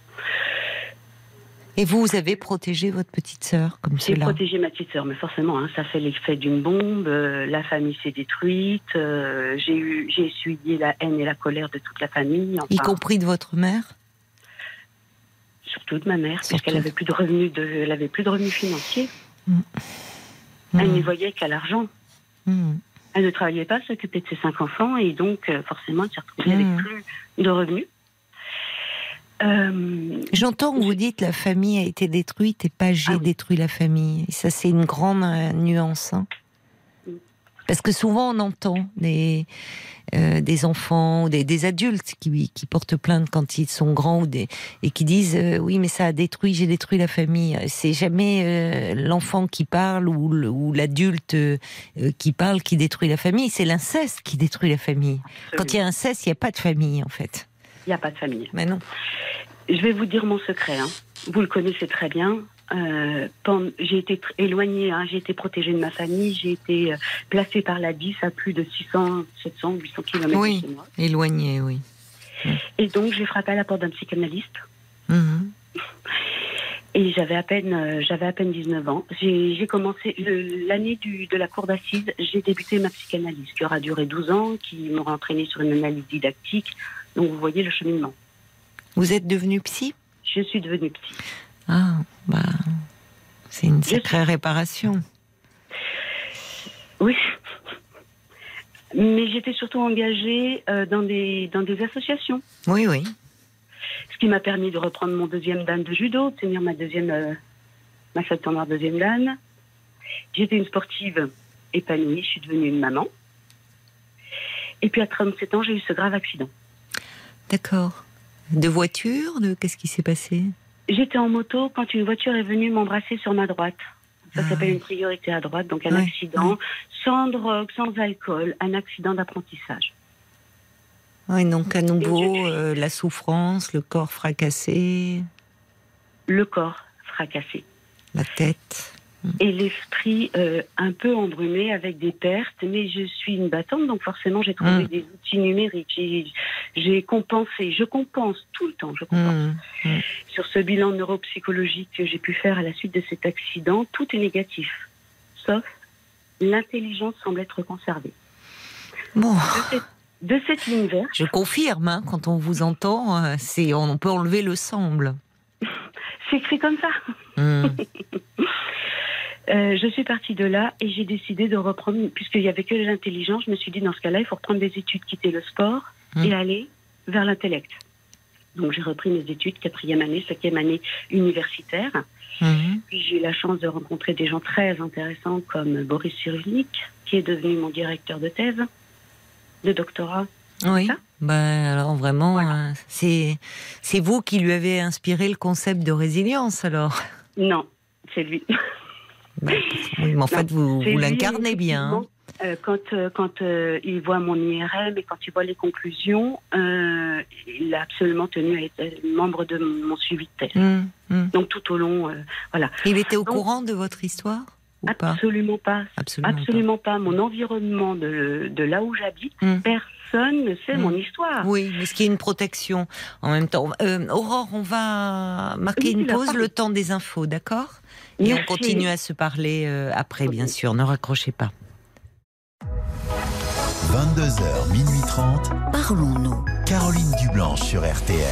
Speaker 3: Et vous, vous avez protégé votre petite sœur comme
Speaker 6: J'ai
Speaker 3: cela.
Speaker 6: protégé ma petite sœur, mais forcément, hein, ça fait l'effet d'une bombe. euh, la famille s'est détruite. euh, j'ai eu, j'ai essuyé la haine et la colère de toute la famille.
Speaker 3: Y
Speaker 6: Enfin,
Speaker 3: compris de votre mère.
Speaker 6: surtout de ma mère,
Speaker 3: Surtout.
Speaker 6: puisqu'elle avait plus de revenus, de, elle avait plus de revenus financiers.
Speaker 3: Mmh.
Speaker 6: Elle
Speaker 3: Mmh.
Speaker 6: n'y voyait qu'à l'argent.
Speaker 3: Mmh.
Speaker 6: Elle ne travaillait pas, s'occupait de ses cinq enfants, et donc euh, forcément, elle s'est retrouvée
Speaker 3: Mmh.
Speaker 6: avec plus de revenus. Euh,
Speaker 3: J'entends que vous dites la famille a été détruite et pas j'ai
Speaker 6: Ah oui.
Speaker 3: détruit la famille. Et ça, c'est une grande euh, nuance. hein. Parce que souvent, on entend des, euh, des enfants ou des, des adultes qui, qui portent plainte quand ils sont grands ou des, et qui disent euh, oui, mais ça a détruit, j'ai détruit la famille. C'est jamais euh, l'enfant qui parle ou, le- ou l'adulte euh, qui parle qui détruit la famille. C'est l'inceste qui détruit la famille. Quand il y a inceste, il n'y a pas de famille, en fait.
Speaker 6: il n'y a pas de famille.
Speaker 3: Mais non.
Speaker 6: Je vais vous dire mon secret. hein. Vous le connaissez très bien. Euh, pendant- j'ai été tr- éloignée, hein, j'ai été protégée de ma famille, j'ai été euh, placée par la D I S à plus de six cents, sept cents, huit cents kilomètres
Speaker 3: Oui.
Speaker 6: de chez moi.
Speaker 3: Éloigné, oui.
Speaker 6: Et donc, j'ai frappé à la porte d'un psychanalyste.
Speaker 3: Mhm.
Speaker 6: Et j'avais à peine, euh, j'avais à peine dix-neuf ans. J'ai, j'ai commencé le- l'année du, de la cour d'assises. J'ai débuté ma psychanalyse, qui aura duré douze ans, qui m'aura entraînée sur une analyse didactique. Donc, vous voyez le cheminement.
Speaker 3: Vous êtes devenu psy ?
Speaker 6: Je suis devenue psy.
Speaker 3: Ah, bah, c'est une
Speaker 6: Je
Speaker 3: sacrée réparation.
Speaker 6: Oui. Mais j'étais surtout engagée euh, dans, des, dans des associations.
Speaker 3: Oui, oui.
Speaker 6: Ce qui m'a permis de reprendre mon deuxième dan de judo, obtenir ma deuxième, euh, ma ceinture noire deuxième dan. J'étais une sportive épanouie, je suis devenue une maman. Et puis à trente-sept ans, j'ai eu ce grave accident.
Speaker 3: D'accord. De voiture, de qu'est-ce qui s'est passé?
Speaker 6: J'étais en moto quand une voiture est venue m'embrasser sur ma droite. Ça
Speaker 3: Ah
Speaker 6: s'appelle
Speaker 3: oui.
Speaker 6: une priorité à droite, donc un
Speaker 3: Oui,
Speaker 6: accident
Speaker 3: oui.
Speaker 6: sans drogue, sans alcool, un accident d'apprentissage.
Speaker 3: Oui, donc à nouveau,
Speaker 6: Et je-
Speaker 3: euh, la souffrance, le corps fracassé,
Speaker 6: Le corps fracassé.
Speaker 3: la tête.
Speaker 6: Et l'esprit euh, un peu embrumé avec des pertes, mais je suis une battante, donc forcément j'ai trouvé
Speaker 3: Mm.
Speaker 6: des outils numériques. J'ai, j'ai compensé, je compense tout le temps, je compense.
Speaker 3: Mmh.
Speaker 6: Sur ce bilan neuropsychologique que j'ai pu faire à la suite de cet accident, tout est négatif, sauf l'intelligence semble être conservée.
Speaker 3: Bon,
Speaker 6: De, cette, de cette ligne verte,
Speaker 3: je confirme, hein, quand on vous entend, euh, c'est, on peut enlever le semble.
Speaker 6: c'est écrit comme ça.
Speaker 3: Mmh.
Speaker 6: Euh, je suis partie de là et j'ai décidé de reprendre, puisqu'il n'y avait que l'intelligence, je me suis dit dans ce cas-là, il faut reprendre des études, quitter le sport
Speaker 3: Mmh.
Speaker 6: et aller vers l'intellect. Donc j'ai repris mes études, quatrième année, cinquième année universitaire.
Speaker 3: Mmh.
Speaker 6: Puis j'ai eu la chance de rencontrer des gens très intéressants comme Boris Cyrulnik, qui est devenu mon directeur de thèse, de doctorat.
Speaker 3: Oui.
Speaker 6: Ça
Speaker 3: Ben alors vraiment,
Speaker 6: Voilà.
Speaker 3: euh, c'est c'est vous qui lui avez inspiré le concept de résilience alors.
Speaker 6: Non, c'est lui.
Speaker 3: Ben, oui, mais en fait vous,
Speaker 6: C'est
Speaker 3: vous
Speaker 6: lui,
Speaker 3: l'incarnez bien. hein.
Speaker 6: effectivement. Euh, quand euh, quand euh, il voit mon I R M et quand il voit les conclusions, euh, il a absolument tenu à être membre de mon suivi de thèse.
Speaker 3: Mmh, mmh.
Speaker 6: Donc tout au long, euh, voilà.
Speaker 3: Il était au
Speaker 6: Donc-
Speaker 3: courant de votre histoire ou pas?
Speaker 6: Absolument pas.
Speaker 3: Absolument,
Speaker 6: Absolument pas. Mon environnement de, de là où j'habite,
Speaker 3: Mm.
Speaker 6: personne ne sait
Speaker 3: Mm.
Speaker 6: mon histoire.
Speaker 3: Oui, mais ce qui est une protection en même temps. Euh, Aurore, on va marquer
Speaker 6: Oui,
Speaker 3: une
Speaker 6: la
Speaker 3: pause,
Speaker 6: parole.
Speaker 3: le temps des infos, d'accord? Et
Speaker 6: Merci.
Speaker 3: on continue à se parler euh, après, bien sûr. Ne raccrochez pas.
Speaker 1: vingt-deux heures, minuit trente.
Speaker 2: Parlons-nous.
Speaker 1: Caroline Dublanche sur R T L.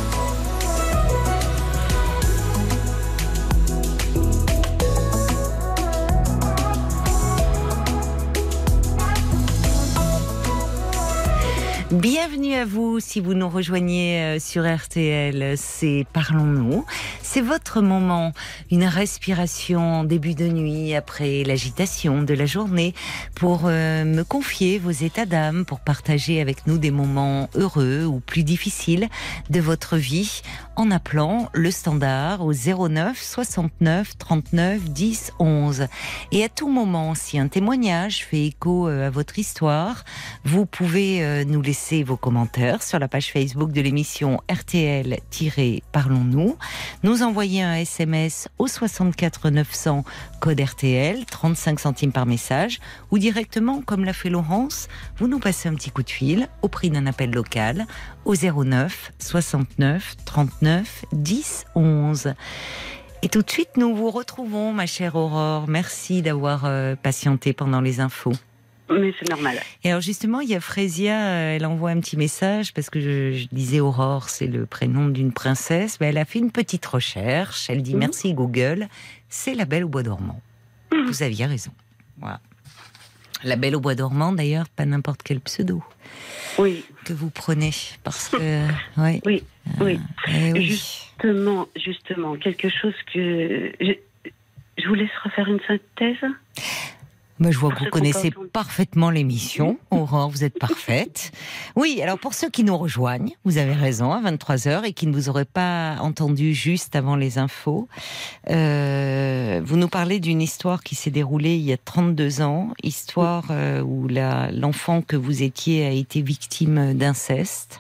Speaker 3: Bienvenue à vous si vous nous rejoignez euh, sur R T L, c'est Parlons-nous. C'est votre moment, une respiration en début de nuit après l'agitation de la journée pour euh, me confier vos états d'âme, pour partager avec nous des moments heureux ou plus difficiles de votre vie en appelant le standard au zéro neuf soixante-neuf trente-neuf dix onze. Et à tout moment, si un témoignage fait écho euh, à votre histoire, vous pouvez euh, nous laisser vos commentaires sur la page Facebook de l'émission R T L-Parlons-nous, nous envoyer un S M S au soixante-quatre neuf cents code R T L, trente-cinq centimes par message, ou directement, comme l'a fait Laurence, vous nous passez un petit coup de fil au prix d'un appel local au zéro neuf soixante-neuf trente-neuf dix onze. Et tout de suite, nous vous retrouvons, ma chère Aurore. Merci d'avoir euh, patienté pendant les infos.
Speaker 6: Mais c'est normal.
Speaker 3: Et alors justement, il y a Frésia, euh, elle envoie un petit message, parce que je, je disais Aurore, c'est le prénom d'une princesse. Ben, elle a fait une petite recherche, elle dit
Speaker 6: Mhm.
Speaker 3: merci Google, c'est La Belle au Bois dormant. Vous aviez raison. Voilà. La Belle au Bois dormant, d'ailleurs, pas n'importe quel pseudo
Speaker 6: Oui,
Speaker 3: que vous prenez, parce que... Oui.
Speaker 6: oui, oui.
Speaker 3: Eh oui.
Speaker 6: Justement, justement, quelque chose que... Je, je vous laisse refaire une synthèse.
Speaker 3: Moi, je vois
Speaker 6: Pour
Speaker 3: que vous
Speaker 6: ceux qui ont
Speaker 3: connaissez
Speaker 6: pas entendu.
Speaker 3: parfaitement l'émission. Aurore, vous êtes parfaite. Oui, alors pour ceux qui nous rejoignent, vous avez raison, à vingt-trois heures, et qui ne vous auraient pas entendu juste avant les infos, euh, vous nous parlez d'une histoire qui s'est déroulée il y a trente-deux ans, histoire euh, où la, l'enfant que vous étiez a été victime d'inceste.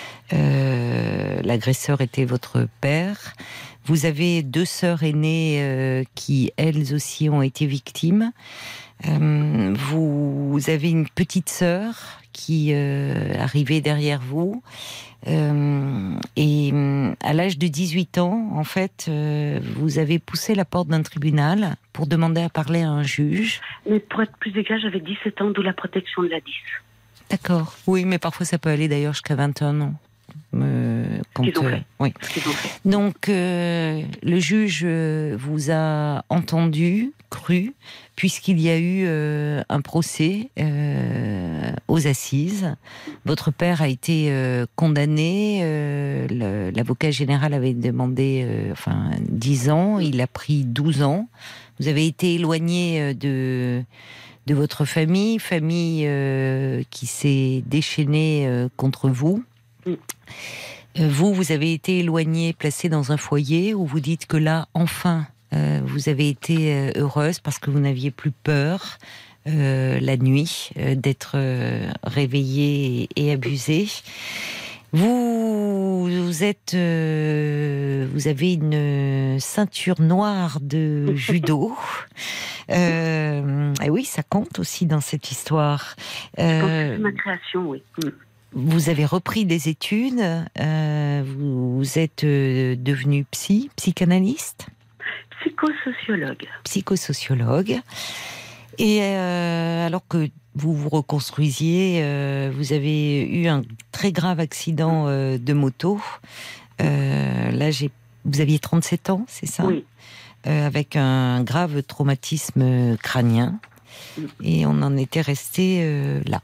Speaker 3: Euh, l'agresseur était votre père. Vous avez deux sœurs aînées euh, qui, elles aussi, ont été victimes. Euh, vous avez une petite sœur qui euh, arrivait derrière vous. Euh, et à l'âge de dix-huit ans, en fait, euh, vous avez poussé la porte d'un tribunal pour demander à parler à un juge.
Speaker 6: Mais pour être plus égal, j'avais dix-sept ans, d'où la protection de la dix.
Speaker 3: D'accord. Oui, mais parfois ça peut aller d'ailleurs jusqu'à vingt et un ans. Euh, quand,
Speaker 6: Qu'ils ont
Speaker 3: euh,
Speaker 6: fait.
Speaker 3: oui.
Speaker 6: Qu'ils ont fait.
Speaker 3: Donc, euh, le juge euh, vous a entendu, cru, puisqu'il y a eu euh, un procès euh, aux assises. Votre père a été euh, condamné. Euh, le- l'avocat général avait demandé euh, enfin, dix ans. Il a pris douze ans. Vous avez été éloigné euh, de, de votre famille, famille euh, qui s'est déchaînée euh, contre vous.
Speaker 6: Mm.
Speaker 3: Vous, vous avez été éloignée, placée dans un foyer où vous dites que là, enfin, euh, vous avez été euh, heureuse parce que vous n'aviez plus peur euh, la nuit euh, d'être euh, réveillée et, et abusée. Vous, vous êtes, euh, vous avez une ceinture noire de judo. Euh, et oui, ça compte aussi dans cette histoire.
Speaker 6: Je pense que
Speaker 3: Euh,
Speaker 6: c'est ma création, oui. Mm.
Speaker 3: Vous avez repris des études, euh, vous, vous êtes euh, devenu psy, psychanalyste,
Speaker 6: Psychosociologue.
Speaker 3: psychosociologue. Et euh, alors que vous vous reconstruisiez, euh, vous avez eu un très grave accident euh, de moto. Euh, là, j'ai, vous aviez trente-sept ans, c'est ça ?
Speaker 6: Oui.
Speaker 3: Euh, avec un grave traumatisme crânien. Et on en était resté euh, là.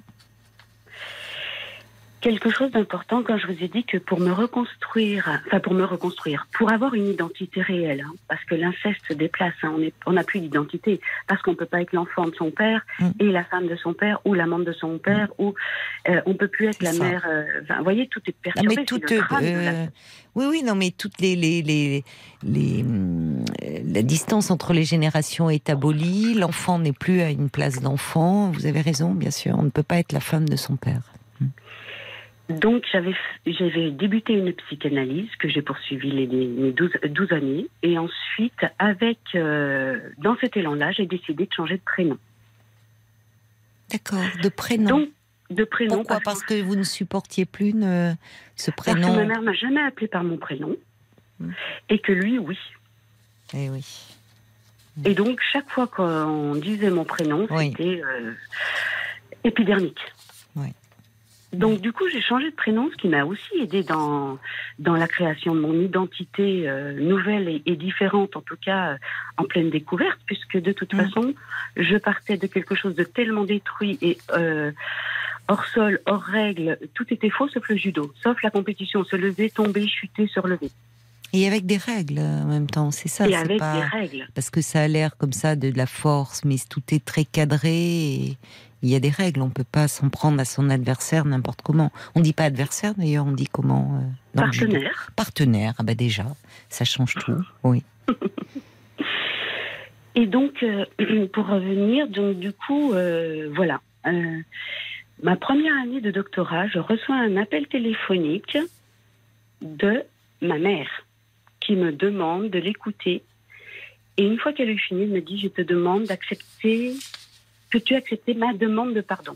Speaker 6: Quelque chose d'important quand je vous ai dit que pour me reconstruire, enfin pour me reconstruire, pour avoir une identité réelle, hein, parce que l'inceste se déplace, hein, on est, on n'a plus d'identité, parce qu'on peut pas être l'enfant de son père
Speaker 3: Mm.
Speaker 6: et la femme de son père ou l'amante de son père, mm. ou euh, on peut plus être
Speaker 3: C'est
Speaker 6: la
Speaker 3: ça.
Speaker 6: mère. Euh, enfin, vous voyez, tout est
Speaker 3: Ah,
Speaker 6: perturbé.
Speaker 3: mais
Speaker 6: c'est
Speaker 3: toutes,
Speaker 6: le drame de la-
Speaker 3: euh, oui, oui, non, mais toutes les, les, les, les, hum, la distance entre les générations est abolie. L'enfant n'est plus à une place d'enfant. Vous avez raison, bien sûr. On ne peut pas être la femme de son père.
Speaker 6: Donc j'avais j'avais débuté une psychanalyse que j'ai poursuivie les, les, mes douze, douze années, et ensuite avec euh, dans cet élan-là, j'ai décidé de changer de prénom.
Speaker 3: D'accord, de prénom.
Speaker 6: Donc de prénom.
Speaker 3: Pourquoi ? Parce que vous ne supportiez plus ne, ce
Speaker 6: Parce
Speaker 3: prénom.
Speaker 6: que ma mère m'a jamais appelé par mon prénom,
Speaker 3: Mm.
Speaker 6: et que lui, oui.
Speaker 3: Eh oui.
Speaker 6: Et donc, chaque fois qu'on disait mon prénom,
Speaker 3: Oui.
Speaker 6: c'était euh, épidermique.
Speaker 3: Oui.
Speaker 6: Donc, du coup, j'ai changé de prénom, ce qui m'a aussi aidé dans, dans la création de mon identité euh, nouvelle et, et différente, en tout cas euh, en pleine découverte, puisque de toute
Speaker 3: Mm.
Speaker 6: façon, je partais de quelque chose de tellement détruit et euh, hors sol, hors règle, tout était faux sauf le judo, sauf la compétition, se lever, tomber, chuter, se relever.
Speaker 3: Et avec des règles euh, en même temps, c'est ça.
Speaker 6: et
Speaker 3: c'est
Speaker 6: avec
Speaker 3: pas...
Speaker 6: des règles.
Speaker 3: Parce que ça a l'air comme ça de, de la force, mais tout est très cadré. Et il y a des règles. On peut pas s'en prendre à son adversaire n'importe comment. On dit pas adversaire d'ailleurs, on dit comment euh, dans le judo.
Speaker 6: Partenaire.
Speaker 3: Partenaire. Ah bah déjà, ça change tout. Oui.
Speaker 6: Et donc, euh, pour revenir, donc du coup, euh, voilà. Euh, ma première année de doctorat, je reçois un appel téléphonique de ma mère qui me demande de l'écouter. Et une fois qu'elle est finie, elle me dit, je te demande d'accepter, que tu acceptes ma demande de pardon.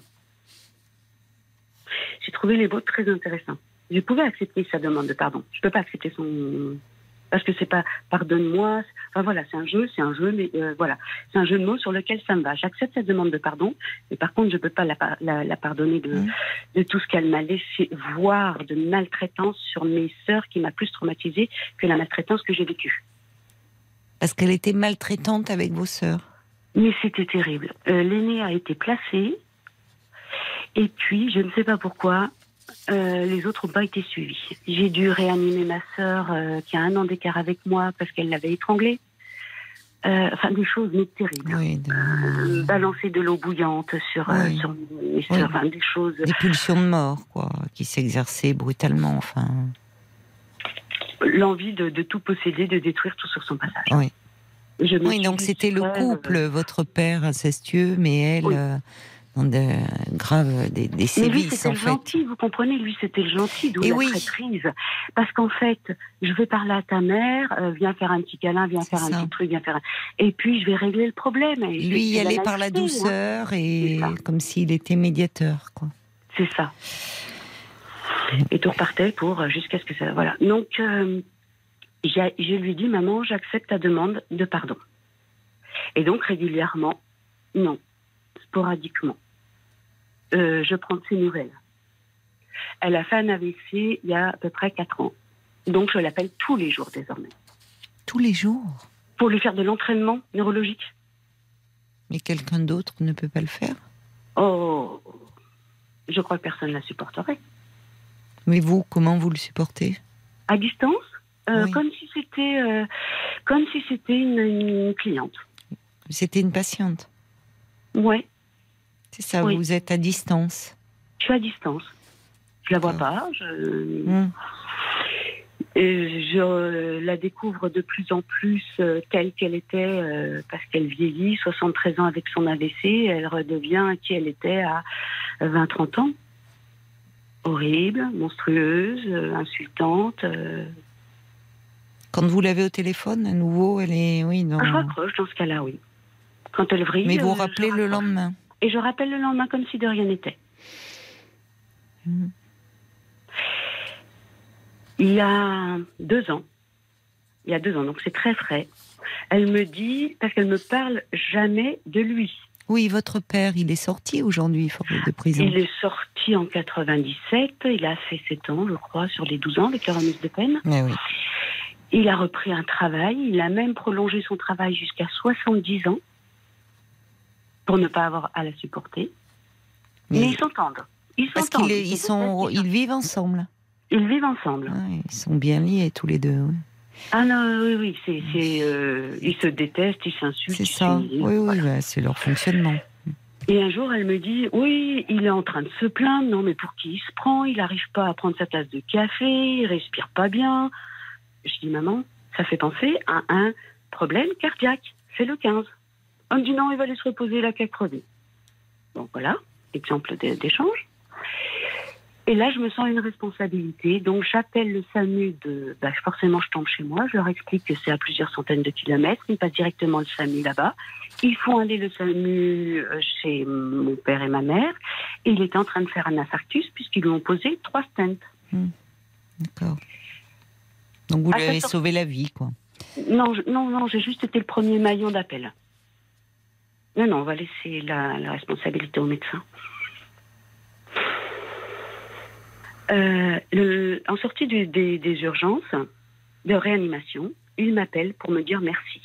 Speaker 6: J'ai trouvé les mots très intéressants. Je pouvais accepter sa demande de pardon. Je ne peux pas accepter son... Parce que c'est pas pardonne-moi. Enfin voilà, c'est un jeu, c'est un jeu, mais euh, voilà, c'est un jeu de mots sur lequel ça me va. J'accepte cette demande de pardon, mais par contre, je peux pas la, la, la pardonner de,
Speaker 3: Mmh.
Speaker 6: de tout ce qu'elle m'a laissé voir de maltraitance sur mes sœurs, qui m'a plus traumatisée que la maltraitance que j'ai vécue.
Speaker 3: Parce qu'elle était maltraitante avec vos sœurs.
Speaker 6: Mais c'était terrible. Euh, l'aînée a été placée, et puis je ne sais pas pourquoi. Euh, les autres n'ont pas été suivis. J'ai dû réanimer ma sœur euh, qui a un an d'écart avec moi parce qu'elle l'avait étranglée. Euh, enfin, des choses mais terribles.
Speaker 3: Oui, de-
Speaker 6: Euh, balancer de l'eau bouillante sur, euh,
Speaker 3: Oui.
Speaker 6: sur mes sœurs,
Speaker 3: Oui.
Speaker 6: enfin, des choses.
Speaker 3: Des pulsions de mort, quoi, qui s'exerçaient brutalement, enfin.
Speaker 6: L'envie de, de tout posséder, de détruire tout sur son passage.
Speaker 3: Oui.
Speaker 6: Je me
Speaker 3: Oui,
Speaker 6: suis
Speaker 3: donc
Speaker 6: dit,
Speaker 3: c'était le
Speaker 6: ouais,
Speaker 3: couple,
Speaker 6: euh,
Speaker 3: votre père incestueux, mais elle,
Speaker 6: Oui.
Speaker 3: euh, dans de graves, des, des
Speaker 6: Mais lui,
Speaker 3: sévices,
Speaker 6: c'était
Speaker 3: en
Speaker 6: le
Speaker 3: fait.
Speaker 6: gentil, vous comprenez, lui, c'était le gentil, d'où
Speaker 3: Et
Speaker 6: la
Speaker 3: oui.
Speaker 6: traîtrise. Parce qu'en fait, je vais parler à ta mère, euh, viens faire un petit câlin, viens
Speaker 3: C'est
Speaker 6: faire un
Speaker 3: ça.
Speaker 6: petit truc, viens faire un... Et puis, je vais régler le problème. Et
Speaker 3: Lui y
Speaker 6: c'est de
Speaker 3: allait par la
Speaker 6: naïveté, hein.
Speaker 3: douceur et
Speaker 6: C'est ça.
Speaker 3: comme s'il était médiateur, quoi.
Speaker 6: C'est ça. Et tout repartait pour euh, jusqu'à ce que ça... Voilà. Donc, euh, j'ai- je lui dis, maman, j'accepte ta demande de pardon. Et donc, régulièrement, non, sporadiquement, euh, je prends de ses nouvelles. Elle a fait un A V C il y a à peu près quatre ans. Donc, je l'appelle tous les jours désormais.
Speaker 3: Tous les jours?
Speaker 6: Pour lui faire de l'entraînement neurologique.
Speaker 3: Mais quelqu'un d'autre ne peut pas le faire?
Speaker 6: Oh, je crois que personne ne la supporterait.
Speaker 3: Mais vous, comment vous le supportez?
Speaker 6: À distance, euh,
Speaker 3: Oui.
Speaker 6: comme si c'était, euh, comme si c'était une, une cliente.
Speaker 3: C'était une patiente?
Speaker 6: Ouais,
Speaker 3: C'est ça,
Speaker 6: Oui.
Speaker 3: vous êtes à distance.
Speaker 6: je suis à distance. Je la vois
Speaker 3: D'accord.
Speaker 6: pas. Je,
Speaker 3: Hum.
Speaker 6: et je euh, la découvre de plus en plus euh, telle qu'elle était euh, parce qu'elle vieillit, soixante-treize ans avec son A V C, elle redevient qui elle était à vingt trente ans. Horrible, monstrueuse, euh, insultante. Euh...
Speaker 3: Quand vous l'avez au téléphone, à nouveau, elle est... Oui, non.
Speaker 6: Je raccroche dans ce cas-là, oui. Quand elle vrille.
Speaker 3: Mais vous
Speaker 6: euh, je
Speaker 3: rappelez le
Speaker 6: raccroche.
Speaker 3: lendemain?
Speaker 6: Et je rappelle le lendemain comme si de rien n'était.
Speaker 3: Hum.
Speaker 6: Il y a deux ans, il y a deux ans, donc c'est très frais, elle me dit, parce qu'elle me parle jamais de lui.
Speaker 3: Oui, votre père, il est sorti aujourd'hui de prison.
Speaker 6: Il est sorti en quatre-vingt-dix-sept, il a fait sept ans, je crois, sur les douze ans avec la remise de peine.
Speaker 3: Mais oui.
Speaker 6: Il a repris un travail, il a même prolongé son travail jusqu'à soixante-dix ans, pour ne pas avoir à la supporter. Mais,
Speaker 3: Mais
Speaker 6: ils s'entendent. Ils
Speaker 3: parce
Speaker 6: s'entendent.
Speaker 3: qu'ils ils sont, ils vivent ensemble.
Speaker 6: Ils vivent ensemble.
Speaker 3: Ouais, ils sont bien liés tous les deux. Ouais.
Speaker 6: Ah non, oui, oui, c'est, c'est, euh, ils se détestent, ils s'insultent.
Speaker 3: C'est
Speaker 6: ils
Speaker 3: ça.
Speaker 6: se-
Speaker 3: Oui, oui,
Speaker 6: voilà.
Speaker 3: bah, c'est leur fonctionnement.
Speaker 6: Et un jour, elle me dit, oui, il est en train de se plaindre, non, mais pour qui il se prend? Il n'arrive pas à prendre sa tasse de café, il respire pas bien. Je dis, maman, ça fait penser à un problème cardiaque. C'est le quinze. On me dit, non, il va aller se reposer, la qu'a crevé. Donc voilà, exemple d'é- d'échange. Et là, je me sens une responsabilité. Donc, j'appelle le SAMU de... Bah, forcément, je tombe chez moi. Je leur explique que c'est à plusieurs centaines de kilomètres. Ils passent directement le SAMU là-bas. Ils font aller le SAMU euh, chez mon père et ma mère. Et il était en train de faire un infarctus puisqu'ils lui ont posé trois stents.
Speaker 3: D'accord. Donc vous
Speaker 6: À
Speaker 3: lui avez
Speaker 6: cette
Speaker 3: sauvé la vie, quoi.
Speaker 6: Non, je- non, non, j'ai juste été le premier maillon d'appel. Non, non, on va laisser la, la responsabilité au médecin. Euh, le, en sortie du- des, des urgences de réanimation, il m'appelle pour me dire merci.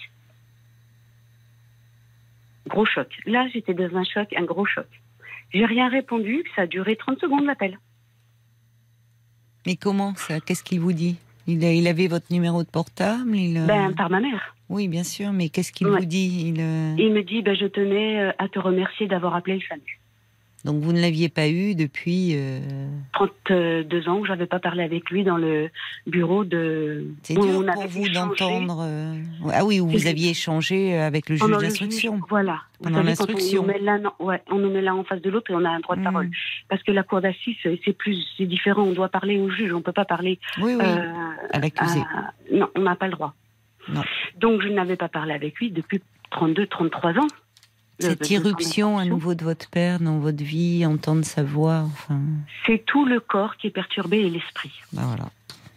Speaker 6: Gros choc. Là, j'étais dans un choc, un gros choc. J'ai rien répondu, ça a duré trente secondes l'appel.
Speaker 3: Mais comment ça? Qu'est-ce qu'il vous dit? il, a- il avait votre numéro de portable il, euh,
Speaker 6: Ben, par ma mère.
Speaker 3: Oui, bien sûr, mais qu'est-ce qu'il
Speaker 6: Ouais.
Speaker 3: vous dit il, euh,
Speaker 6: Il me dit, ben, je tenais euh, à te remercier d'avoir appelé le SAMU.
Speaker 3: Donc vous ne l'aviez pas eu depuis... euh,
Speaker 6: trente-deux ans, où j'avais pas parlé avec lui dans le bureau de...
Speaker 3: C'est
Speaker 6: où
Speaker 3: dur
Speaker 6: on
Speaker 3: pour
Speaker 6: avait
Speaker 3: vous
Speaker 6: échangé
Speaker 3: d'entendre... euh, Ah oui, où vous
Speaker 6: C'est-
Speaker 3: aviez échangé avec le juge
Speaker 6: pendant le
Speaker 3: d'instruction.
Speaker 6: juge. Voilà. Vous
Speaker 3: Pendant
Speaker 6: savez,
Speaker 3: l'instruction.
Speaker 6: quand on nous met l'un, en- ouais, on nous met l'un en face de l'autre et on a un droit de
Speaker 3: Mmh.
Speaker 6: parole. Parce que la cour d'assises, c'est plus, c'est différent. On doit parler au juge, on peut pas parler
Speaker 3: Oui, oui,
Speaker 6: euh,
Speaker 3: à l'accusé.
Speaker 6: à- Non, on n'a pas le droit.
Speaker 3: Non.
Speaker 6: Donc je n'avais pas parlé avec lui depuis trente-deux, trente-trois ans. De- de-
Speaker 3: Cette
Speaker 6: de-
Speaker 3: irruption à
Speaker 6: d'intervention.
Speaker 3: nouveau de votre père dans votre vie, entendre sa voix, enfin...
Speaker 6: C'est tout le corps qui est perturbé et l'esprit.
Speaker 3: Ben voilà.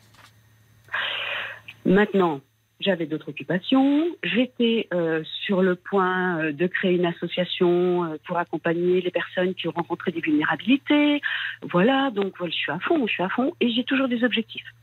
Speaker 6: Maintenant, j'avais d'autres occupations. J'étais euh, sur le point euh, de créer une association euh, pour accompagner les personnes qui ont rencontré des vulnérabilités. Voilà, donc voilà, je suis à fond, je suis à fond, et j'ai toujours des objectifs.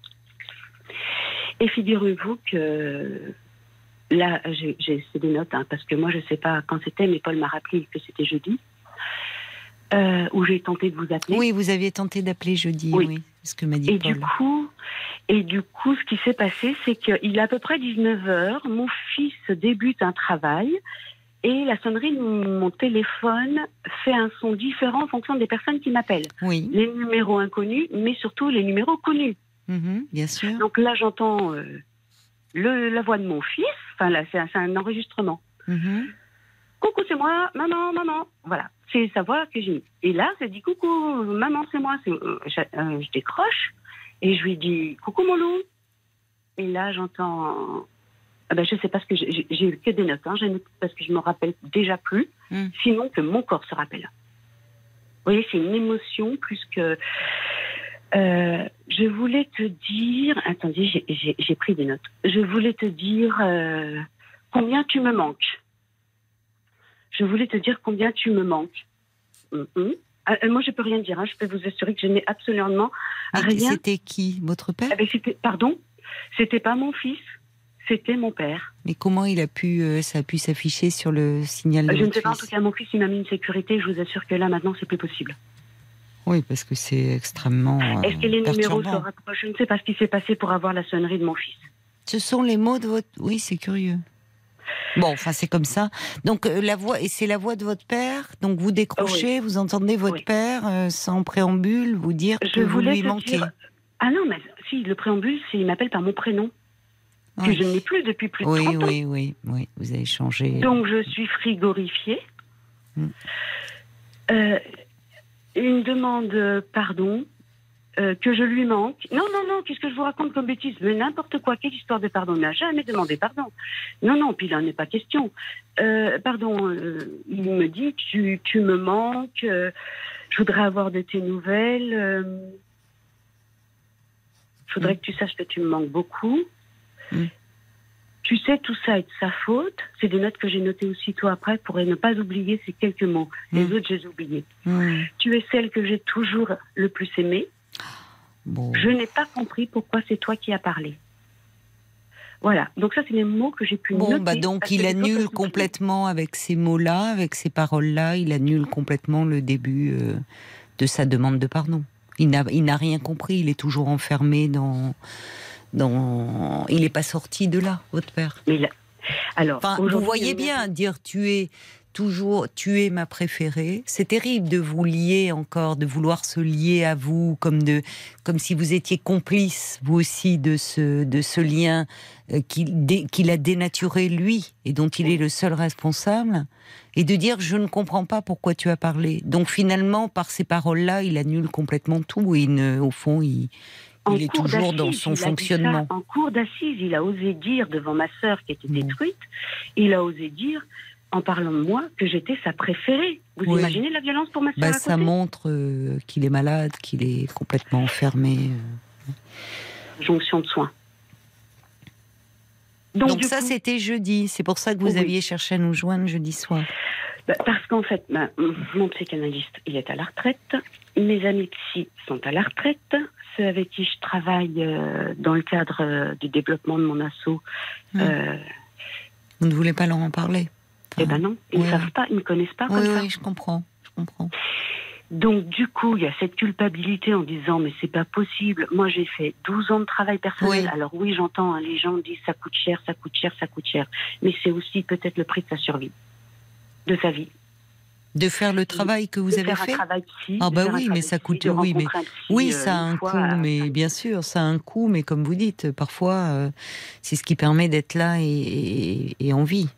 Speaker 6: Et figurez-vous que là, j'ai, j'ai c'est des notes, hein, parce que moi je ne sais pas quand c'était, mais Paul m'a rappelé que c'était jeudi, euh, où j'ai tenté de vous appeler.
Speaker 3: Oui, vous aviez tenté d'appeler jeudi,
Speaker 6: Oui.
Speaker 3: oui. C'est ce que m'a dit
Speaker 6: Et
Speaker 3: Paul.
Speaker 6: du coup, et du coup, ce qui s'est passé, c'est qu'il est à peu près dix-neuf heures, mon fils débute un travail et la sonnerie de mon téléphone fait un son différent en fonction des personnes qui m'appellent.
Speaker 3: Oui,
Speaker 6: Les numéros inconnus, mais surtout les numéros connus.
Speaker 3: mhm, bien sûr.
Speaker 6: Donc là, j'entends euh, le, la voix de mon fils, enfin là, c'est un, c'est un enregistrement.
Speaker 3: Mhm.
Speaker 6: Coucou, c'est moi, maman, maman. Voilà, c'est sa voix que j'ai mis. Et là, ça dit coucou, maman, c'est moi. C'est, euh, je, euh, je décroche et je lui dis coucou, mon loup. Et là, j'entends. Ah ben, je sais pas ce que j'ai, j'ai- j'ai eu que des notes, hein, j'ai noté parce que je me rappelle déjà plus.
Speaker 3: Mm.
Speaker 6: Sinon, que mon corps se rappelle. Vous voyez, c'est une émotion plus que. Euh, je voulais te dire. Attendez, j'ai, j'ai, j'ai pris des notes. Je voulais te dire euh, combien tu me manques. Je voulais te dire combien tu me manques. Mhm. Ah, euh, moi, je peux rien dire. Hein. Je peux vous assurer que je n'ai absolument
Speaker 3: Mais
Speaker 6: rien.
Speaker 3: C'était qui, votre père?
Speaker 6: Ah ben, c'était, pardon, c'était pas mon fils, c'était mon père.
Speaker 3: Mais comment il a pu, euh, ça a pu s'afficher sur le signal de
Speaker 6: Euh, je ne
Speaker 3: votre
Speaker 6: sais pas. En
Speaker 3: fils?
Speaker 6: tout cas, mon fils, il m'a mis une sécurité. Je vous assure que là, maintenant, c'est plus possible.
Speaker 3: Oui, parce que c'est extrêmement euh,
Speaker 6: Est-ce que les numéros se
Speaker 3: perturbant.
Speaker 6: rapprochent? Je ne sais pas ce qui s'est passé pour avoir la sonnerie de mon fils.
Speaker 3: Ce sont les mots de votre... Oui, c'est curieux. Bon, enfin, c'est comme ça. Donc, euh, la voix, et c'est la voix de votre père. Donc, vous décrochez, vous entendez votre
Speaker 6: Oui.
Speaker 3: père, euh, sans préambule, vous dire
Speaker 6: Je
Speaker 3: que vous
Speaker 6: voulais
Speaker 3: lui
Speaker 6: te
Speaker 3: manquez.
Speaker 6: dire- Ah non, mais si, le préambule, c'est il m'appelle par mon prénom, que
Speaker 3: Oui.
Speaker 6: je n'ai plus depuis plus de
Speaker 3: Oui,
Speaker 6: trente ans.
Speaker 3: oui, oui, oui, vous avez changé.
Speaker 6: Donc, je suis frigorifiée.
Speaker 3: Mm.
Speaker 6: Euh, une demande euh, pardon, euh, que je lui manque. Non, non, non, qu'est-ce que je vous raconte comme bêtise? Mais n'importe quoi, quelle histoire de pardon? Il n'a jamais demandé pardon. Non, non, puis il n'en est pas question. Euh, pardon, euh, il me dit, tu, tu me manques, euh, je voudrais avoir de tes nouvelles. euh, je voudrais
Speaker 3: Mm.
Speaker 6: que tu saches que tu me manques beaucoup.
Speaker 3: Mm.
Speaker 6: Tu sais, tout ça est de sa faute. C'est des notes que j'ai notées aussitôt après pour ne pas oublier ces quelques mots. Les
Speaker 3: Mm.
Speaker 6: autres, je les ai oubliés.
Speaker 3: Hmm.
Speaker 6: Tu es celle que j'ai toujours le plus aimée.
Speaker 3: Bon.
Speaker 6: Je n'ai pas compris pourquoi c'est toi qui as parlé. Voilà. Donc ça, c'est les mots que j'ai pu
Speaker 3: Bon,
Speaker 6: noter.
Speaker 3: bah donc
Speaker 6: parce
Speaker 3: il
Speaker 6: que les autres,
Speaker 3: annule
Speaker 6: je me
Speaker 3: complètement avec ces mots-là, avec ces paroles-là, il annule complètement le début euh, de sa demande de pardon. Il n'a, il n'a rien compris, il est toujours enfermé dans, dans. Il n'est pas sorti de là, votre père.
Speaker 6: souviens. Mais là- alors,
Speaker 3: Enfin, vous
Speaker 6: aujourd'hui,
Speaker 3: voyez
Speaker 6: il me-
Speaker 3: bien, dire tu es toujours, tu es ma préférée. C'est terrible de vous lier encore, de vouloir se lier à vous, comme de, comme si vous étiez complice vous aussi de ce, de ce lien euh, qu'il, dé- qu'il a dénaturé lui et dont il est le seul responsable. Et de dire je ne comprends pas pourquoi tu as parlé. Donc finalement, par ces paroles-là, il annule complètement tout et il ne- au fond, il,
Speaker 6: En
Speaker 3: il est
Speaker 6: cours
Speaker 3: toujours dans
Speaker 6: d'assises,
Speaker 3: son
Speaker 6: il a dit
Speaker 3: fonctionnement.
Speaker 6: ça. En cours d'assises, il a osé dire devant ma sœur qui était
Speaker 3: Bon.
Speaker 6: détruite, il a osé dire, en parlant de moi, que j'étais sa préférée. Vous
Speaker 3: Oui.
Speaker 6: imaginez la violence pour ma sœur
Speaker 3: Bah,
Speaker 6: à
Speaker 3: ça
Speaker 6: côté?
Speaker 3: montre euh, qu'il est malade, qu'il est complètement enfermé. euh.
Speaker 6: Jonction de soins.
Speaker 3: Donc,
Speaker 6: du
Speaker 3: ça,
Speaker 6: coup-
Speaker 3: c'était jeudi. C'est pour ça que vous
Speaker 6: Oui.
Speaker 3: aviez cherché à nous joindre jeudi soir.
Speaker 6: Bah, parce qu'en fait, bah, mon psychanalyste, il est à la retraite. Mes amis psy sont à la retraite. Ceux avec qui je travaille euh, dans le cadre euh, du développement de mon asso,
Speaker 3: Hum.
Speaker 6: euh,
Speaker 3: Vous ne voulez pas leur en parler?
Speaker 6: eh ben non, ils ne
Speaker 3: ouais.
Speaker 6: savent pas, ils ne me connaissent pas
Speaker 3: Oui,
Speaker 6: comme ça.
Speaker 3: oui, je comprends. Je comprends.
Speaker 6: Donc du coup, il y a cette culpabilité en disant mais c'est pas possible. Moi, j'ai fait douze ans de travail personnel.
Speaker 3: Oui.
Speaker 6: Alors oui, j'entends, hein, les gens disent ça coûte cher, ça coûte cher, ça coûte cher. Mais c'est aussi peut-être le prix de sa survie, de sa vie.
Speaker 3: De faire le travail que vous
Speaker 6: de
Speaker 3: avez
Speaker 6: faire
Speaker 3: fait?
Speaker 6: un travail psy,
Speaker 3: Ah
Speaker 6: de
Speaker 3: bah
Speaker 6: faire un
Speaker 3: oui, mais
Speaker 6: travail
Speaker 3: ça
Speaker 6: psy,
Speaker 3: coûte-
Speaker 6: de
Speaker 3: oui, mais-
Speaker 6: rencontrer un psy,
Speaker 3: Oui,
Speaker 6: euh,
Speaker 3: ça a
Speaker 6: une
Speaker 3: un
Speaker 6: fois,
Speaker 3: coût,
Speaker 6: euh,
Speaker 3: mais bien sûr, ça a un coût, mais comme vous dites, parfois, euh, c'est ce qui permet d'être là et, et, et en vie.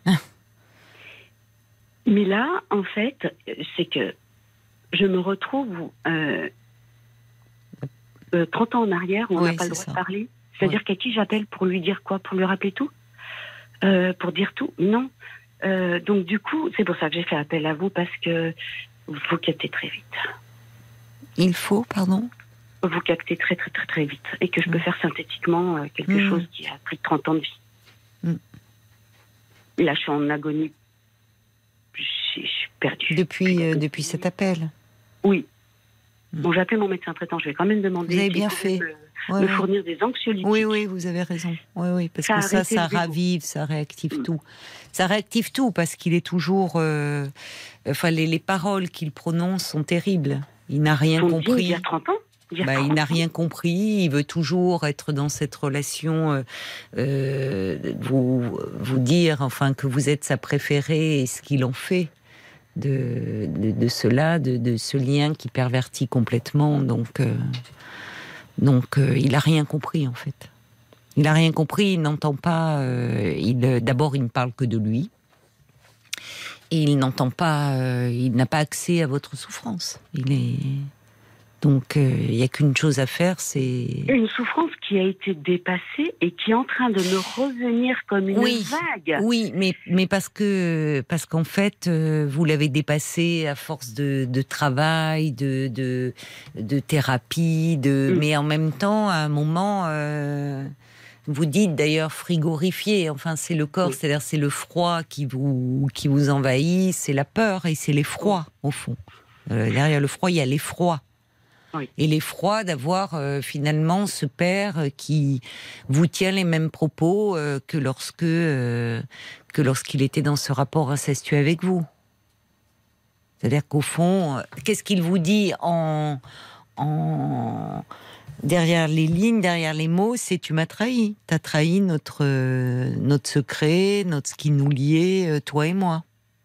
Speaker 6: Mais là, en fait, c'est que je me retrouve euh, euh, trente ans en arrière où on n'a
Speaker 3: Oui,
Speaker 6: pas le
Speaker 3: c'est
Speaker 6: droit
Speaker 3: ça.
Speaker 6: de parler. C'est-à-dire qu'à qui j'appelle pour lui dire quoi? Pour lui rappeler tout? Euh, Pour dire tout? Non. Euh, donc du coup, c'est pour ça que j'ai fait appel à vous, parce que vous captez très vite.
Speaker 3: Il faut, pardon?
Speaker 6: Vous captez très très très très vite. Et que je peux
Speaker 3: Mm.
Speaker 6: faire synthétiquement euh, quelque
Speaker 3: Mm.
Speaker 6: chose qui a plus de trente ans de vie.
Speaker 3: Mm.
Speaker 6: Là, je suis en agonie. Je je suis perdue.
Speaker 3: Depuis, euh, depuis cet appel.
Speaker 6: Oui.
Speaker 3: Mm.
Speaker 6: Bon, j'ai appelé mon médecin traitant, je vais quand même demander.
Speaker 3: Vous avez
Speaker 6: s'il
Speaker 3: bien
Speaker 6: pouvait
Speaker 3: fait.
Speaker 6: Me,
Speaker 3: Ouais,
Speaker 6: me
Speaker 3: ouais.
Speaker 6: fournir des anxiolytiques.
Speaker 3: Oui, oui, vous avez raison. Oui, oui, parce
Speaker 6: Ça a
Speaker 3: que ça,
Speaker 6: arrêté
Speaker 3: ça
Speaker 6: le vélo.
Speaker 3: ravive, ça réactive
Speaker 6: Mm.
Speaker 3: tout. Ça réactive tout parce qu'il est toujours. euh, Enfin, les, les paroles qu'il prononce sont terribles. Il n'a rien
Speaker 6: Ils sont dignes
Speaker 3: compris.
Speaker 6: d'il y a trente ans. Il y a
Speaker 3: Bah, il
Speaker 6: trente
Speaker 3: n'a
Speaker 6: ans.
Speaker 3: rien compris. Il veut toujours être dans cette relation, euh, euh, vous vous dire, enfin, que vous êtes sa préférée et ce qu'il en fait de de, de cela, de, de ce lien qui pervertit complètement. Donc, euh, donc, euh, il a rien compris en fait. Il a rien compris. Il n'entend pas. Euh, il euh, d'abord, il ne parle que de lui. Et il n'entend pas. Euh, il n'a pas accès à votre souffrance. Il est Donc, il euh, n'y a qu'une chose à faire, c'est...
Speaker 6: Une souffrance qui a été dépassée et qui est en train de me revenir comme une
Speaker 3: oui,
Speaker 6: vague.
Speaker 3: Oui, mais, mais parce que parce qu'en fait, euh, vous l'avez dépassé à force de, de travail, de, de, de thérapie, de...
Speaker 6: Mm.
Speaker 3: mais en même temps, à un moment... Euh, vous dites d'ailleurs frigorifié, enfin c'est le corps,
Speaker 6: Oui.
Speaker 3: c'est-à-dire c'est le froid qui vous, qui vous envahit, c'est la peur et c'est l'effroi au fond. Euh, derrière le froid, il y a l'effroi.
Speaker 6: Oui.
Speaker 3: Et l'effroi d'avoir euh, finalement ce père euh, qui vous tient les mêmes propos euh, que lorsque euh, que lorsqu'il était dans ce rapport incestueux avec vous. C'est-à-dire qu'au fond, euh, qu'est-ce qu'il vous dit en, en derrière les lignes, derrière les mots, c'est tu m'as trahi. T'as trahi notre euh, notre secret, notre ce qui nous liait, euh, toi et moi.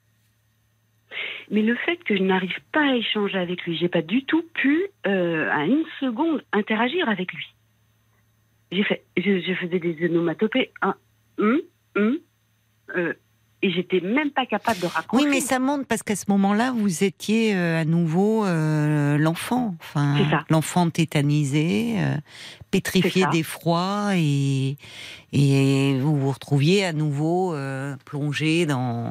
Speaker 6: Mais le fait que je n'arrive pas à échanger avec lui, j'ai pas du tout pu, euh, à une seconde, interagir avec lui. J'ai fait, je, je faisais des onomatopées, un, hum, hum, euh, et j'étais même pas capable de raconter.
Speaker 3: Oui, mais ça monte parce qu'à ce moment-là, vous étiez euh, à nouveau euh, l'enfant, enfin,
Speaker 6: C'est ça.
Speaker 3: l'enfant tétanisé, euh, pétrifié d'effroi, et et vous vous retrouviez à nouveau euh, plongé dans.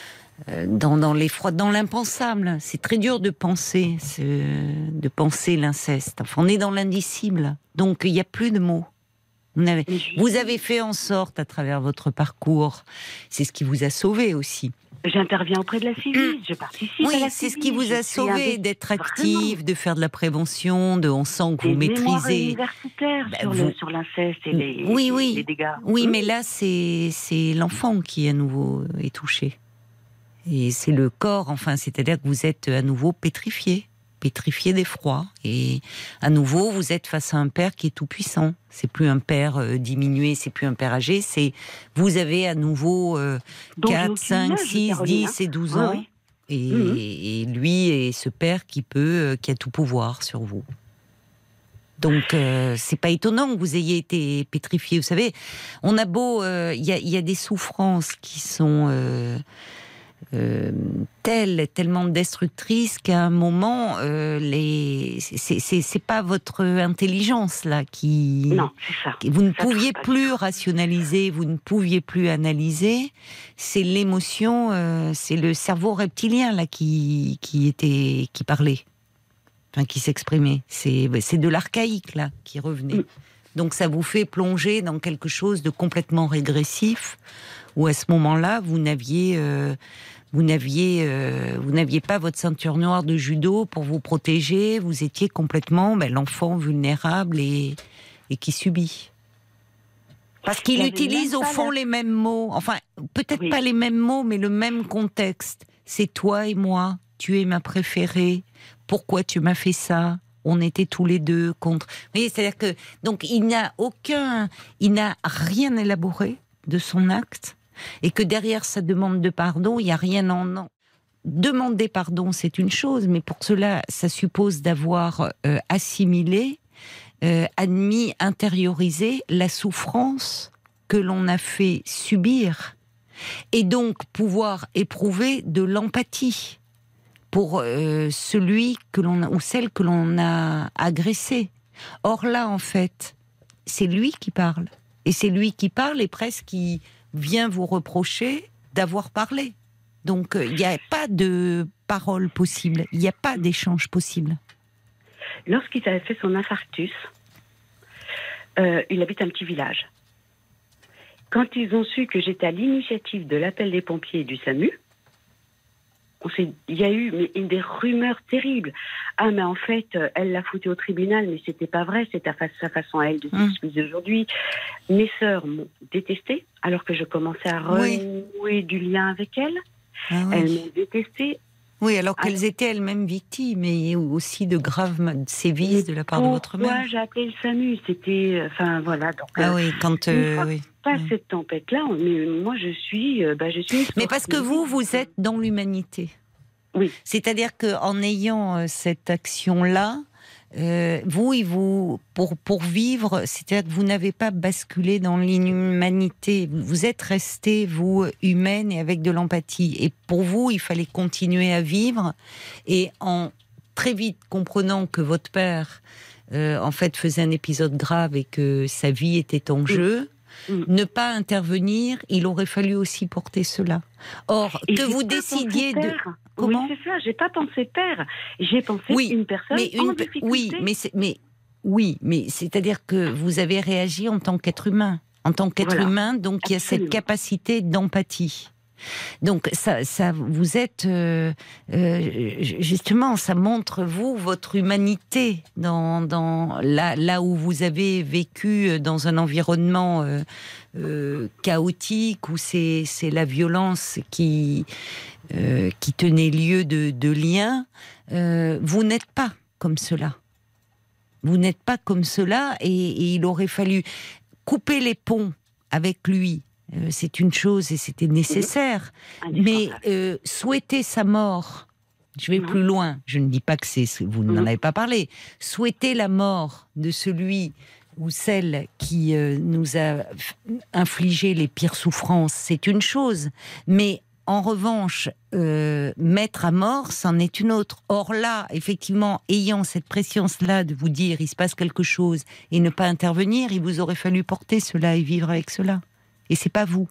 Speaker 3: Dans, dans l'effroi, dans l'impensable. C'est très dur de penser, de penser l'inceste. Enfin, on est dans l'indicible. Donc, il n'y a plus de mots. Vous avez, vous avez fait en sorte, à travers votre parcours, c'est ce qui vous a sauvé aussi.
Speaker 6: J'interviens auprès de la civile, je participe
Speaker 3: oui,
Speaker 6: à la civile.
Speaker 3: Oui, c'est ce qui vous a sauvé, d'être active,
Speaker 6: vraiment.
Speaker 3: De faire de la prévention, de, on sent que
Speaker 6: des
Speaker 3: vous maîtrisez.
Speaker 6: universitaires
Speaker 3: bah,
Speaker 6: sur,
Speaker 3: vous...
Speaker 6: le, sur l'inceste et les,
Speaker 3: oui,
Speaker 6: les,
Speaker 3: oui.
Speaker 6: les dégâts.
Speaker 3: Oui,
Speaker 6: mmh.
Speaker 3: mais là, c'est, c'est l'enfant qui, à nouveau, est touché. Et c'est le corps, enfin, c'est-à-dire que vous êtes à nouveau pétrifié, pétrifié d'effroi. Et à nouveau, vous êtes face à un père qui est tout puissant. C'est plus un père euh, diminué, c'est plus un père âgé. C'est vous avez à nouveau euh, quatre, cinq, six, dix et douze ans. Oui, oui. Et, mmh. et lui est ce père qui peut, euh, qui a tout pouvoir sur vous. Donc, euh, c'est pas étonnant que vous ayez été pétrifié. Vous savez, on a beau, il euh, y, a, y a des souffrances qui sont euh, Euh, telle, tellement destructrice qu'à un moment, euh, les... c'est, c'est, c'est pas votre intelligence là qui.
Speaker 6: Non, c'est ça.
Speaker 3: Vous ne
Speaker 6: ça
Speaker 3: pouviez plus rationaliser, vous ne pouviez plus analyser. C'est l'émotion, euh, c'est le cerveau reptilien là qui qui était qui parlait, enfin qui s'exprimait. C'est c'est de l'archaïque là qui revenait. Mm. Donc ça vous fait plonger dans quelque chose de complètement régressif. Où à ce moment-là, vous n'aviez, euh, vous n'aviez, euh, vous n'aviez pas votre ceinture noire de judo pour vous protéger. Vous étiez complètement ben, l'enfant vulnérable et, et qui subit. Parce qu'il utilise au fond la... les mêmes mots. Enfin, peut-être oui. pas les mêmes mots, mais le même contexte. C'est toi et moi. Tu es ma préférée. Pourquoi tu m'as fait ça ? On était tous les deux contre. Vous voyez, c'est-à-dire que donc il n'a aucun, il n'a rien élaboré de son acte. Et que derrière sa demande de pardon, il n'y a rien en non. Demander pardon, c'est une chose, mais pour cela, ça suppose d'avoir euh, assimilé, euh, admis, intériorisé la souffrance que l'on a fait subir, et donc pouvoir éprouver de l'empathie pour euh, celui que l'on a, ou celle que l'on a agressé. Or là, en fait, c'est lui qui parle, et c'est lui qui parle et presque qui vient vous reprocher d'avoir parlé. Donc, il euh, n'y a pas de parole possible, il n'y a pas d'échange possible.
Speaker 6: Lorsqu'il avait fait son infarctus, euh, il habite un petit village. Quand ils ont su que j'étais à l'initiative de l'appel des pompiers et du SAMU, on s'est, il y a eu mais, des rumeurs terribles. Ah, mais en fait, elle l'a foutu au tribunal, mais c'était pas vrai, c'est sa façon à elle de s'excuser mmh. aujourd'hui. Mes sœurs m'ont détestée, alors que je commençais à renouer oui. du lien avec elle. Ah oui. Elles m'ont détestée.
Speaker 3: Oui, alors qu'elles ah. étaient elles-mêmes victimes, et aussi de graves sévices de la part de votre mère.
Speaker 6: Moi, j'ai appelé le SAMU, c'était... Enfin, voilà. Donc,
Speaker 3: ah euh, oui, quand... Euh, oui.
Speaker 6: Pas mmh. cette tempête-là, mais moi, je suis... Euh, bah, je suis
Speaker 3: mais parce que vous, vous êtes dans l'humanité.
Speaker 6: Oui.
Speaker 3: C'est-à-dire qu'en ayant euh, cette action-là, euh, vous, vous pour, pour vivre, c'est-à-dire que vous n'avez pas basculé dans l'inhumanité. Vous êtes resté, vous, humaine et avec de l'empathie. Et pour vous, il fallait continuer à vivre. Et en très vite comprenant que votre père, euh, en fait, faisait un épisode grave et que sa vie était en jeu, mmh. ne pas intervenir, il aurait fallu aussi porter cela. Or, et que vous décidiez de...
Speaker 6: Comment ? Oui, c'est ça, j'ai pas pensé père, j'ai pensé
Speaker 3: oui,
Speaker 6: une personne
Speaker 3: mais une,
Speaker 6: en difficulté.
Speaker 3: Oui, mais, c'est, mais, oui, mais c'est-à-dire que vous avez réagi en tant qu'être humain. En tant qu'être voilà. humain, donc il y a cette capacité d'empathie. Donc ça, ça, vous êtes euh, euh, justement, ça montre vous votre humanité dans, dans là, là où vous avez vécu dans un environnement euh, euh, chaotique où c'est, c'est la violence qui euh, qui tenait lieu de, de lien. Euh, vous n'êtes pas comme cela. Vous n'êtes pas comme cela, et, et il aurait fallu couper les ponts avec lui. Euh, c'est une chose et c'était nécessaire.
Speaker 6: Oui.
Speaker 3: Mais euh, souhaiter sa mort, je vais
Speaker 6: Non.
Speaker 3: plus loin, je ne dis pas que c'est, vous n'en
Speaker 6: Mhm.
Speaker 3: avez pas parlé, souhaiter la mort de celui ou celle qui euh, nous a f- infligé les pires souffrances, c'est une chose, mais en revanche, euh, mettre à mort, c'en est une autre. Or là, effectivement, ayant cette pression-là de vous dire il se passe quelque chose et ne pas intervenir, il vous aurait fallu porter cela et vivre avec cela. Et c'est pas vous.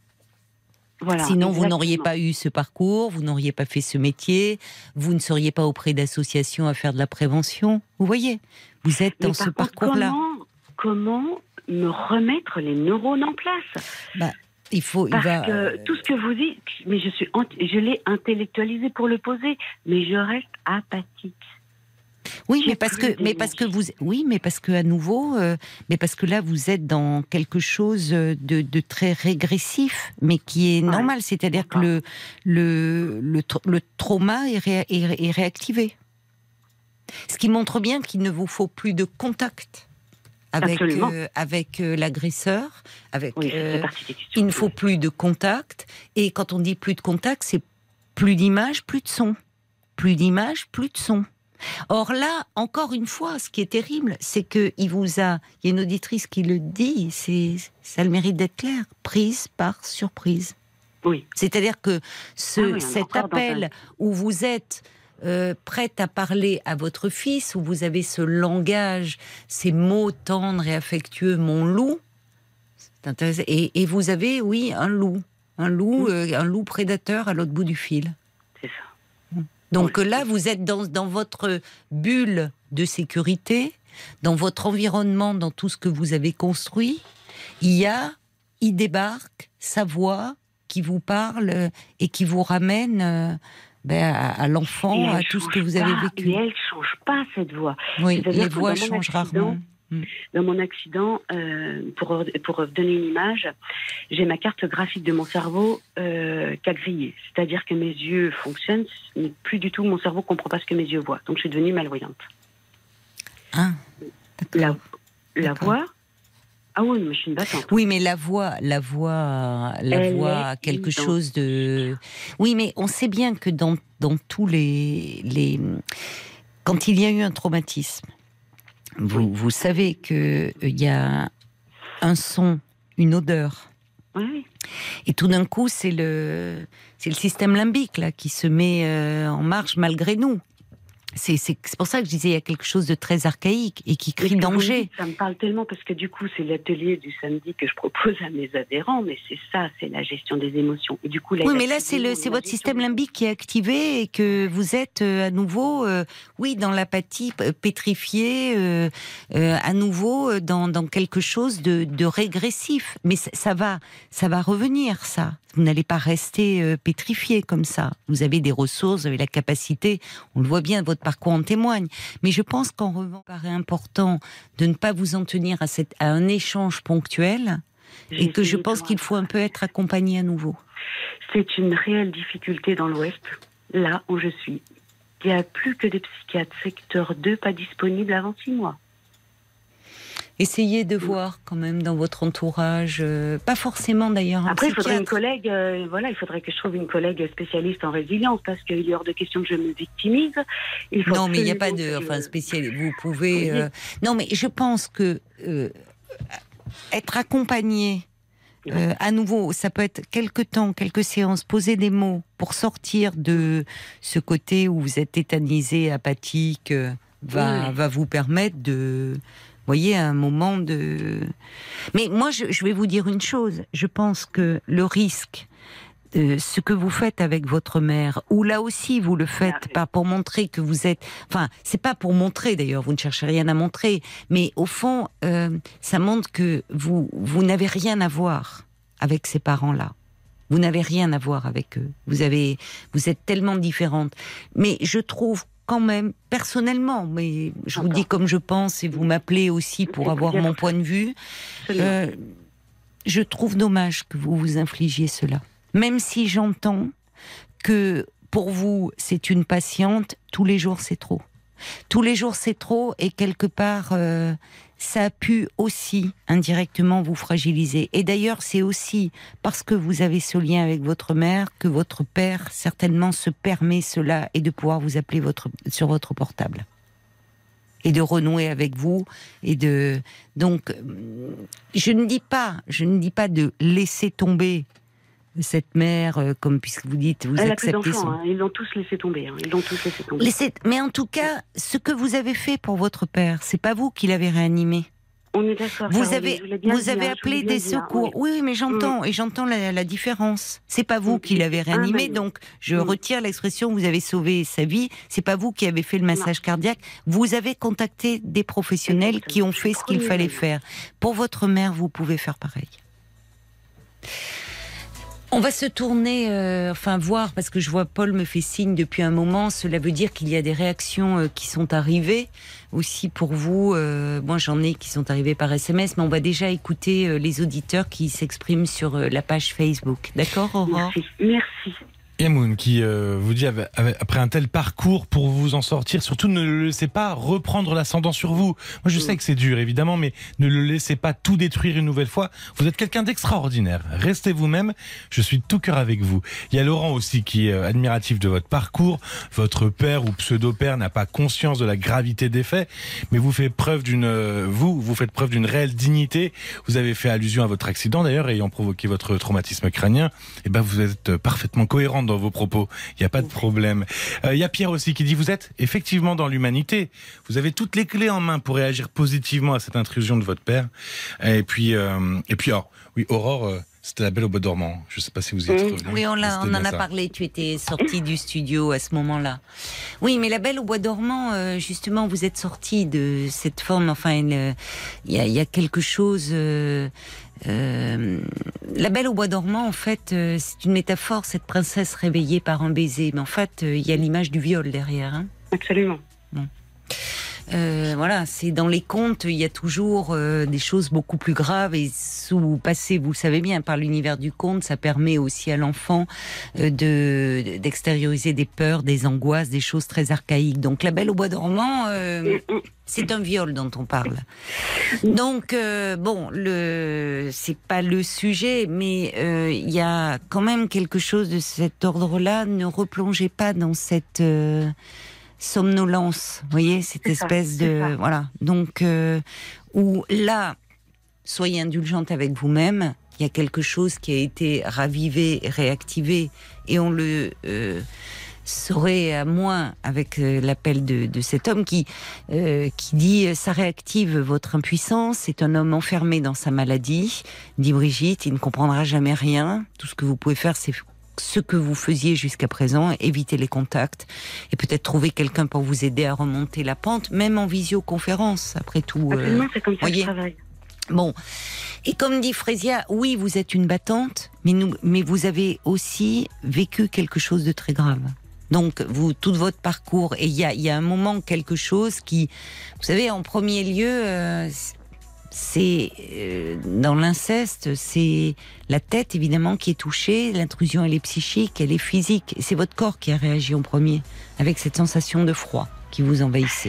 Speaker 6: Voilà,
Speaker 3: Sinon, vous
Speaker 6: exactement.
Speaker 3: n'auriez pas eu ce parcours, vous n'auriez pas fait ce métier, vous ne seriez pas auprès d'associations à faire de la prévention. Vous voyez, vous êtes
Speaker 6: Mais
Speaker 3: dans
Speaker 6: par
Speaker 3: ce
Speaker 6: contre,
Speaker 3: parcours-là.
Speaker 6: Comment, comment me remettre les neurones en place?
Speaker 3: Bah, il faut, il
Speaker 6: Parce
Speaker 3: va.
Speaker 6: que tout ce que vous dites, mais je suis, ant- je l'ai intellectualisé pour le poser, mais je reste apathique.
Speaker 3: Oui,
Speaker 6: J'ai
Speaker 3: mais parce
Speaker 6: plus
Speaker 3: que, mais parce que vous,
Speaker 6: d'énergie.
Speaker 3: oui, mais parce que à nouveau, euh, mais parce que là vous êtes dans quelque chose de, de très régressif, mais qui est
Speaker 6: Ouais,
Speaker 3: normal, c'est-à-dire que
Speaker 6: d'accord.
Speaker 3: le le le, tra- le trauma est, ré- est, est réactivé. Ce qui montre bien qu'il ne vous faut plus de contact avec
Speaker 6: Absolument.
Speaker 3: euh, avec euh, l'agresseur, avec.
Speaker 6: Oui, ça
Speaker 3: euh,
Speaker 6: fait partie des questions.
Speaker 3: il ne faut plus de contact, et quand on dit plus de contact, c'est plus d'image, plus de son, plus d'image, plus de son. Or là, encore une fois, ce qui est terrible, c'est que il vous a, il y a une auditrice qui le dit, c'est, ça a le mérite d'être clair, prise par surprise.
Speaker 6: Oui.
Speaker 3: C'est-à-dire que ce,
Speaker 6: Ah oui, on est
Speaker 3: cet
Speaker 6: encore dans
Speaker 3: appel où vous êtes euh, prête à parler à votre fils, où vous avez ce langage, ces mots tendres et affectueux, mon loup, c'est intéressant. Et, et vous avez, oui, un loup, un loup,
Speaker 6: Mm.
Speaker 3: euh, un loup prédateur à l'autre bout du fil.
Speaker 6: C'est ça.
Speaker 3: Donc
Speaker 6: Oui.
Speaker 3: là, vous êtes dans, dans votre bulle de sécurité, dans votre environnement, dans tout ce que vous avez construit. Il y a, il débarque sa voix qui vous parle euh, et qui vous ramène euh, ben, à, à l'enfant,
Speaker 6: Et
Speaker 3: à
Speaker 6: elle
Speaker 3: tout ce
Speaker 6: change
Speaker 3: que vous avez
Speaker 6: pas,
Speaker 3: vécu.
Speaker 6: Et elle change pas, cette voix.
Speaker 3: Oui,
Speaker 6: C'est-à-dire
Speaker 3: les
Speaker 6: que
Speaker 3: voix
Speaker 6: dans mon
Speaker 3: changent
Speaker 6: accident,
Speaker 3: rarement.
Speaker 6: Dans mon accident, euh, pour, pour donner une image, j'ai ma carte graphique de mon cerveau euh, qui a grillé. C'est-à-dire que mes yeux fonctionnent, mais plus du tout, mon cerveau ne comprend pas ce que mes yeux voient. Donc je suis devenue malvoyante.
Speaker 3: Ah,
Speaker 6: La, la
Speaker 3: D'accord.
Speaker 6: voix, ah oui, mais je suis une battante.
Speaker 3: oui, mais la voix, la voix, la
Speaker 6: Elle
Speaker 3: voix
Speaker 6: est
Speaker 3: a quelque
Speaker 6: identique.
Speaker 3: chose de. Oui, mais on sait bien que dans dans tous les les quand il y a eu un traumatisme, vous vous savez que il y a un son, une odeur,
Speaker 6: Oui,
Speaker 3: et tout d'un coup c'est le c'est le système limbique là qui se met euh, en marche malgré nous. C'est, c'est, c'est pour ça que je disais il y a quelque chose de très archaïque et qui
Speaker 6: mais
Speaker 3: crie
Speaker 6: ce que vous me
Speaker 3: danger.
Speaker 6: dites, ça me parle tellement parce que du coup, c'est l'atelier du samedi que je propose à mes adhérents, mais c'est ça, c'est la gestion des émotions. Et du coup, là,
Speaker 3: Oui,
Speaker 6: il
Speaker 3: mais
Speaker 6: a
Speaker 3: là,
Speaker 6: activé
Speaker 3: c'est, le,
Speaker 6: mon-
Speaker 3: c'est
Speaker 6: la
Speaker 3: votre
Speaker 6: gestion
Speaker 3: système
Speaker 6: des-
Speaker 3: limbique qui est activé et que vous êtes euh, à nouveau, euh, oui, dans l'apathie, p- pétrifié, euh, euh, à nouveau euh, dans, dans quelque chose de, de régressif. Mais ça, ça va, ça va revenir, ça. Vous n'allez pas rester euh, pétrifié comme ça. Vous avez des ressources, vous avez la capacité. On le voit bien, votre parcours en témoigne. Mais je pense qu'en revanche, il paraît important de ne pas vous en tenir à, cette, à un échange ponctuel.
Speaker 6: J'ai
Speaker 3: Et que je
Speaker 6: essayé
Speaker 3: pense
Speaker 6: de-
Speaker 3: qu'il faut un peu être accompagné à nouveau.
Speaker 6: C'est une réelle difficulté dans l'Ouest, là où je suis. Il n'y a plus que des psychiatres secteur deux pas disponibles avant six mois.
Speaker 3: Essayez de voir quand même dans votre entourage, euh, pas forcément d'ailleurs un
Speaker 6: Après, il faudrait une
Speaker 3: psychiatre.
Speaker 6: collègue, euh, voilà, il faudrait que je trouve une collègue spécialiste en résilience parce qu'il est hors de question que je me victimise. Il faut
Speaker 3: Non, mais il n'y a pas
Speaker 6: absolument
Speaker 3: de,
Speaker 6: que je-
Speaker 3: enfin spécial. Vous pouvez.
Speaker 6: Oui.
Speaker 3: euh, Non, mais je pense que euh, être accompagné. Euh, à nouveau, ça peut être quelques temps, quelques séances, poser des mots pour sortir de ce côté où vous êtes tétanisé, apathique, euh, va,
Speaker 6: Oui.
Speaker 3: va vous permettre de, vous voyez, un moment de... Mais moi, je, je vais vous dire une chose, je pense que le risque, euh, ce que vous faites avec votre mère, ou là aussi vous le faites
Speaker 6: Ah oui.
Speaker 3: pas pour montrer que vous êtes... Enfin, c'est pas pour montrer d'ailleurs, vous ne cherchez rien à montrer, mais au fond, euh, ça montre que vous, vous n'avez rien à voir avec ces parents-là. Vous n'avez rien à voir avec eux. Vous avez, vous êtes tellement différentes. Mais je trouve quand même, personnellement, mais je vous dis comme je pense et vous m'appelez aussi pour avoir mon point de vue, euh, je trouve dommage que vous vous infligiez cela. Même si j'entends que pour vous, c'est une patiente, tous les jours c'est trop. Tous les jours c'est trop et quelque part, euh, ça a pu aussi indirectement vous fragiliser. Et d'ailleurs, c'est aussi parce que vous avez ce lien avec votre mère que votre père certainement se permet cela et de pouvoir vous appeler votre, sur votre portable. Et de renouer avec vous. Et de... Donc, je ne dis pas, je ne dis pas de laisser tomber cette mère, euh, comme puisque vous dites, vous
Speaker 6: Elle
Speaker 3: acceptez
Speaker 6: a plus d'enfants,
Speaker 3: son...
Speaker 6: hein. Ils l'ont tous laissé tomber. Hein. Ils l'ont tous laissé tomber.
Speaker 3: Laissez... Mais en tout cas, ce que vous avez fait pour votre père, c'est pas vous qui l'avez réanimé.
Speaker 6: On est d'accord.
Speaker 3: Vous
Speaker 6: Caroline,
Speaker 3: avez,
Speaker 6: je l'ai bien
Speaker 3: vous
Speaker 6: dit,
Speaker 3: avez
Speaker 6: hein,
Speaker 3: appelé
Speaker 6: je l'ai
Speaker 3: des
Speaker 6: bien dit,
Speaker 3: secours.
Speaker 6: hein,
Speaker 3: Oui, oui, mais j'entends,
Speaker 6: Mm.
Speaker 3: et j'entends la, la différence. C'est pas vous
Speaker 6: Mm.
Speaker 3: qui l'avez réanimé,
Speaker 6: Ah, ben,
Speaker 3: donc je
Speaker 6: Mm.
Speaker 3: retire l'expression vous avez sauvé sa vie. C'est pas vous qui avez fait le massage cardiaque. Vous avez contacté des professionnels
Speaker 6: Exactement.
Speaker 3: qui ont fait ce qu'il
Speaker 6: Premier
Speaker 3: fallait
Speaker 6: mail.
Speaker 3: faire. Pour votre mère, vous pouvez faire pareil. On va se tourner, euh, enfin voir, parce que je vois Paul me fait signe depuis un moment, cela veut dire qu'il y a des réactions euh, qui sont arrivées aussi pour vous. Euh, moi j'en ai qui sont arrivées par S M S, mais on va déjà écouter euh, les auditeurs qui s'expriment sur euh, la page Facebook. D'accord, Aurore ?
Speaker 6: Merci. Merci.
Speaker 7: Yamoun qui euh, vous dit après un tel parcours pour vous en sortir, surtout ne le laissez pas reprendre l'ascendant sur vous. Moi je sais que c'est dur évidemment, mais ne le laissez pas tout détruire une nouvelle fois. Vous êtes quelqu'un d'extraordinaire. Restez vous-même. Je suis de tout cœur avec vous. Il y a Laurent aussi qui est admiratif de votre parcours. Votre père ou pseudo-père n'a pas conscience de la gravité des faits, mais vous faites preuve d'une vous vous faites preuve d'une réelle dignité. Vous avez fait allusion à votre accident d'ailleurs ayant provoqué votre traumatisme crânien. Et ben vous êtes parfaitement cohérent dans vos propos, il n'y a pas de problème. Il euh, y a Pierre aussi qui dit, vous êtes effectivement dans l'humanité, vous avez toutes les clés en main pour réagir positivement à cette intrusion de votre père. Et puis, euh, et puis alors, oui, Aurore, euh, c'était La Belle au bois dormant, je ne sais pas si vous y êtes revenu.
Speaker 3: Oui, on, l'a, on en a
Speaker 7: ça.
Speaker 3: parlé, tu étais sortie du studio à ce moment-là. Oui, mais La Belle au bois dormant, euh, justement, vous êtes sortie de cette forme, enfin, il y, y a quelque chose... Euh, Euh, la Belle au bois dormant, en fait, euh, c'est une métaphore, cette princesse réveillée par un baiser. Mais en fait, il euh, y a l'image du viol derrière. Hein.
Speaker 6: Absolument.
Speaker 3: Bon. Euh, voilà, c'est dans les contes, il y a toujours euh, des choses beaucoup plus graves et sous-passées, vous le savez bien, par l'univers du conte, ça permet aussi à l'enfant euh, de d'extérioriser des peurs, des angoisses, des choses très archaïques. Donc La Belle au bois dormant, euh, c'est un viol dont on parle. Donc euh, bon, le c'est pas le sujet, mais euh, il y a quand même quelque chose de cet ordre-là. Ne replongez pas dans cette euh, somnolence, vous voyez, cette
Speaker 6: c'est
Speaker 3: espèce
Speaker 6: ça,
Speaker 3: de
Speaker 6: ça.
Speaker 3: voilà. Donc euh, où là, soyez indulgente avec vous-même. Il y a quelque chose qui a été ravivé, réactivé, et on le euh, saurait à moins avec euh, l'appel de, de cet homme qui euh, qui dit ça réactive votre impuissance. C'est un homme enfermé dans sa maladie, dit Brigitte. Il ne comprendra jamais rien. Tout ce que vous pouvez faire, c'est ce que vous faisiez jusqu'à présent, éviter les contacts et peut-être trouver quelqu'un pour vous aider à remonter la pente, même en visioconférence, après tout.
Speaker 6: Absolument,
Speaker 3: euh,
Speaker 6: c'est comme ça
Speaker 3: voyez.
Speaker 6: que je travaille.
Speaker 3: Bon, et comme dit Frésia, oui, vous êtes une battante, mais, nous, mais vous avez aussi vécu quelque chose de très grave. Donc, vous, tout votre parcours, et il y a, y a un moment, quelque chose qui, vous savez, en premier lieu, euh, c'est euh, dans l'inceste, c'est la tête évidemment qui est touchée, l'intrusion elle est psychique, elle est physique, et c'est votre corps qui a réagi en premier, avec cette sensation de froid qui vous envahissait.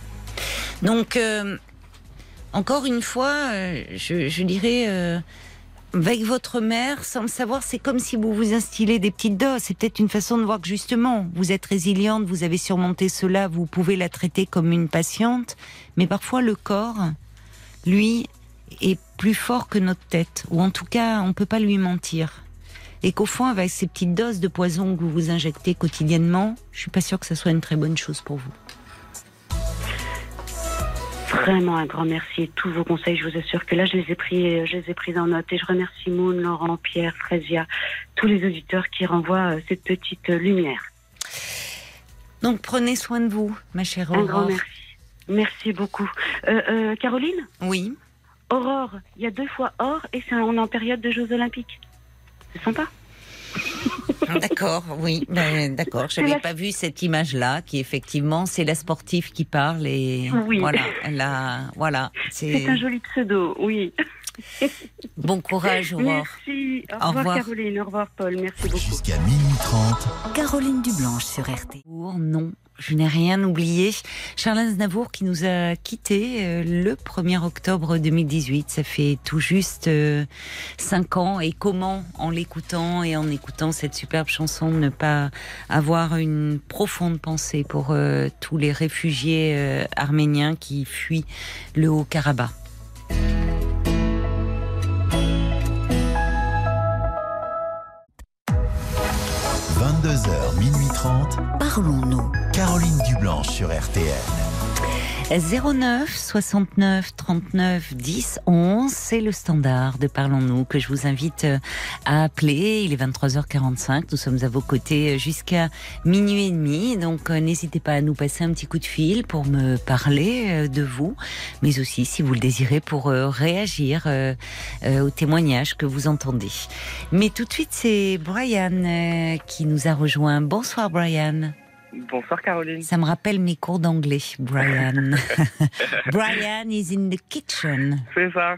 Speaker 3: Donc, euh, encore une fois, euh, je, je dirais, euh, avec votre mère, sans le savoir, c'est comme si vous vous instillez des petites doses. C'est peut-être une façon de voir que justement, vous êtes résiliente, vous avez surmonté cela, vous pouvez la traiter comme une patiente, mais parfois le corps, lui, est plus fort que notre tête, ou en tout cas, on ne peut pas lui mentir. Et qu'au fond, avec ces petites doses de poison que vous vous injectez quotidiennement, je suis pas sûre que ce soit une très bonne chose pour vous.
Speaker 6: Vraiment un grand merci et tous vos conseils, je vous assure que là je les ai pris, je les ai pris en note et je remercie Moon, Laurent, Pierre, Frésia, tous les auditeurs qui renvoient cette petite lumière.
Speaker 3: Donc prenez soin de vous, ma chère Aurore.
Speaker 6: Un grand merci. Merci beaucoup. Euh, euh, Caroline ?
Speaker 3: Oui.
Speaker 6: Aurore, il y a deux fois or et c'est, on est en période de Jeux Olympiques. C'est sympa.
Speaker 3: D'accord, oui, ben, d'accord. Je
Speaker 6: C'est
Speaker 3: n'avais
Speaker 6: la-
Speaker 3: pas vu cette image-là, qui effectivement, c'est la sportive qui parle et
Speaker 6: Oui.
Speaker 3: voilà, elle a, voilà.
Speaker 6: C'est un joli pseudo, oui.
Speaker 3: Bon courage, Aurore.
Speaker 6: Merci. Au,
Speaker 3: Au
Speaker 6: revoir,
Speaker 3: revoir.
Speaker 6: Caroline. Au revoir, Paul. Merci beaucoup.
Speaker 1: Jusqu'à minuit trente.
Speaker 2: Caroline Dublanche sur R T L.
Speaker 3: Non, je n'ai rien oublié. Charles Aznavour qui nous a quittés euh, le premier octobre deux mille dix-huit. Ça fait tout juste euh, cinq ans. Et comment, en l'écoutant et en écoutant cette superbe chanson, ne pas avoir une profonde pensée pour euh, tous les réfugiés euh, arméniens qui fuient le Haut-Karabakh.
Speaker 1: vingt-deux heures, minuit trente.
Speaker 2: Parlons-nous.
Speaker 1: Caroline Dublanche sur R T L.
Speaker 3: zéro neuf soixante-neuf trente-neuf dix onze, c'est le standard de Parlons-nous que je vous invite à appeler. Il est vingt-trois heures quarante-cinq, nous sommes à vos côtés jusqu'à minuit et demi, donc n'hésitez pas à nous passer un petit coup de fil pour me parler de vous, mais aussi si vous le désirez pour réagir aux témoignages que vous entendez. Mais tout de suite c'est Brian qui nous a rejoint. Bonsoir Brian.
Speaker 8: Bonsoir Caroline.
Speaker 3: Ça me rappelle mes cours d'anglais, Brian. Brian is in the kitchen.
Speaker 8: C'est ça.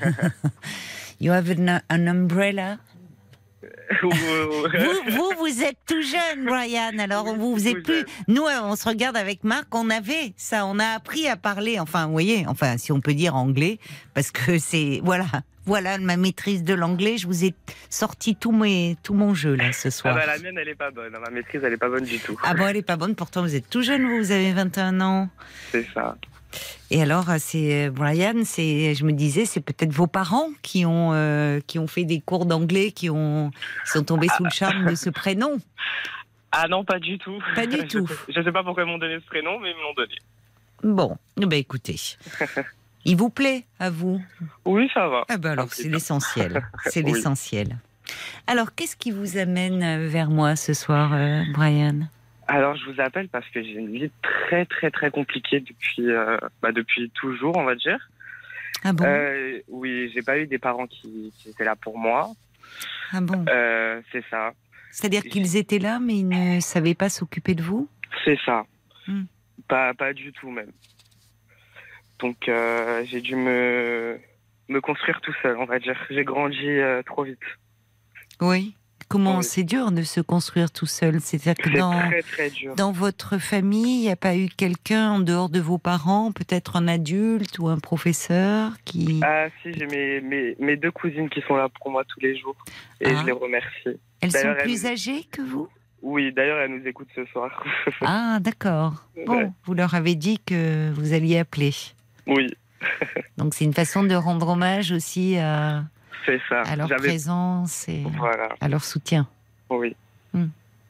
Speaker 3: You have an, an umbrella.
Speaker 8: vous,
Speaker 3: vous, vous êtes tout jeune, Brian. Alors, vous, vous êtes plus. Nous, on se regarde avec Marc. On avait ça. On a appris à parler. Enfin, vous voyez. Enfin, si on peut dire anglais, parce que c'est voilà. Voilà ma maîtrise de l'anglais. Je vous ai sorti tout, mes, tout mon jeu là ce soir.
Speaker 8: Ah bah, la mienne, elle est pas bonne. Ma maîtrise, elle est pas bonne du tout.
Speaker 3: Ah bon, elle est pas bonne. Pourtant, vous êtes tout jeune. Vous, vous avez vingt et un ans.
Speaker 8: C'est ça.
Speaker 3: Et alors, c'est Brian. C'est, je me disais, c'est peut-être vos parents qui ont euh, qui ont fait des cours d'anglais, qui ont qui sont tombés sous le charme de ce prénom.
Speaker 8: Ah non, pas du tout.
Speaker 3: Pas du tout.
Speaker 8: Je sais pas pourquoi ils m'ont donné ce prénom, mais ils me l'ont donné.
Speaker 3: Bon, ben écoutez. Il vous plaît, à vous?
Speaker 8: Oui, ça va.
Speaker 3: Ah ben alors, c'est l'essentiel. C'est
Speaker 8: Oui.
Speaker 3: l'essentiel. Alors, qu'est-ce qui vous amène vers moi ce soir, euh, Brian?
Speaker 8: Alors, je vous appelle parce que j'ai une vie très, très, très compliquée depuis, euh, bah, depuis toujours, on va dire.
Speaker 3: Ah bon?
Speaker 8: Euh, oui, j'ai pas eu des parents qui, qui étaient là pour moi.
Speaker 3: Ah bon?
Speaker 8: Euh, c'est ça.
Speaker 3: C'est-à-dire qu'ils étaient là, mais ils ne savaient pas s'occuper de vous?
Speaker 8: C'est ça.
Speaker 3: Hmm.
Speaker 8: Pas, pas du tout, même. Donc, euh, j'ai dû me, me construire tout seul, on va dire. J'ai grandi euh, trop vite.
Speaker 3: Oui. Comment
Speaker 8: Oui.
Speaker 3: c'est dur de se construire tout seul? C'est-à-dire que
Speaker 8: C'est
Speaker 3: dans,
Speaker 8: très, très dur.
Speaker 3: dans votre famille, il n'y a pas eu quelqu'un en dehors de vos parents, peut-être un adulte ou un professeur qui...
Speaker 8: Ah si, j'ai mes, mes, mes deux cousines qui sont là pour moi tous les jours. Et
Speaker 3: Ah.
Speaker 8: je les remercie.
Speaker 3: Elles sont
Speaker 8: D'ailleurs, elles-
Speaker 3: plus âgées que vous?
Speaker 8: Oui, d'ailleurs, elles nous écoutent ce soir.
Speaker 3: Ah, d'accord. Bon,
Speaker 8: Ouais.
Speaker 3: vous leur avez dit que vous alliez appeler.
Speaker 8: Oui,
Speaker 3: Donc c'est une façon de rendre hommage aussi à,
Speaker 8: c'est ça.
Speaker 3: à leur
Speaker 8: J'avais-
Speaker 3: présence et
Speaker 8: Voilà,
Speaker 3: à leur soutien.
Speaker 8: oui.
Speaker 3: Hmm.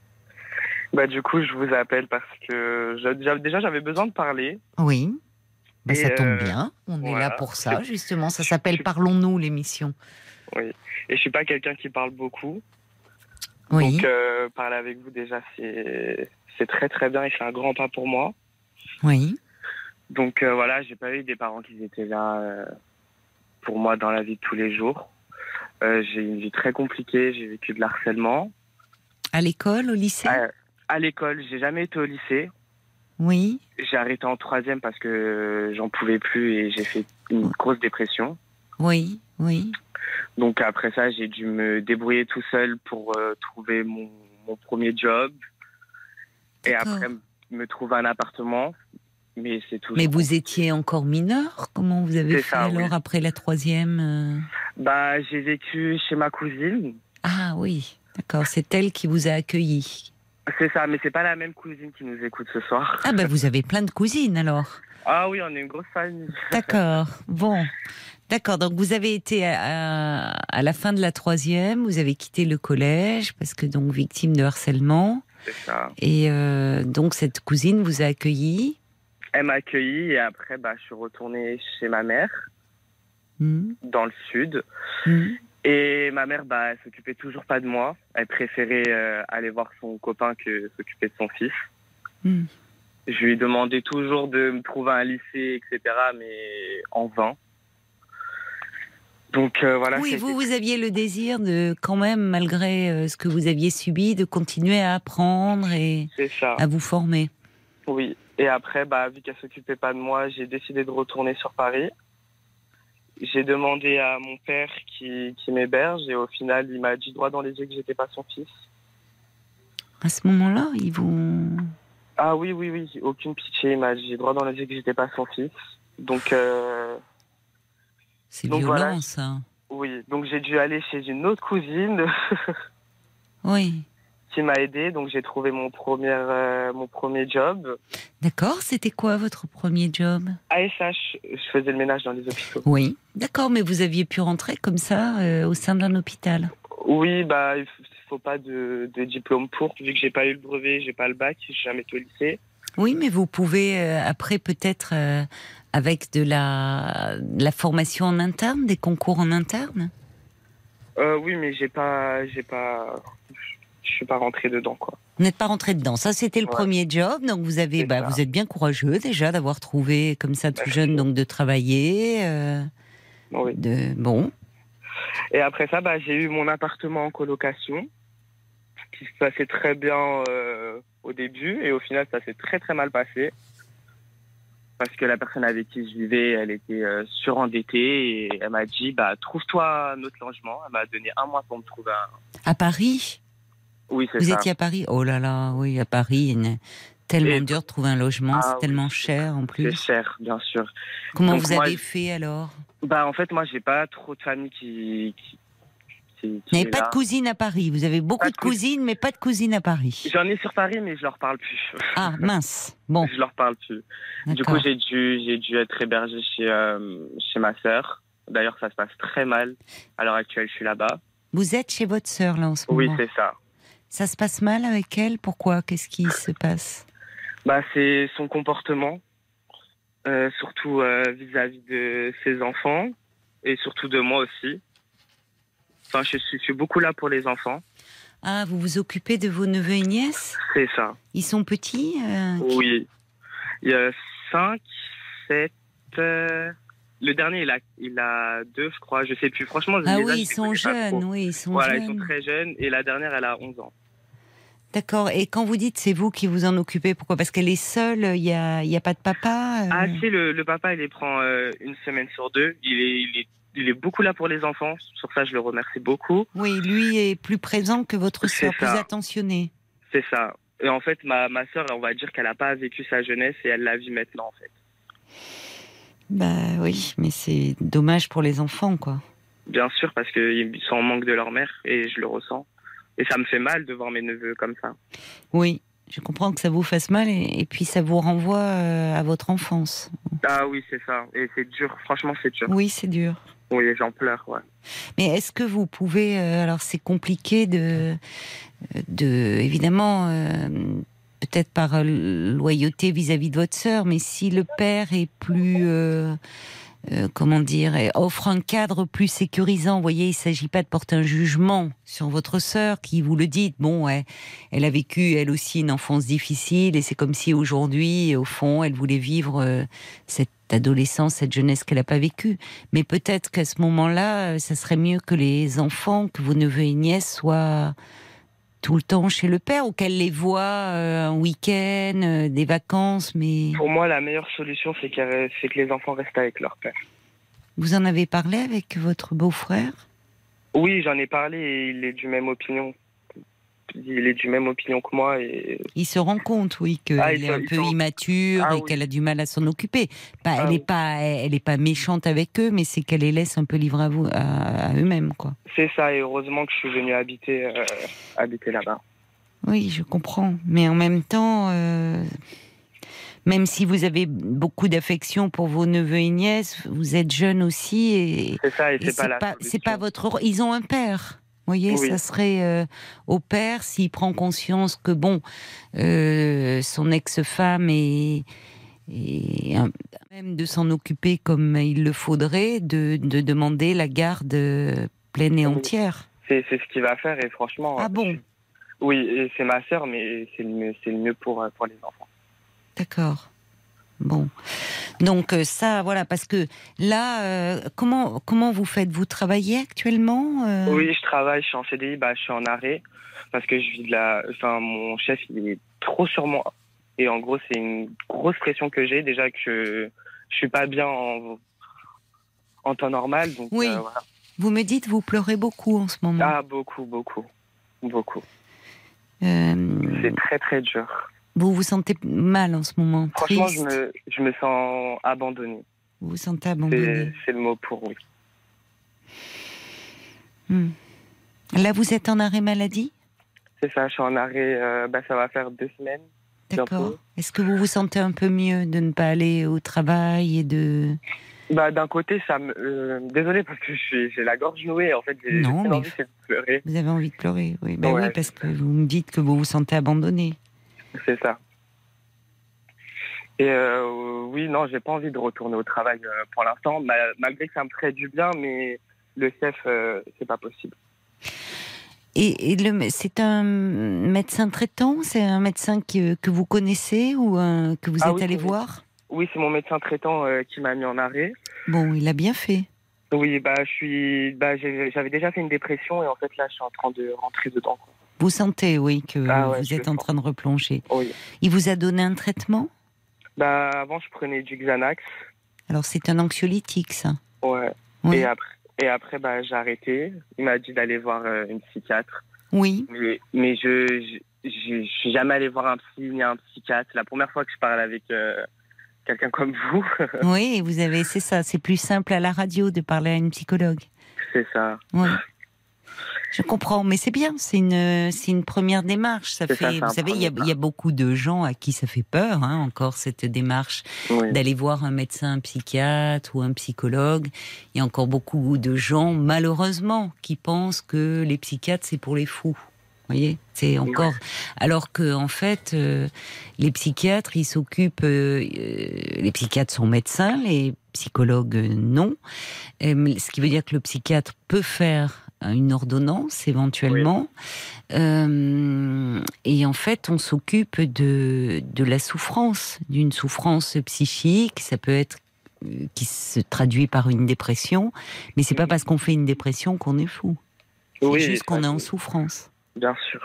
Speaker 8: Bah, du coup, je vous appelle parce que j'a- j'a- déjà, j'avais besoin de parler.
Speaker 3: Oui. Ben,
Speaker 8: Et,
Speaker 3: ça tombe
Speaker 8: euh,
Speaker 3: bien. On est
Speaker 8: voilà.
Speaker 3: là pour ça, justement. Ça
Speaker 8: Je-
Speaker 3: s'appelle
Speaker 8: je-
Speaker 3: Parlons-nous, l'émission.
Speaker 8: Oui. Et je suis pas quelqu'un qui parle beaucoup.
Speaker 3: Oui.
Speaker 8: Donc, euh, parler avec vous, déjà, c'est c'est très, très bien et c'est un grand pas pour moi.
Speaker 3: Oui.
Speaker 8: Donc, euh, voilà, j'ai pas eu des parents qui étaient là euh, pour moi dans la vie de tous les jours. Euh, j'ai une vie très compliquée, j'ai vécu de l'harcèlement.
Speaker 3: À l'école, au lycée?
Speaker 8: À, à l'école, j'ai jamais été au lycée.
Speaker 3: Oui.
Speaker 8: J'ai arrêté en troisième parce que j'en pouvais plus et j'ai fait une grosse dépression.
Speaker 3: Oui. Oui.
Speaker 8: Donc après ça, j'ai dû me débrouiller tout seul pour euh, trouver mon, mon premier job. Et
Speaker 3: D'accord.
Speaker 8: après, m- me trouver un appartement. Mais c'est tout.
Speaker 3: Mais vous étiez encore mineur? Comment vous avez
Speaker 8: C'est
Speaker 3: fait
Speaker 8: ça,
Speaker 3: alors
Speaker 8: oui.
Speaker 3: après la troisième euh
Speaker 8: Bah, j'ai vécu chez ma cousine.
Speaker 3: Ah oui, d'accord. C'est elle qui vous a accueilli.
Speaker 8: C'est ça, mais c'est pas la même cousine qui nous écoute ce soir.
Speaker 3: Ah ben vous avez plein de cousines alors.
Speaker 8: Ah oui, on est une grosse famille.
Speaker 3: D'accord. Bon. D'accord. Donc vous avez été à, à la fin de la troisième, vous avez quitté le collège parce que donc victime de harcèlement.
Speaker 8: C'est ça.
Speaker 3: Et euh, donc cette cousine vous a accueilli.
Speaker 8: Elle m'a accueilli et après, bah, je suis retourné chez ma mère,
Speaker 3: Hmm.
Speaker 8: dans le sud.
Speaker 3: Hmm.
Speaker 8: Et ma mère, bah, elle s'occupait toujours pas de moi. Elle préférait euh, aller voir son copain que s'occuper de son fils.
Speaker 3: Hmm.
Speaker 8: Je lui demandais toujours de me trouver un lycée, et cetera, mais en vain. Donc euh, voilà.
Speaker 3: Oui,
Speaker 8: ça a
Speaker 3: vous,
Speaker 8: été-
Speaker 3: vous aviez le désir de, quand même, malgré euh, ce que vous aviez subi, de continuer à apprendre et
Speaker 8: C'est ça.
Speaker 3: à vous former.
Speaker 8: Oui. Et après, bah, vu qu'elle s'occupait pas de moi, j'ai décidé de retourner sur Paris. J'ai demandé à mon père qui, qui m'héberge et au final, il m'a dit droit dans les yeux que j'étais pas son fils.
Speaker 3: À ce moment-là, ils vous...
Speaker 8: Ah oui, oui, oui, aucune pitié. Il m'a dit droit dans les yeux que j'étais pas son fils. Donc, euh,
Speaker 3: C'est
Speaker 8: Donc
Speaker 3: violent,
Speaker 8: voilà.
Speaker 3: ça.
Speaker 8: oui. Donc j'ai dû aller chez une autre cousine
Speaker 3: Oui.
Speaker 8: qui m'a aidé. Donc j'ai trouvé mon premier, euh, mon premier job.
Speaker 3: D'accord, c'était quoi votre premier job?
Speaker 8: A S H, je faisais le ménage dans les hôpitaux.
Speaker 3: Oui. D'accord, mais vous aviez pu rentrer comme ça euh, au sein d'un hôpital?
Speaker 8: Oui, bah, il faut pas de, de diplôme pour, vu que j'ai pas eu le brevet, j'ai pas le bac, j'ai jamais été au lycée.
Speaker 3: Oui, mais vous pouvez euh, après peut-être euh, avec de la, de la formation en interne, des concours en interne.
Speaker 8: Euh, oui, mais j'ai pas, j'ai pas, je suis pas rentré dedans, quoi.
Speaker 3: Vous n'êtes pas rentré dedans. Ça, c'était le
Speaker 8: Ouais.
Speaker 3: premier job. Donc vous avez,
Speaker 8: C'est
Speaker 3: bah,
Speaker 8: ça.
Speaker 3: vous êtes bien courageux déjà d'avoir trouvé comme ça tout
Speaker 8: Merci.
Speaker 3: jeune, donc de travailler. euh,
Speaker 8: Oui.
Speaker 3: de bon.
Speaker 8: Et après ça, bah, j'ai eu mon appartement en colocation, qui se passait très bien euh, au début, et au final, ça s'est très très mal passé. Parce que la personne avec qui je vivais, elle était euh, surendettée, et elle m'a dit, bah, trouve-toi un autre logement. Elle m'a donné un mois pour me trouver un...
Speaker 3: À Paris?
Speaker 8: Oui, c'est
Speaker 3: Vous
Speaker 8: ça.
Speaker 3: étiez à Paris? Oh là là, oui, à Paris. une- Tellement
Speaker 8: Et-
Speaker 3: dur de trouver un logement,
Speaker 8: Ah
Speaker 3: c'est
Speaker 8: oui.
Speaker 3: tellement cher en
Speaker 8: C'est
Speaker 3: plus.
Speaker 8: cher, bien sûr.
Speaker 3: Comment
Speaker 8: Donc
Speaker 3: vous
Speaker 8: moi,
Speaker 3: avez
Speaker 8: je-
Speaker 3: fait alors?
Speaker 8: Bah, en fait, moi, j'ai pas trop de famille qui... qui, qui
Speaker 3: Vous
Speaker 8: qui
Speaker 3: n'avez
Speaker 8: est
Speaker 3: pas
Speaker 8: là.
Speaker 3: de cousine à Paris. Vous avez beaucoup
Speaker 8: Pas
Speaker 3: de
Speaker 8: de cousine.
Speaker 3: cousines, mais pas de cousine à Paris.
Speaker 8: J'en ai sur Paris, mais je leur parle plus.
Speaker 3: Ah, mince. Bon,
Speaker 8: Je leur parle plus. Du coup,
Speaker 3: d'accord.
Speaker 8: j'ai dû, j'ai dû être hébergé chez, euh, chez ma sœur. D'ailleurs, ça se passe très mal. À l'heure actuelle, je suis là-bas.
Speaker 3: Vous êtes chez votre sœur là en ce
Speaker 8: Oui,
Speaker 3: moment.
Speaker 8: c'est ça.
Speaker 3: Ça se passe mal avec elle? Pourquoi? Qu'est-ce qui se passe?
Speaker 8: Bah, c'est son comportement, euh, surtout euh, vis-à-vis de ses enfants et surtout de moi aussi. Enfin, je suis, je suis beaucoup là pour les enfants.
Speaker 3: Ah, vous vous occupez de vos neveux et nièces?
Speaker 8: C'est ça.
Speaker 3: Ils sont petits euh,
Speaker 8: Oui. Il y a cinq, sept. euh, Le dernier, il a, il a deux, je crois. Je sais plus. Franchement,
Speaker 3: Ah
Speaker 8: les
Speaker 3: oui,
Speaker 8: âges,
Speaker 3: ils
Speaker 8: je les
Speaker 3: sont
Speaker 8: connais pas trop.
Speaker 3: jeunes, oui, ils sont
Speaker 8: Voilà,
Speaker 3: jeunes.
Speaker 8: ils sont très jeunes. Et la dernière, elle a onze ans.
Speaker 3: D'accord. Et quand vous dites c'est vous qui vous en occupez, pourquoi? Parce qu'elle est seule, il n'y a, il y a pas de papa euh
Speaker 8: Ah, si, le, le papa, il les prend euh, une semaine sur deux. Il est, il, est, il est beaucoup là pour les enfants. Sur ça, je le remercie beaucoup.
Speaker 3: Oui, lui est plus présent que votre
Speaker 8: C'est
Speaker 3: sœur, plus
Speaker 8: ça.
Speaker 3: attentionné.
Speaker 8: C'est ça. Et en fait, ma, ma sœur, on va dire qu'elle n'a pas vécu sa jeunesse et elle la vit maintenant, en fait.
Speaker 3: Bah oui, mais c'est dommage pour les enfants, quoi.
Speaker 8: Bien sûr, parce qu'ils sont en manque de leur mère et je le ressens. Et ça me fait mal de voir mes neveux comme ça.
Speaker 3: Oui, je comprends que ça vous fasse mal et, et puis ça vous renvoie euh, à votre enfance.
Speaker 8: Ah oui, c'est ça. Et c'est dur. Franchement, c'est dur.
Speaker 3: Oui, c'est dur.
Speaker 8: Oui, j'en pleure, ouais.
Speaker 3: Mais est-ce que vous pouvez, euh, alors c'est compliqué de, de évidemment, euh, peut-être par euh, loyauté vis-à-vis de votre sœur, mais si le père est plus, euh, euh, comment dire, offre un cadre plus sécurisant, vous voyez, il ne s'agit pas de porter un jugement sur votre sœur qui, vous le dites, bon, elle, elle a vécu elle aussi une enfance difficile et c'est comme si aujourd'hui, au fond, elle voulait vivre euh, cette adolescence, cette jeunesse qu'elle n'a pas vécue. Mais peut-être qu'à ce moment-là, ça serait mieux que les enfants, que vos neveux et nièces soient tout le temps chez le père ou qu'elle les voit euh, un week-end, euh, des vacances, mais...
Speaker 8: Pour moi, la meilleure solution, c'est, qu'elle- c'est que les enfants restent avec leur père.
Speaker 3: Vous en avez parlé avec votre beau-frère?
Speaker 8: Oui, j'en ai parlé et il est du même opinion. Il est du même opinion que moi. Et...
Speaker 3: Il se rend compte, oui, qu'elle
Speaker 8: Ah, il
Speaker 3: est
Speaker 8: se-
Speaker 3: un
Speaker 8: il
Speaker 3: peu
Speaker 8: se rend-
Speaker 3: immature
Speaker 8: Ah,
Speaker 3: et
Speaker 8: oui.
Speaker 3: qu'elle a du mal à s'en occuper. Bah,
Speaker 8: Ah,
Speaker 3: elle n'est
Speaker 8: oui.
Speaker 3: pas, elle est pas méchante avec eux, mais c'est qu'elle les laisse un peu livrés à, vous, à, à eux-mêmes, quoi.
Speaker 8: C'est ça, et heureusement que je suis venu habiter, euh, habiter là-bas.
Speaker 3: Oui, je comprends. Mais en même temps, euh, même si vous avez beaucoup d'affection pour vos neveux et nièces, vous êtes jeune aussi et,
Speaker 8: C'est ça, et,
Speaker 3: et
Speaker 8: c'est pas la
Speaker 3: pas,
Speaker 8: solution.
Speaker 3: c'est pas votre rôle. Ils ont un père. Vous voyez,
Speaker 8: Oui.
Speaker 3: ça serait euh, au père s'il prend conscience que bon, euh, son ex-femme est, est un- même de s'en occuper comme il le faudrait, de, de demander la garde euh, pleine et
Speaker 8: Oui.
Speaker 3: entière.
Speaker 8: C'est, c'est ce qu'il va faire, et franchement...
Speaker 3: Ah
Speaker 8: euh,
Speaker 3: bon?
Speaker 8: Oui, et c'est ma sœur, mais c'est le mieux, c'est le mieux pour, euh, pour les enfants.
Speaker 3: D'accord. Bon, donc euh, ça, voilà, parce que là, euh, comment comment vous faites? Vous travaillez actuellement euh...
Speaker 8: Oui, je travaille, je suis en C D I, bah, je suis en arrêt parce que je vis de la, enfin, mon chef il est trop sur moi et en gros c'est une grosse pression que j'ai déjà que je, je suis pas bien en, en temps normal, donc
Speaker 3: oui.
Speaker 8: euh, voilà.
Speaker 3: Vous me dites, vous pleurez beaucoup en ce moment.
Speaker 8: Ah beaucoup, beaucoup, beaucoup.
Speaker 3: Euh...
Speaker 8: C'est très très dur.
Speaker 3: Vous vous sentez mal en ce moment?
Speaker 8: Franchement,
Speaker 3: triste.
Speaker 8: je me, je me sens abandonnée.
Speaker 3: Vous vous sentez abandonnée?
Speaker 8: C'est, c'est le mot pour oui.
Speaker 3: Hmm. Là, vous êtes en arrêt maladie?
Speaker 8: C'est ça, je suis en arrêt, euh, bah, ça va faire deux semaines.
Speaker 3: D'accord.
Speaker 8: Bientôt.
Speaker 3: Est-ce que vous vous sentez un peu mieux de ne pas aller au travail et de...
Speaker 8: Bah, d'un côté, ça me... Euh, désolée, parce que je suis, j'ai la gorge nouée, en fait, j'ai,
Speaker 3: Non,
Speaker 8: j'ai
Speaker 3: mais...
Speaker 8: envie de pleurer.
Speaker 3: Vous avez envie de pleurer, oui. Ben
Speaker 8: ouais,
Speaker 3: oui, parce que vous me dites que vous vous sentez abandonné.
Speaker 8: C'est ça. Et euh, oui, non, j'ai pas envie de retourner au travail euh, pour l'instant, mal- malgré que ça me ferait du bien, mais le chef, euh, c'est pas possible.
Speaker 3: Et, et le, c'est un médecin traitant? C'est un médecin que, que vous connaissez ou un, que vous
Speaker 8: Ah
Speaker 3: êtes
Speaker 8: oui,
Speaker 3: allé
Speaker 8: oui.
Speaker 3: voir?
Speaker 8: Oui, c'est mon médecin traitant euh, qui m'a mis en arrêt.
Speaker 3: Bon, il a bien fait.
Speaker 8: Oui, bah, je suis, bah, j'ai, j'avais déjà fait une dépression et en fait là, je suis en train de rentrer dedans, quoi.
Speaker 3: Vous sentez, oui, que
Speaker 8: Ah ouais,
Speaker 3: vous
Speaker 8: je
Speaker 3: êtes
Speaker 8: le
Speaker 3: en
Speaker 8: sens.
Speaker 3: train de replonger.
Speaker 8: Oui.
Speaker 3: Il vous a donné un traitement?
Speaker 8: Bah, avant, je prenais du Xanax.
Speaker 3: Alors, c'est un anxiolytique, ça?
Speaker 8: Ouais.
Speaker 3: Oui.
Speaker 8: Et après, et après bah, j'ai arrêté. Il m'a dit d'aller voir euh, une psychiatre.
Speaker 3: Oui.
Speaker 8: Mais, mais je, je, je, je suis jamais allé voir un psy ni un psychiatre. C'est la première fois que je parle avec euh, quelqu'un comme vous.
Speaker 3: Oui, et vous avez, c'est ça, c'est plus simple à la radio de parler à une psychologue.
Speaker 8: C'est ça.
Speaker 3: Oui. Je comprends, mais c'est bien, c'est une, c'est une première démarche. Ça
Speaker 8: C'est
Speaker 3: fait,
Speaker 8: ça, c'est
Speaker 3: vous
Speaker 8: un
Speaker 3: savez, il y, a,
Speaker 8: premier
Speaker 3: il y a beaucoup de gens à qui ça fait peur, hein, encore cette démarche
Speaker 8: Oui.
Speaker 3: d'aller voir un médecin, un psychiatre ou un psychologue. Il y a encore beaucoup de gens, malheureusement, qui pensent que les psychiatres c'est pour les fous. Vous voyez, c'est encore. Alors que en fait, euh, les psychiatres, ils s'occupent. Euh, euh, les psychiatres sont médecins, les psychologues euh, non. Euh, ce qui veut dire que le psychiatre peut faire une ordonnance éventuellement. Oui. Euh, et en fait, on s'occupe de de la souffrance, d'une souffrance psychique. Ça peut être euh, qui se traduit par une dépression, mais c'est pas parce qu'on fait une dépression qu'on est fou. C'est
Speaker 8: Oui,
Speaker 3: juste qu'on
Speaker 8: ça,
Speaker 3: est en souffrance.
Speaker 8: Bien sûr.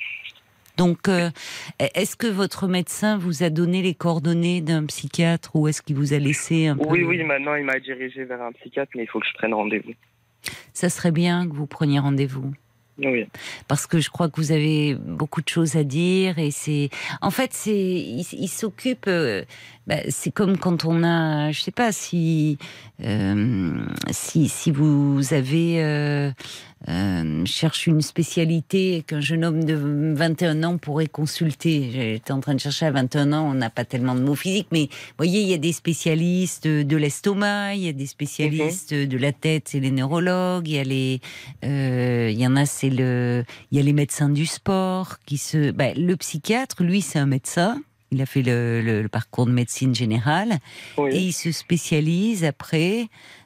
Speaker 3: Donc, euh, est-ce que votre médecin vous a donné les coordonnées d'un psychiatre ou est-ce qu'il vous a laissé un peu...
Speaker 8: Oui, oui, maintenant il m'a dirigé vers un psychiatre, mais il faut que je prenne rendez-vous.
Speaker 3: Ça serait bien que vous preniez rendez-vous.
Speaker 8: Oui.
Speaker 3: Parce que je crois que vous avez beaucoup de choses à dire et c'est, en fait, c'est, il, il s'occupe. Euh, bah, c'est comme quand on a, je sais pas si, euh, si, si vous avez euh, euh, cherche une spécialité qu'un jeune homme de vingt et un ans pourrait consulter. J'étais en train de chercher à vingt et un ans, on n'a pas tellement de mots physiques, mais vous voyez, il y a des spécialistes de l'estomac, il y a des spécialistes mm-hmm. de la tête, c'est les neurologues, il y a les, euh, il y en a, c'est le, il y a les médecins du sport qui se, bah, le psychiatre, lui, c'est un médecin. Il a fait le, le, le parcours de médecine générale oui. et il se spécialise après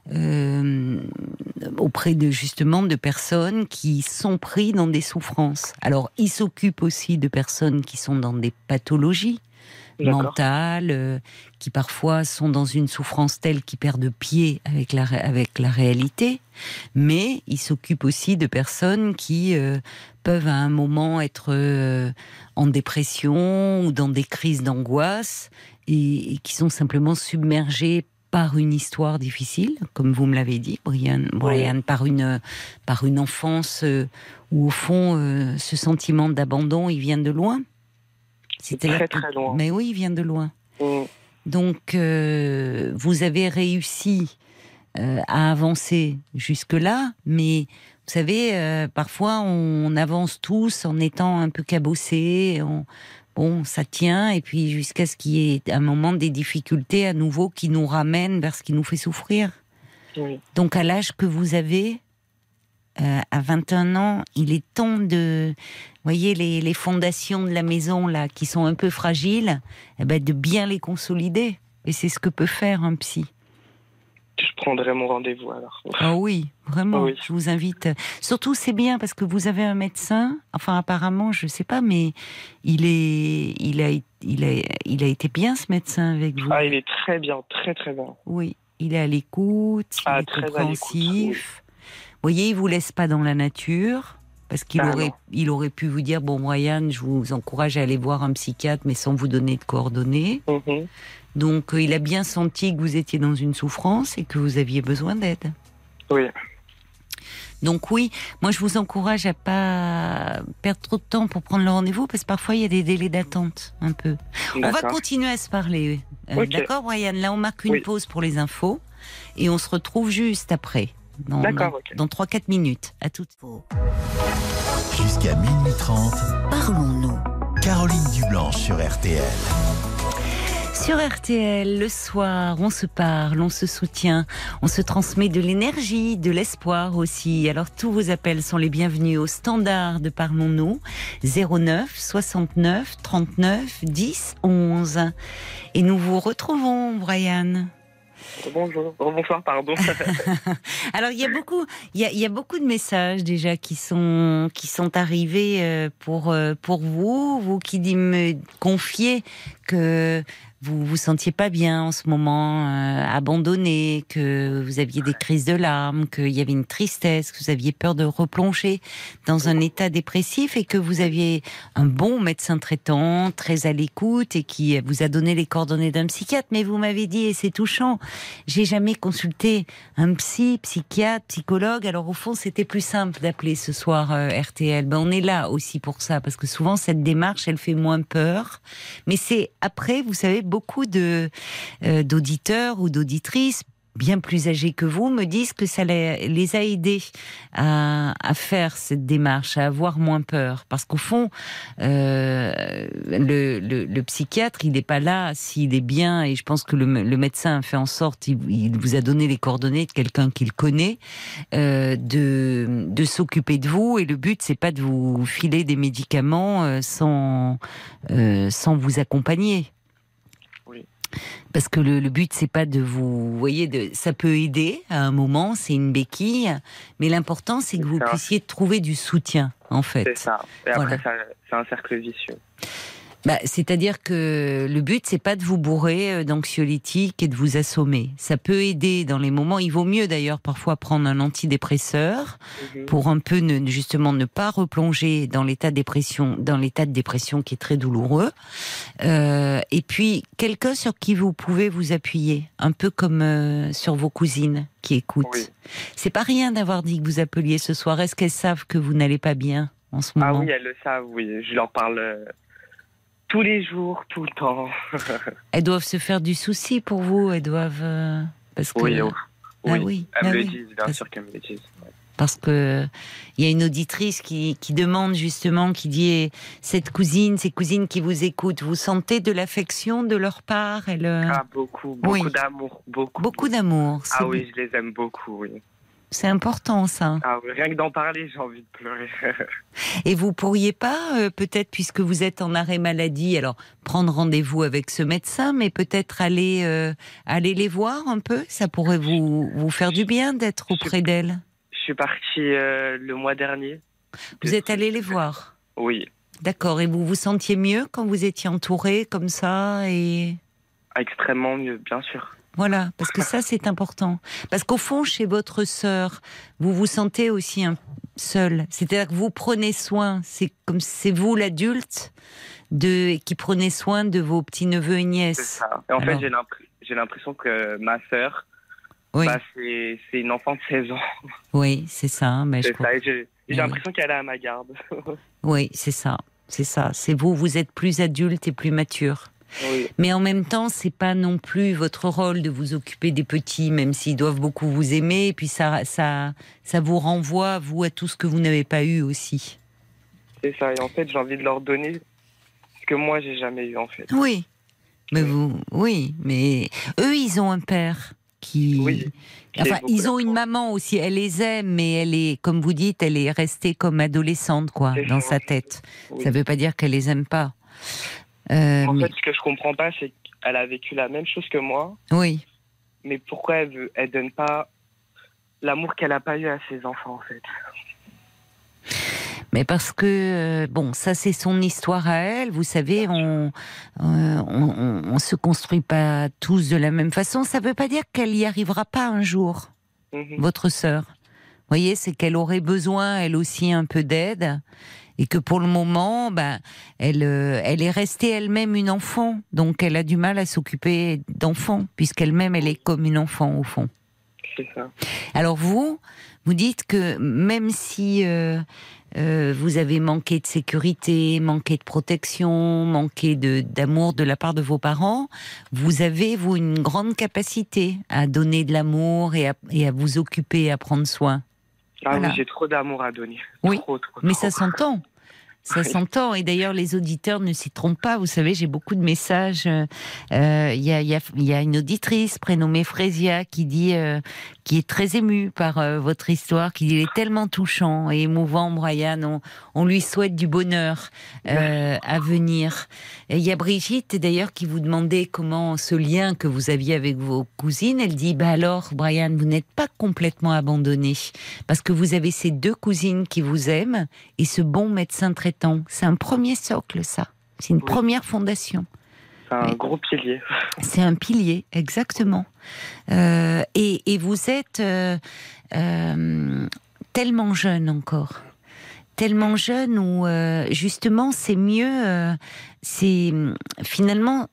Speaker 3: euh, auprès de justement de personnes qui sont pris dans des souffrances. Alors, il s'occupe aussi de personnes qui sont dans des pathologies D'accord. mentales, euh, qui parfois sont dans une souffrance telle qu'ils perdent pied avec la, avec la réalité. Mais il s'occupe aussi de personnes qui euh, peuvent à un moment être euh, en dépression ou dans des crises d'angoisse et, et qui sont simplement submergées par une histoire difficile, comme vous me l'avez dit, Brian, Brian oui. par une par une enfance euh, où au fond euh, ce sentiment d'abandon il vient de loin.
Speaker 8: C'était très très loin.
Speaker 3: Mais oui, il vient de loin.
Speaker 8: Mm.
Speaker 3: Donc euh, vous avez réussi euh, à avancer jusque-là, mais vous savez, euh, parfois on avance tous en étant un peu cabossés. On... Bon, ça tient, et puis jusqu'à ce qu'il y ait un moment des difficultés à nouveau qui nous ramènent vers ce qui nous fait souffrir.
Speaker 8: Oui.
Speaker 3: Donc à l'âge que vous avez, euh, à vingt et un ans, il est temps de... Vous voyez, les, les fondations de la maison, là, qui sont un peu fragiles, eh ben, de bien les consolider. Et c'est ce que peut faire un psy.
Speaker 8: je prendrai mon rendez-vous alors.
Speaker 3: Ah oui, vraiment,
Speaker 8: Oui.
Speaker 3: je vous invite. Surtout, c'est bien parce que vous avez un médecin, enfin apparemment, je ne sais pas, mais il, est, il, a, il, a, il a été bien ce médecin avec vous.
Speaker 8: Ah, il est très bien, très très bien.
Speaker 3: Oui, il est à l'écoute, il
Speaker 8: Ah,
Speaker 3: est
Speaker 8: très à
Speaker 3: compréhensif. Vous voyez, il ne vous laisse pas dans la nature. Parce qu'il
Speaker 8: Ah,
Speaker 3: aurait,
Speaker 8: non.
Speaker 3: il aurait pu vous dire, bon, Brian, je vous encourage à aller voir un psychiatre, mais sans vous donner de coordonnées.
Speaker 8: Mhm.
Speaker 3: Donc, euh, il a bien senti que vous étiez dans une souffrance et que vous aviez besoin d'aide.
Speaker 8: Oui.
Speaker 3: Donc oui, moi je vous encourage à pas perdre trop de temps pour prendre le rendez-vous, parce que parfois il y a des délais d'attente, un peu. On va
Speaker 8: D'accord.
Speaker 3: continuer à se parler. Euh,
Speaker 8: Ok.
Speaker 3: D'accord, Brian? Là, on marque une
Speaker 8: Oui.
Speaker 3: pause pour les infos et on se retrouve juste après. Dans,
Speaker 8: D'accord,
Speaker 3: dans,
Speaker 8: ok.
Speaker 3: dans trois quatre minutes. À toutes.
Speaker 1: Jusqu'à minuit trente,
Speaker 2: Parlons-nous.
Speaker 1: Caroline Dublanche sur R T L.
Speaker 3: Sur R T L, le soir, on se parle, on se soutient, on se transmet de l'énergie, de l'espoir aussi. Alors tous vos appels sont les bienvenus au standard de Parlons-nous, zéro neuf soixante-neuf trente-neuf dix onze. Et nous vous retrouvons, Brian.
Speaker 8: Bonjour. Oh, bonsoir, pardon.
Speaker 3: Alors il y a beaucoup, il y a, il y a beaucoup de messages déjà qui sont qui sont arrivés euh, pour euh, pour vous, vous qui dit, me confiez que vous vous sentiez pas bien en ce moment, euh, abandonné, que vous aviez des crises de larmes, qu'il y avait une tristesse, que vous aviez peur de replonger dans un état dépressif et que vous aviez un bon médecin traitant, très à l'écoute et qui vous a donné les coordonnées d'un psychiatre. Mais vous m'avez dit, et c'est touchant, j'ai jamais consulté un psy, psychiatre, psychologue. Alors au fond, c'était plus simple d'appeler ce soir euh, R T L. Ben, on est là aussi pour ça, parce que souvent cette démarche, elle fait moins peur. Mais c'est après, vous savez, beaucoup de euh, d'auditeurs ou d'auditrices bien plus âgés que vous me disent que ça les, les a aidés à, à faire cette démarche, à avoir moins peur. Parce qu'au fond, euh, le, le, le psychiatre, il n'est pas là s'il est bien, et je pense que le, le médecin a fait en sorte, il, il vous a donné les coordonnées de quelqu'un qu'il connaît, euh, de, de s'occuper de vous, et le but, c'est pas de vous filer des médicaments euh, sans, euh, sans vous accompagner. Parce que le, le but, c'est pas de vous, vous voyez, de, ça peut aider à un moment, c'est une béquille, mais l'important, c'est que
Speaker 8: C'est
Speaker 3: vous
Speaker 8: ça.
Speaker 3: puissiez trouver du soutien, en fait.
Speaker 8: C'est ça. Et après,
Speaker 3: Voilà.
Speaker 8: ça, c'est un cercle vicieux.
Speaker 3: Bah, c'est-à-dire que le but, c'est pas de vous bourrer d'anxiolytiques et de vous assommer. Ça peut aider dans les moments. Il vaut mieux d'ailleurs parfois prendre un antidépresseur
Speaker 8: Mhm.
Speaker 3: pour un peu ne, justement ne pas replonger dans l'état de dépression, dans l'état de dépression qui est très douloureux. Euh, et puis quelqu'un sur qui vous pouvez vous appuyer, un peu comme euh, sur vos cousines qui écoutent.
Speaker 8: Oui.
Speaker 3: C'est pas rien d'avoir dit que vous appeliez ce soir. Est-ce qu'elles savent que vous n'allez pas bien en ce moment?
Speaker 8: Ah oui, elles le savent, oui. Je leur parle euh, tous les jours, tout le temps.
Speaker 3: Elles doivent se faire du souci pour vous. Elles doivent euh, parce que
Speaker 8: Oui, oh.
Speaker 3: Ah
Speaker 8: oui.
Speaker 3: oui,
Speaker 8: Elles
Speaker 3: ah
Speaker 8: me le
Speaker 3: oui.
Speaker 8: disent, bien
Speaker 3: Parce-
Speaker 8: sûr qu'elles me le disent. Ouais.
Speaker 3: Parce que il y a une auditrice qui, qui demande justement, qui dit eh, cette cousine, ces cousines qui vous écoutent, vous sentez de l'affection de leur part? Elle, euh,
Speaker 8: Ah, beaucoup, beaucoup
Speaker 3: Oui.
Speaker 8: d'amour, beaucoup.
Speaker 3: beaucoup d'amour.
Speaker 8: Ah
Speaker 3: C'est-
Speaker 8: oui, je les aime beaucoup, oui.
Speaker 3: C'est important ça.
Speaker 8: Ah oui, rien que d'en parler, j'ai envie de pleurer.
Speaker 3: Et vous pourriez pas, euh, peut-être, puisque vous êtes en arrêt maladie, alors prendre rendez-vous avec ce médecin, mais peut-être aller, euh, aller les voir un peu. Ça pourrait vous, vous faire du bien d'être auprès d'elles.
Speaker 8: Je suis partie euh, le mois dernier.
Speaker 3: Vous êtes allé les voir.
Speaker 8: Oui,
Speaker 3: D'accord. Et vous vous sentiez mieux quand vous étiez entouré comme ça et...
Speaker 8: extrêmement mieux, bien sûr.
Speaker 3: Voilà, parce que ça, c'est important. Parce qu'au fond, chez votre sœur, vous vous sentez aussi un seul. C'est-à-dire que vous prenez soin, c'est comme c'est vous l'adulte de qui prenez soin de vos petits-neveux et
Speaker 8: C'est
Speaker 3: nièces.
Speaker 8: ça. Et en
Speaker 3: Alors.
Speaker 8: fait, j'ai l'impr- j'ai l'impression que ma sœur,
Speaker 3: Oui,
Speaker 8: bah, c'est c'est une enfant de seize ans.
Speaker 3: oui, c'est ça. Mais je
Speaker 8: C'est
Speaker 3: crois-
Speaker 8: ça. Et j'ai j'ai
Speaker 3: Oui.
Speaker 8: l'impression qu'elle est à ma garde.
Speaker 3: Oui, c'est ça. C'est ça. C'est vous, vous êtes plus adulte et plus mature.
Speaker 8: Oui,
Speaker 3: Mais en même temps, c'est pas non plus votre rôle de vous occuper des petits, même s'ils doivent beaucoup vous aimer. Et puis ça, ça, ça vous renvoie, vous, à tout ce que vous n'avez pas eu aussi.
Speaker 8: c'est ça. Et en fait, j'ai envie de leur donner ce que moi, j'ai jamais eu, en fait.
Speaker 3: Oui. Mais vous, oui. Mais eux, ils ont un père qui.
Speaker 8: Oui. Qui
Speaker 3: Enfin,
Speaker 8: est beaucoup
Speaker 3: ils ont
Speaker 8: là
Speaker 3: une
Speaker 8: pour-
Speaker 3: maman aussi. Elle les aime, mais elle est, comme vous dites, elle est restée comme adolescente, quoi,
Speaker 8: C'est
Speaker 3: dans
Speaker 8: ça.
Speaker 3: sa tête.
Speaker 8: Oui.
Speaker 3: Ça veut pas dire qu'elle les aime pas. Euh,
Speaker 8: En
Speaker 3: mais-
Speaker 8: fait, ce que je comprends pas, c'est qu'elle a vécu la même chose que moi,
Speaker 3: Oui.
Speaker 8: mais pourquoi elle veut, elle donne pas l'amour qu'elle a pas eu à ses enfants, en fait?
Speaker 3: Mais parce que, bon, ça c'est son histoire à elle, vous savez, on, euh, on, on, on se construit pas tous de la même façon, ça veut pas dire qu'elle y arrivera pas un jour, mm-hmm. votre sœur. Vous voyez, c'est qu'elle aurait besoin, elle aussi, un peu d'aide, et que pour le moment, ben, elle, euh, elle est restée elle-même une enfant, donc elle a du mal à s'occuper d'enfants, puisqu'elle-même, elle est comme une enfant, au fond.
Speaker 8: C'est ça.
Speaker 3: Alors vous, vous dites que même si euh, euh, vous avez manqué de sécurité, manqué de protection, manqué de, d'amour de la part de vos parents, vous avez, vous, une grande capacité à donner de l'amour et à, et à vous occuper, à prendre soin.
Speaker 8: Ah
Speaker 3: voilà.
Speaker 8: Oui, j'ai trop d'amour à donner.
Speaker 3: Oui,
Speaker 8: trop, trop,
Speaker 3: mais
Speaker 8: trop.
Speaker 3: ça s'entend. Ça
Speaker 8: Oui.
Speaker 3: s'entend, et d'ailleurs les auditeurs ne s'y trompent pas. Vous savez, j'ai beaucoup de messages. Il euh, y, a, y, a, y a une auditrice prénommée Frésia qui dit, euh, qui est très émue par euh, votre histoire, qui dit il est tellement touchant et émouvant, Brian. On, on lui souhaite du bonheur euh, à venir. Et il y a Brigitte d'ailleurs qui vous demandait comment ce lien que vous aviez avec vos cousines. Elle dit bah alors, Brian, vous n'êtes pas complètement abandonné parce que vous avez ces deux cousines qui vous aiment et ce bon médecin traitant. C'est un premier socle, ça. C'est une oui. première fondation.
Speaker 8: C'est un
Speaker 3: oui.
Speaker 8: gros pilier.
Speaker 3: C'est un pilier, exactement. Euh, et, et vous êtes euh, euh, tellement jeune encore. Tellement jeune où, euh, justement, c'est mieux... Euh, c'est finalement...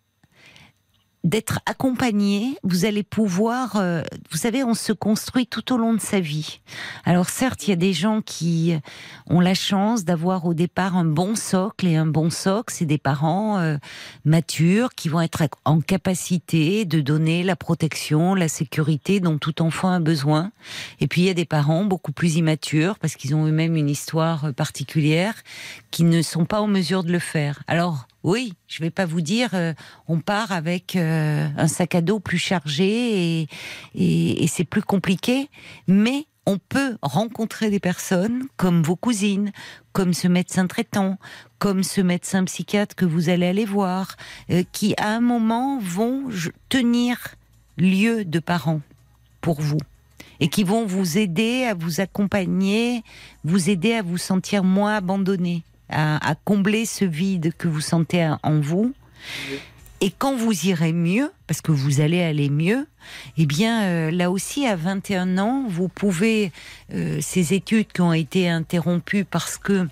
Speaker 3: d'être accompagné, vous allez pouvoir... Euh, vous savez, on se construit tout au long de sa vie. Alors certes, il y a des gens qui ont la chance d'avoir au départ un bon socle, et un bon socle, c'est des parents euh, matures qui vont être en capacité de donner la protection, la sécurité dont tout enfant a besoin. Et puis il y a des parents beaucoup plus immatures, parce qu'ils ont eux-mêmes une histoire particulière, qui ne sont pas en mesure de le faire. Alors... oui, je ne vais pas vous dire, euh, on part avec euh, un sac à dos plus chargé et, et, et c'est plus compliqué, mais on peut rencontrer des personnes comme vos cousines, comme ce médecin traitant, comme ce médecin psychiatre que vous allez aller voir, euh, qui à un moment vont tenir lieu de parents pour vous. Et qui vont vous aider à vous accompagner, vous aider à vous sentir moins abandonné. À, à combler ce vide que vous sentez en vous. Et quand vous irez mieux, parce que vous allez aller mieux, eh bien, euh, là aussi, à vingt et un ans, vous pouvez, euh, ces études qui ont été interrompues parce que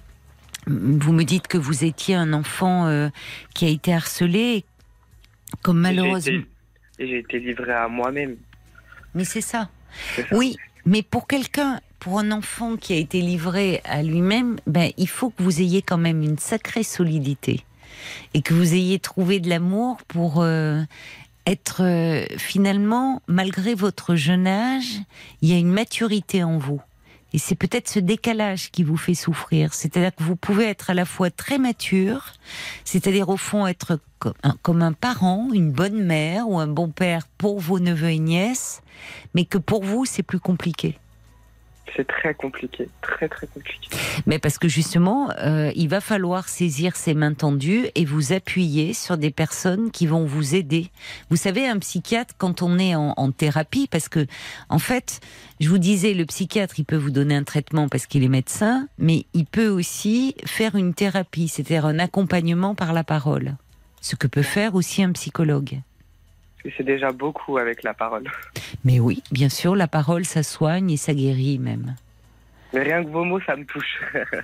Speaker 3: vous me dites que vous étiez un enfant euh, qui a été harcelé, comme malheureusement...
Speaker 8: Et j'ai été, et j'ai été livré à moi-même.
Speaker 3: Mais c'est ça.
Speaker 8: C'est ça.
Speaker 3: Oui, mais pour quelqu'un... pour un enfant qui a été livré à lui-même, ben, il faut que vous ayez quand même une sacrée solidité et que vous ayez trouvé de l'amour pour euh, être euh, finalement, malgré votre jeune âge, il y a une maturité en vous. Et c'est peut-être ce décalage qui vous fait souffrir. C'est-à-dire que vous pouvez être à la fois très mature, c'est-à-dire au fond être comme un, comme un parent, une bonne mère ou un bon père pour vos neveux et nièces, mais que pour vous, c'est plus compliqué.
Speaker 8: C'est très compliqué, très très compliqué.
Speaker 3: Mais parce que justement, euh, il va falloir saisir ses mains tendues et vous appuyer sur des personnes qui vont vous aider. Vous savez, un psychiatre, quand on est en, en thérapie, parce que, en fait, je vous disais, le psychiatre, il peut vous donner un traitement parce qu'il est médecin, mais il peut aussi faire une thérapie, c'est-à-dire un accompagnement par la parole. Ce que peut faire aussi un psychologue.
Speaker 8: Et c'est déjà beaucoup avec la parole.
Speaker 3: Mais oui, bien sûr, la parole, ça soigne et ça guérit même.
Speaker 8: Mais rien que vos mots, ça me touche.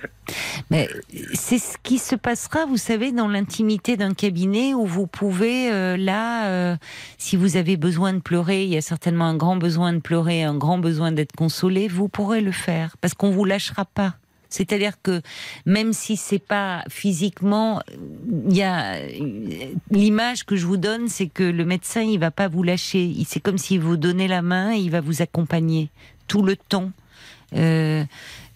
Speaker 3: Mais c'est ce qui se passera, vous savez, dans l'intimité d'un cabinet où vous pouvez, euh, là, euh, si vous avez besoin de pleurer, il y a certainement un grand besoin de pleurer, un grand besoin d'être consolé, vous pourrez le faire, parce qu'on vous lâchera pas. C'est-à-dire que même si c'est pas physiquement, il y a l'image que je vous donne, c'est que le médecin il va pas vous lâcher. C'est comme s'il vous donnait la main et il va vous accompagner tout le temps euh,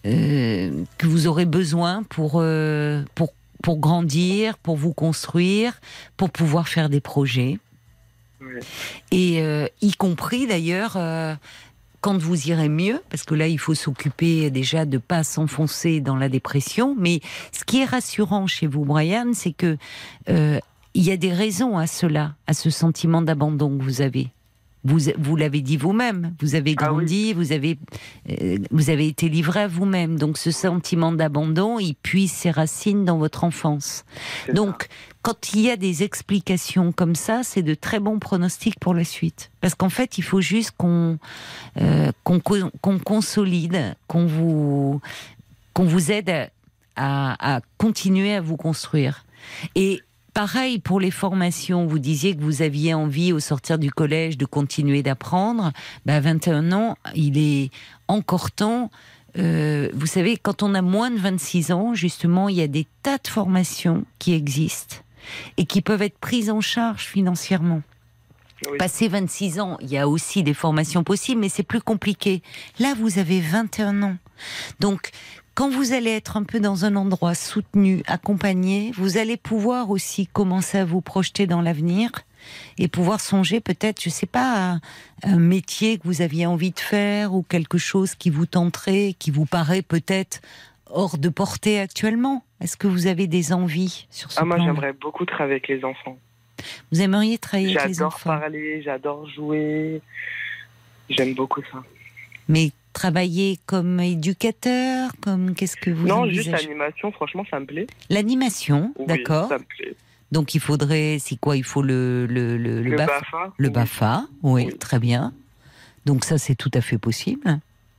Speaker 3: euh, que vous aurez besoin pour euh, pour pour grandir, pour vous construire, pour pouvoir faire des projets. Oui. Et euh, y compris d'ailleurs. Euh, Quand vous irez mieux, parce que là, il faut s'occuper déjà de ne pas s'enfoncer dans la dépression. Mais ce qui est rassurant chez vous, Brian, c'est que euh, il y a des raisons à cela, à ce sentiment d'abandon que vous avez. Vous, vous l'avez dit vous-même, vous avez grandi, ah oui. vous, avez, euh, vous avez été livré à vous-même. Donc ce sentiment d'abandon, il puise ses racines dans votre enfance. C'est Donc ça. Quand il y a des explications comme ça, c'est de très bons pronostics pour la suite. Parce qu'en fait, il faut juste qu'on, euh, qu'on, qu'on consolide, qu'on vous, qu'on vous aide à, à, à continuer à vous construire. Et pareil pour les formations, vous disiez que vous aviez envie au sortir du collège de continuer d'apprendre. Ben, à vingt et un ans, il est encore temps. Euh, vous savez, quand on a moins de vingt-six ans, justement, il y a des tas de formations qui existent et qui peuvent être prises en charge financièrement. Oui. Passé vingt-six ans, il y a aussi des formations possibles, mais c'est plus compliqué. Là, vous avez vingt et un ans. Donc, quand vous allez être un peu dans un endroit soutenu, accompagné, vous allez pouvoir aussi commencer à vous projeter dans l'avenir et pouvoir songer peut-être, je ne sais pas, à un métier que vous aviez envie de faire ou quelque chose qui vous tenterait, qui vous paraît peut-être hors de portée actuellement. Est-ce que vous avez des envies sur ce
Speaker 8: ah,
Speaker 3: plan?
Speaker 8: Moi, j'aimerais beaucoup travailler avec les enfants.
Speaker 3: Vous aimeriez travailler avec les enfants?
Speaker 8: J'adore parler, j'adore jouer. J'aime beaucoup ça.
Speaker 3: Mais travailler comme éducateur, comme qu'est-ce que vous
Speaker 8: Non,
Speaker 3: envisagez?
Speaker 8: juste l'animation, franchement, ça me plaît.
Speaker 3: L'animation,
Speaker 8: oui,
Speaker 3: d'accord.
Speaker 8: ça me plaît.
Speaker 3: Donc il faudrait, c'est quoi? Il faut le le le,
Speaker 8: le
Speaker 3: B A F A.
Speaker 8: BAFA.
Speaker 3: Le
Speaker 8: oui.
Speaker 3: B A F A, oui,
Speaker 8: oui,
Speaker 3: très bien. Donc ça, c'est tout à fait possible.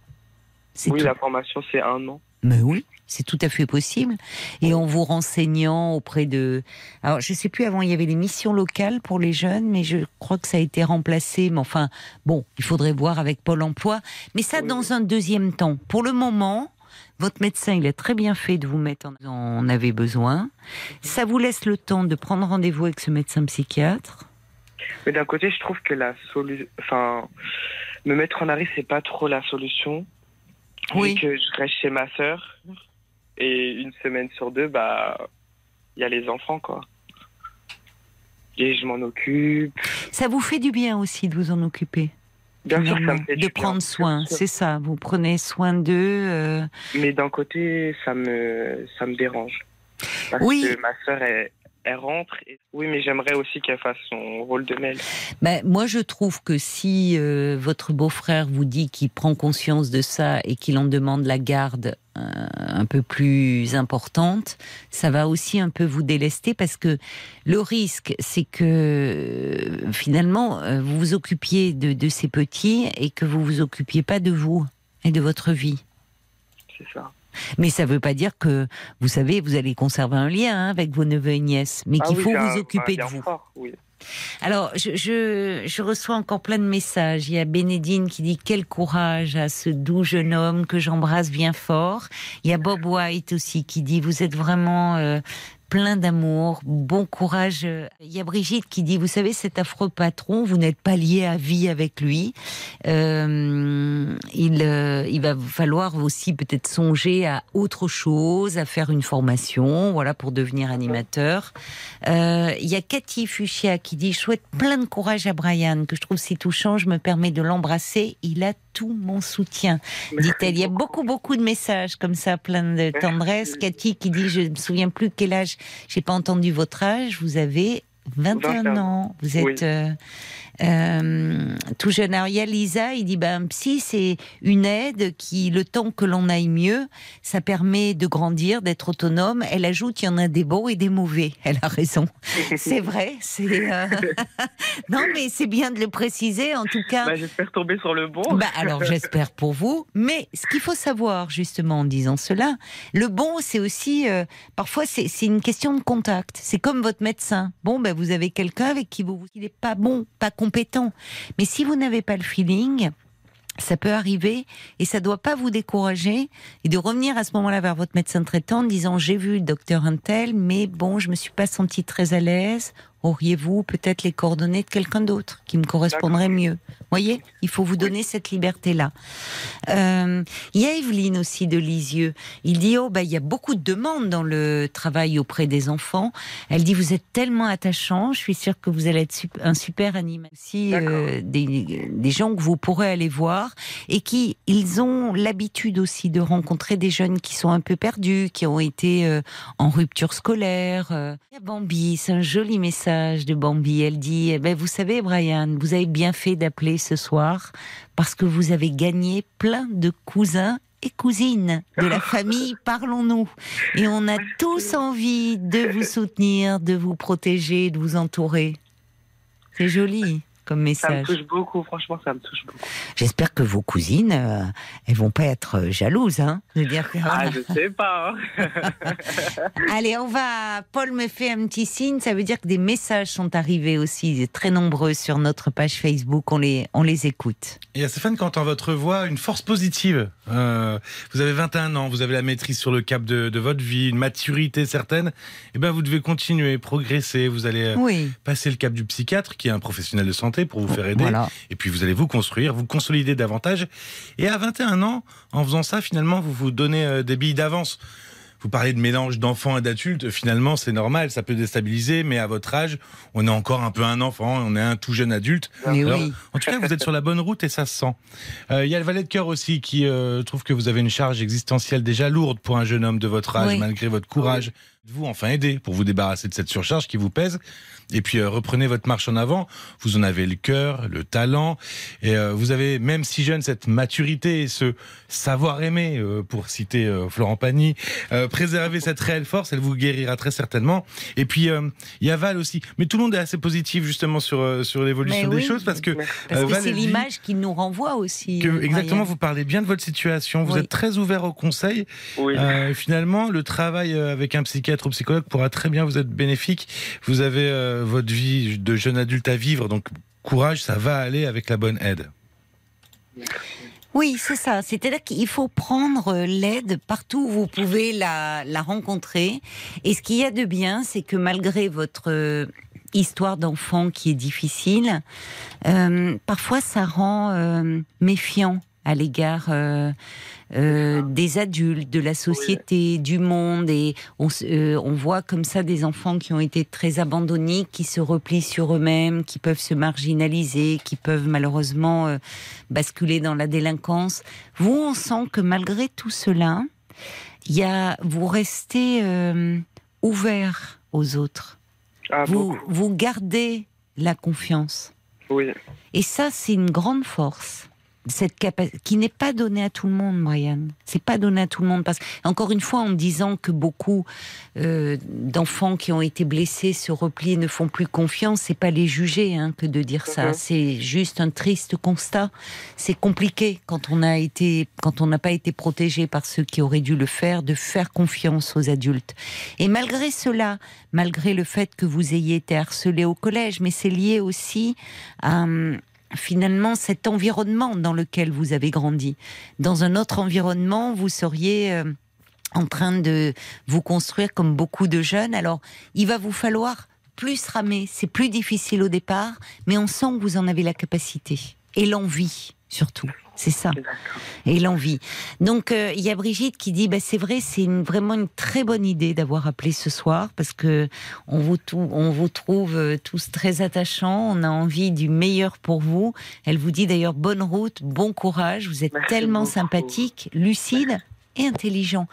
Speaker 3: C'est
Speaker 8: oui,
Speaker 3: tout...
Speaker 8: la formation, c'est un an.
Speaker 3: Mais oui, c'est tout à fait possible. Et en vous renseignant auprès de... Alors, je ne sais plus, avant, il y avait les missions locales pour les jeunes, mais je crois que ça a été remplacé. Mais enfin, bon, il faudrait voir avec Pôle emploi. Mais ça, oui, dans oui. un deuxième temps. Pour le moment, votre médecin, il a très bien fait de vous mettre en... en avez besoin. Ça vous laisse le temps de prendre rendez-vous avec ce médecin psychiatre.
Speaker 8: Mais d'un côté, je trouve que la solution... Enfin, me mettre en arrêt, c'est pas trop la solution. Oui. Que je reste chez ma sœur et une semaine sur deux, bah, il y a les enfants, quoi. Et je m'en occupe.
Speaker 3: Ça vous fait du bien aussi de vous en occuper?
Speaker 8: Bien sûr, ça me fait du bien.
Speaker 3: De prendre soin, c'est ça. Vous prenez soin d'eux. Euh...
Speaker 8: Mais d'un côté, ça me, ça me dérange. Parce oui. que ma sœur est. Elle rentre. Et... Oui, mais j'aimerais aussi qu'elle fasse son rôle de mère.
Speaker 3: Ben, moi, je trouve que si euh, votre beau-frère vous dit qu'il prend conscience de ça et qu'il en demande la garde euh, un peu plus importante, ça va aussi un peu vous délester parce que le risque, c'est que euh, finalement, euh, vous vous occupiez de, de ces petits et que vous vous occupiez pas de vous et de votre vie.
Speaker 8: C'est ça.
Speaker 3: Mais ça ne veut pas dire que, vous savez, vous allez conserver un lien hein, avec vos neveux et nièces, mais ah qu'il oui, faut vous occuper de vous.
Speaker 8: Fort, oui.
Speaker 3: Alors, je, je, je reçois encore plein de messages. Il y a Bénédine qui dit « Quel courage à ce doux jeune homme que j'embrasse bien fort ». Il y a Bob White aussi qui dit « Vous êtes vraiment... Euh, plein d'amour, bon courage. » Il y a Brigitte qui dit, vous savez, cet affreux patron, vous n'êtes pas lié à vie avec lui. Euh, il, euh, il va falloir aussi peut-être songer à autre chose, à faire une formation, voilà, pour devenir animateur. Euh, il y a Cathy Fuchsia qui dit, je souhaite plein de courage à Brian, que je trouve si touchant, je me permets de l'embrasser. Il a tout mon soutien, dit-elle. Il y a beaucoup, beaucoup de messages comme ça, plein de tendresse. Cathy qui dit, je ne me souviens plus quel âge, j'ai pas entendu votre âge, vous avez vingt et un ans. Vous êtes... Oui. Euh, Euh, tout jeune. Alors, il y a Lisa, il dit ben, un psy, c'est une aide qui, le temps que l'on aille mieux, ça permet de grandir, d'être autonome. Elle ajoute, il y en a des bons et des mauvais. Elle a raison. C'est vrai. C'est, euh... non, mais c'est bien de le préciser, en tout cas.
Speaker 8: Bah, j'espère tomber sur le bon.
Speaker 3: Bah, alors, j'espère pour vous. Mais ce qu'il faut savoir, justement, en disant cela, le bon, c'est aussi, euh, parfois, c'est, c'est une question de contact. C'est comme votre médecin. Bon, ben, vous avez quelqu'un avec qui vous, il n'est pas bon, pas compétent. Mais si vous n'avez pas le feeling, ça peut arriver et ça ne doit pas vous décourager et de revenir à ce moment-là vers votre médecin traitant en disant j'ai vu le docteur Untel, mais bon, je ne me suis pas sentie très à l'aise. Auriez-vous peut-être les coordonnées de quelqu'un d'autre qui me correspondrait mieux? Vous voyez, il faut vous donner cette liberté-là. Euh, il y a Evelyne aussi de Lisieux. Il dit, oh, bah, il y a beaucoup de demandes dans le travail auprès des enfants. Elle dit, vous êtes tellement attachant, je suis sûre que vous allez être super, un super animateur. Aussi, euh, des, des gens que vous pourrez aller voir et qui, ils ont l'habitude aussi de rencontrer des jeunes qui sont un peu perdus, qui ont été euh, en rupture scolaire. Euh. Il y a Bambi, c'est un joli message message de Bambi. Elle dit, eh ben, vous savez, Brian, vous avez bien fait d'appeler ce soir parce que vous avez gagné plein de cousins et cousines de la famille Parlons-nous. Et on a tous envie de vous soutenir, de vous protéger, de vous entourer. C'est joli comme message.
Speaker 8: Ça me touche beaucoup, franchement, ça me touche beaucoup.
Speaker 3: J'espère que vos cousines, euh, elles vont pas être jalouses, hein, de dire que...
Speaker 8: Ah, je sais pas. Hein.
Speaker 3: Allez, on va... Paul me fait un petit signe, ça veut dire que des messages sont arrivés aussi, très nombreux sur notre page Facebook, on les, on les écoute.
Speaker 7: Et il y a Stéphane qui entend votre voix, une force positive. Euh, vous avez vingt et un ans, vous avez la maîtrise sur le cap de, de votre vie, une maturité certaine. Eh ben, vous devez continuer, progresser. Vous allez euh,
Speaker 3: oui.
Speaker 7: passer le cap du psychiatre, qui est un professionnel de santé, pour vous faire aider.
Speaker 3: Voilà.
Speaker 7: Et puis vous allez vous construire, vous consolider davantage. Et à vingt et un ans, en faisant ça, finalement, vous vous donnez euh, des billes d'avance. Vous parlez de mélange d'enfants et d'adultes, finalement c'est normal, ça peut déstabiliser, mais à votre âge, on est encore un peu un enfant, on est un tout jeune adulte.
Speaker 3: Mais
Speaker 7: Alors,
Speaker 3: oui.
Speaker 7: En tout cas, vous êtes sur la bonne route et ça se sent. Il euh, y a le valet de cœur aussi qui euh, trouve que vous avez une charge existentielle déjà lourde pour un jeune homme de votre âge,
Speaker 3: oui.
Speaker 7: malgré votre courage. Vous enfin aider pour vous débarrasser de cette surcharge qui vous pèse. Et puis euh, reprenez votre marche en avant. Vous en avez le cœur, le talent, et euh, vous avez même si jeune cette maturité et ce savoir-aimer, euh, pour citer euh, Florent Pagny. Euh, préservez cette réelle force, elle vous guérira très certainement. Et puis il euh, y a Val aussi. Mais tout le monde est assez positif justement sur euh, sur l'évolution
Speaker 3: Mais
Speaker 7: des
Speaker 3: oui.
Speaker 7: choses parce que
Speaker 3: parce
Speaker 7: euh,
Speaker 3: que
Speaker 7: Val,
Speaker 3: c'est
Speaker 7: elle dit
Speaker 3: l'image qui nous renvoie aussi.
Speaker 7: que,
Speaker 3: euh,
Speaker 7: exactement,
Speaker 3: Brian.
Speaker 7: vous parlez bien de votre situation. Vous
Speaker 3: Oui.
Speaker 7: êtes très ouvert au conseil.
Speaker 8: Oui.
Speaker 7: Euh, finalement, le travail avec un psychiatre ou psychologue pourra très bien vous être bénéfique. Vous avez euh, votre vie de jeune adulte à vivre, donc courage, ça va aller avec la bonne aide.
Speaker 3: Oui, c'est ça. C'est-à-dire qu'il faut prendre l'aide partout où vous pouvez la, la rencontrer. Et ce qu'il y a de bien, c'est que malgré votre euh, histoire d'enfant qui est difficile, euh, parfois ça rend euh, méfiant à l'égard euh, euh, des adultes, de la société, du monde, et on, euh, on voit comme ça des enfants qui ont été très abandonnés, qui se replient sur eux-mêmes, qui peuvent se marginaliser, qui peuvent malheureusement euh, basculer dans la délinquance. Vous, on sent que malgré tout cela, il y a, vous restez euh, ouvert aux autres.
Speaker 8: Ah,
Speaker 3: vous,
Speaker 8: beaucoup.
Speaker 3: vous gardez la confiance.
Speaker 8: Oui.
Speaker 3: Et ça, c'est une grande force. Cette capa- qui n'est pas donnée à tout le monde, Brian. C'est pas donné à tout le monde parce encore une fois, en me disant que beaucoup euh, d'enfants qui ont été blessés se replient et ne font plus confiance, c'est pas les juger hein, que de dire ça.
Speaker 8: Mhm.
Speaker 3: C'est juste un triste constat. C'est compliqué quand on a été, quand on n'a pas été protégé par ceux qui auraient dû le faire, de faire confiance aux adultes. Et malgré cela, malgré le fait que vous ayez été harcelé au collège, mais c'est lié aussi à finalement cet environnement dans lequel vous avez grandi. Dans un autre environnement, vous seriez euh, en train de vous construire comme beaucoup de jeunes. Alors, il va vous falloir plus ramer. C'est plus difficile au départ, mais on sent que vous en avez la capacité. Et l'envie, surtout. C'est ça. Et l'envie. Donc, euh, il y a Brigitte qui dit, bah, c'est vrai, c'est une, vraiment une très bonne idée d'avoir appelé ce soir, parce que on vous, tout, on vous trouve euh, tous très attachants, on a envie du meilleur pour vous. Elle vous dit d'ailleurs, bonne route, bon courage, vous êtes
Speaker 8: Merci
Speaker 3: tellement
Speaker 8: beaucoup.
Speaker 3: sympathique, lucide et intelligent.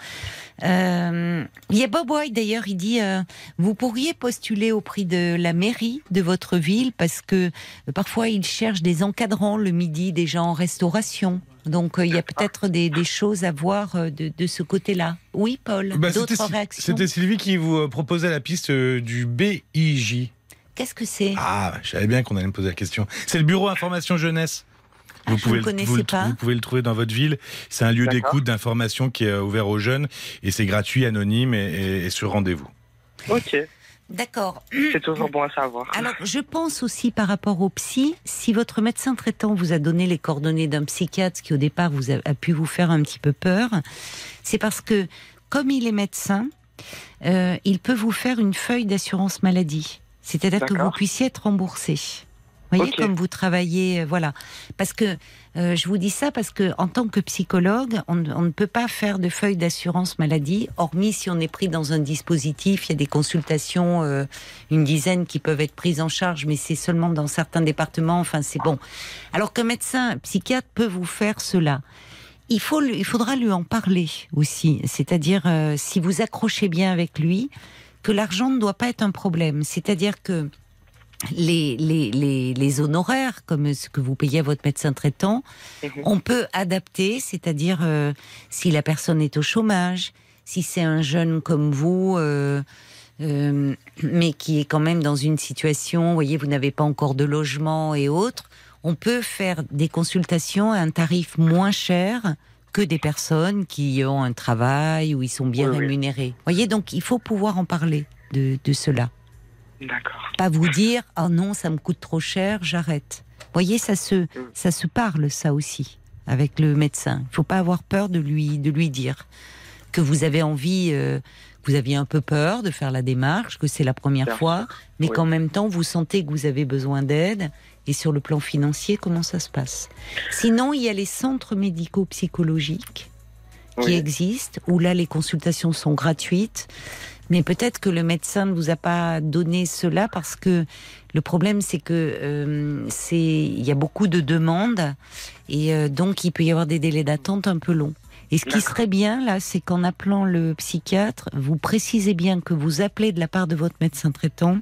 Speaker 3: Euh, il y a Bob White d'ailleurs, il dit euh, vous pourriez postuler au prix de la mairie de votre ville parce que euh, parfois ils cherchent des encadrants le midi, des gens en restauration. Donc euh, il y a peut-être des, des choses à voir euh, de, de ce côté-là. Oui, Paul,
Speaker 7: Bah,
Speaker 3: d'autres
Speaker 7: c'était,
Speaker 3: réactions.
Speaker 7: C'était Sylvie qui vous euh, proposait la piste euh, du B I J.
Speaker 3: Qu'est-ce que c'est?
Speaker 7: Ah, je savais bien qu'on allait me poser la question. C'est le Bureau Information Jeunesse. Vous,
Speaker 3: je
Speaker 7: pouvez
Speaker 3: ne
Speaker 7: le,
Speaker 3: connaissais
Speaker 7: vous, le-
Speaker 3: pas.
Speaker 7: vous pouvez le trouver dans votre ville. C'est un lieu
Speaker 8: D'accord.
Speaker 7: d'écoute, d'information qui est euh, ouvert aux jeunes et c'est gratuit, anonyme et, et, et sur rendez-vous.
Speaker 8: Ok,
Speaker 3: D'accord.
Speaker 8: c'est toujours bon à savoir.
Speaker 3: Alors, je pense aussi par rapport au psy, si votre médecin traitant vous a donné les coordonnées d'un psychiatre qui au départ vous a, a pu vous faire un petit peu peur, c'est parce que comme il est médecin, euh, il peut vous faire une feuille d'assurance maladie. C'est-à-dire que
Speaker 8: D'accord.
Speaker 3: vous puissiez être remboursé. Vous voyez,
Speaker 8: Ok.
Speaker 3: comme vous travaillez, euh, voilà. Parce que, euh, je vous dis ça parce que, en tant que psychologue, on, ne- on ne peut pas faire de feuille d'assurance maladie, hormis si on est pris dans un dispositif. Il y a des consultations, euh, une dizaine qui peuvent être prises en charge, mais c'est seulement dans certains départements. Enfin, c'est bon. Alors qu'un médecin, un psychiatre peut vous faire cela. Il faut, lui- il faudra lui en parler aussi. C'est-à-dire, euh, si vous accrochez bien avec lui, que l'argent ne doit pas être un problème. C'est-à-dire que les, les, les, les honoraires, comme ce que vous payez à votre médecin traitant, mmh. on peut adapter, c'est-à-dire euh, si la personne est au chômage, si c'est un jeune comme vous, euh, euh, mais qui est quand même dans une situation, vous voyez, vous n'avez pas encore de logement et autres, on peut faire des consultations à un tarif moins cher que des personnes qui ont un travail où ils sont bien oui, rémunérés. Vous oui. voyez, donc il faut pouvoir en parler de, de cela.
Speaker 8: D'accord.
Speaker 3: Pas vous dire « Oh non, ça me coûte trop cher, j'arrête ». Vous voyez, ça se, ça se parle, ça aussi, avec le médecin. Il ne faut pas avoir peur de lui, de lui dire que vous avez envie, euh, que vous aviez un peu peur de faire la démarche, que c'est la première Bien fois, sûr. mais oui. qu'en même temps, vous sentez que vous avez besoin d'aide. Et sur le plan financier, comment ça se passe ? Sinon, il y a les centres médico-psychologiques qui oui. existent, où là, les consultations sont gratuites. Mais peut-être que le médecin ne vous a pas donné cela parce que le problème, c'est que euh, c'est, il y a beaucoup de demandes et euh, donc il peut y avoir des délais d'attente un peu longs. Et ce qui D'accord. serait bien, là, c'est qu'en appelant le psychiatre, vous précisez bien que vous appelez de la part de votre médecin traitant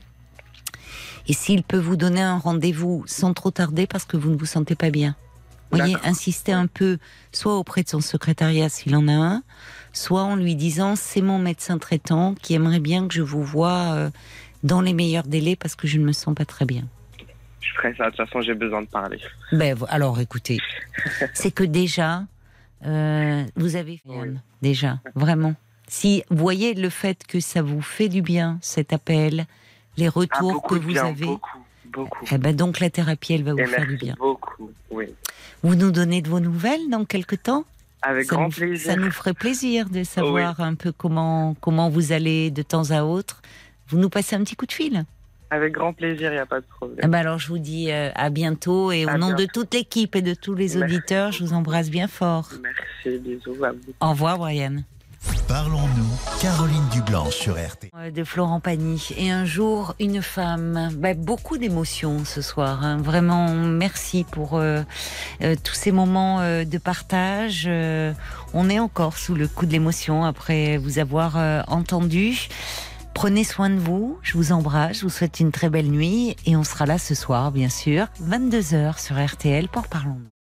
Speaker 3: et s'il peut vous donner un rendez-vous sans trop tarder parce que vous ne vous sentez pas bien. Vous voyez, insister un peu, soit auprès de son secrétariat s'il en a un, soit en lui disant c'est mon médecin traitant qui aimerait bien que je vous voie euh, dans les meilleurs délais parce que je ne me sens pas très bien.
Speaker 8: Je ferai ça, de toute façon j'ai besoin de parler.
Speaker 3: Ben, alors écoutez, c'est que déjà, euh, vous avez fait oui. déjà, vraiment. Si vous voyez le fait que ça vous fait du bien, cet appel, les retours
Speaker 8: ah,
Speaker 3: que vous
Speaker 8: bien,
Speaker 3: avez...
Speaker 8: Beaucoup. Beaucoup.
Speaker 3: Eh ben donc la thérapie, elle va vous
Speaker 8: Et
Speaker 3: faire
Speaker 8: merci
Speaker 3: du bien.
Speaker 8: Beaucoup, oui.
Speaker 3: Vous nous donnez de vos nouvelles dans quelque temps ?
Speaker 8: Avec
Speaker 3: ça
Speaker 8: grand
Speaker 3: nous,
Speaker 8: plaisir.
Speaker 3: Ça nous ferait plaisir de savoir
Speaker 8: oui.
Speaker 3: un peu comment comment vous allez de temps à autre. Vous nous passez un petit coup de fil ?
Speaker 8: Avec grand plaisir, il n'y a pas de problème.
Speaker 3: Eh ben alors je vous dis euh, à bientôt et au à nom bientôt. de toute l'équipe et de tous les merci. auditeurs, je vous embrasse bien fort.
Speaker 8: Merci, bisous à vous.
Speaker 3: Au revoir Brian.
Speaker 1: Parlons-nous, Caroline Dublanche sur R T L.
Speaker 3: De Florent Pagny. Et un jour, une femme. Bah, beaucoup d'émotions ce soir. Hein. Vraiment, merci pour euh, euh, tous ces moments euh, de partage. Euh, on est encore sous le coup de l'émotion après vous avoir euh, entendu. Prenez soin de vous. Je vous embrasse. Je vous souhaite une très belle nuit. Et on sera là ce soir, bien sûr, vingt-deux heures sur R T L pour Parlons-nous.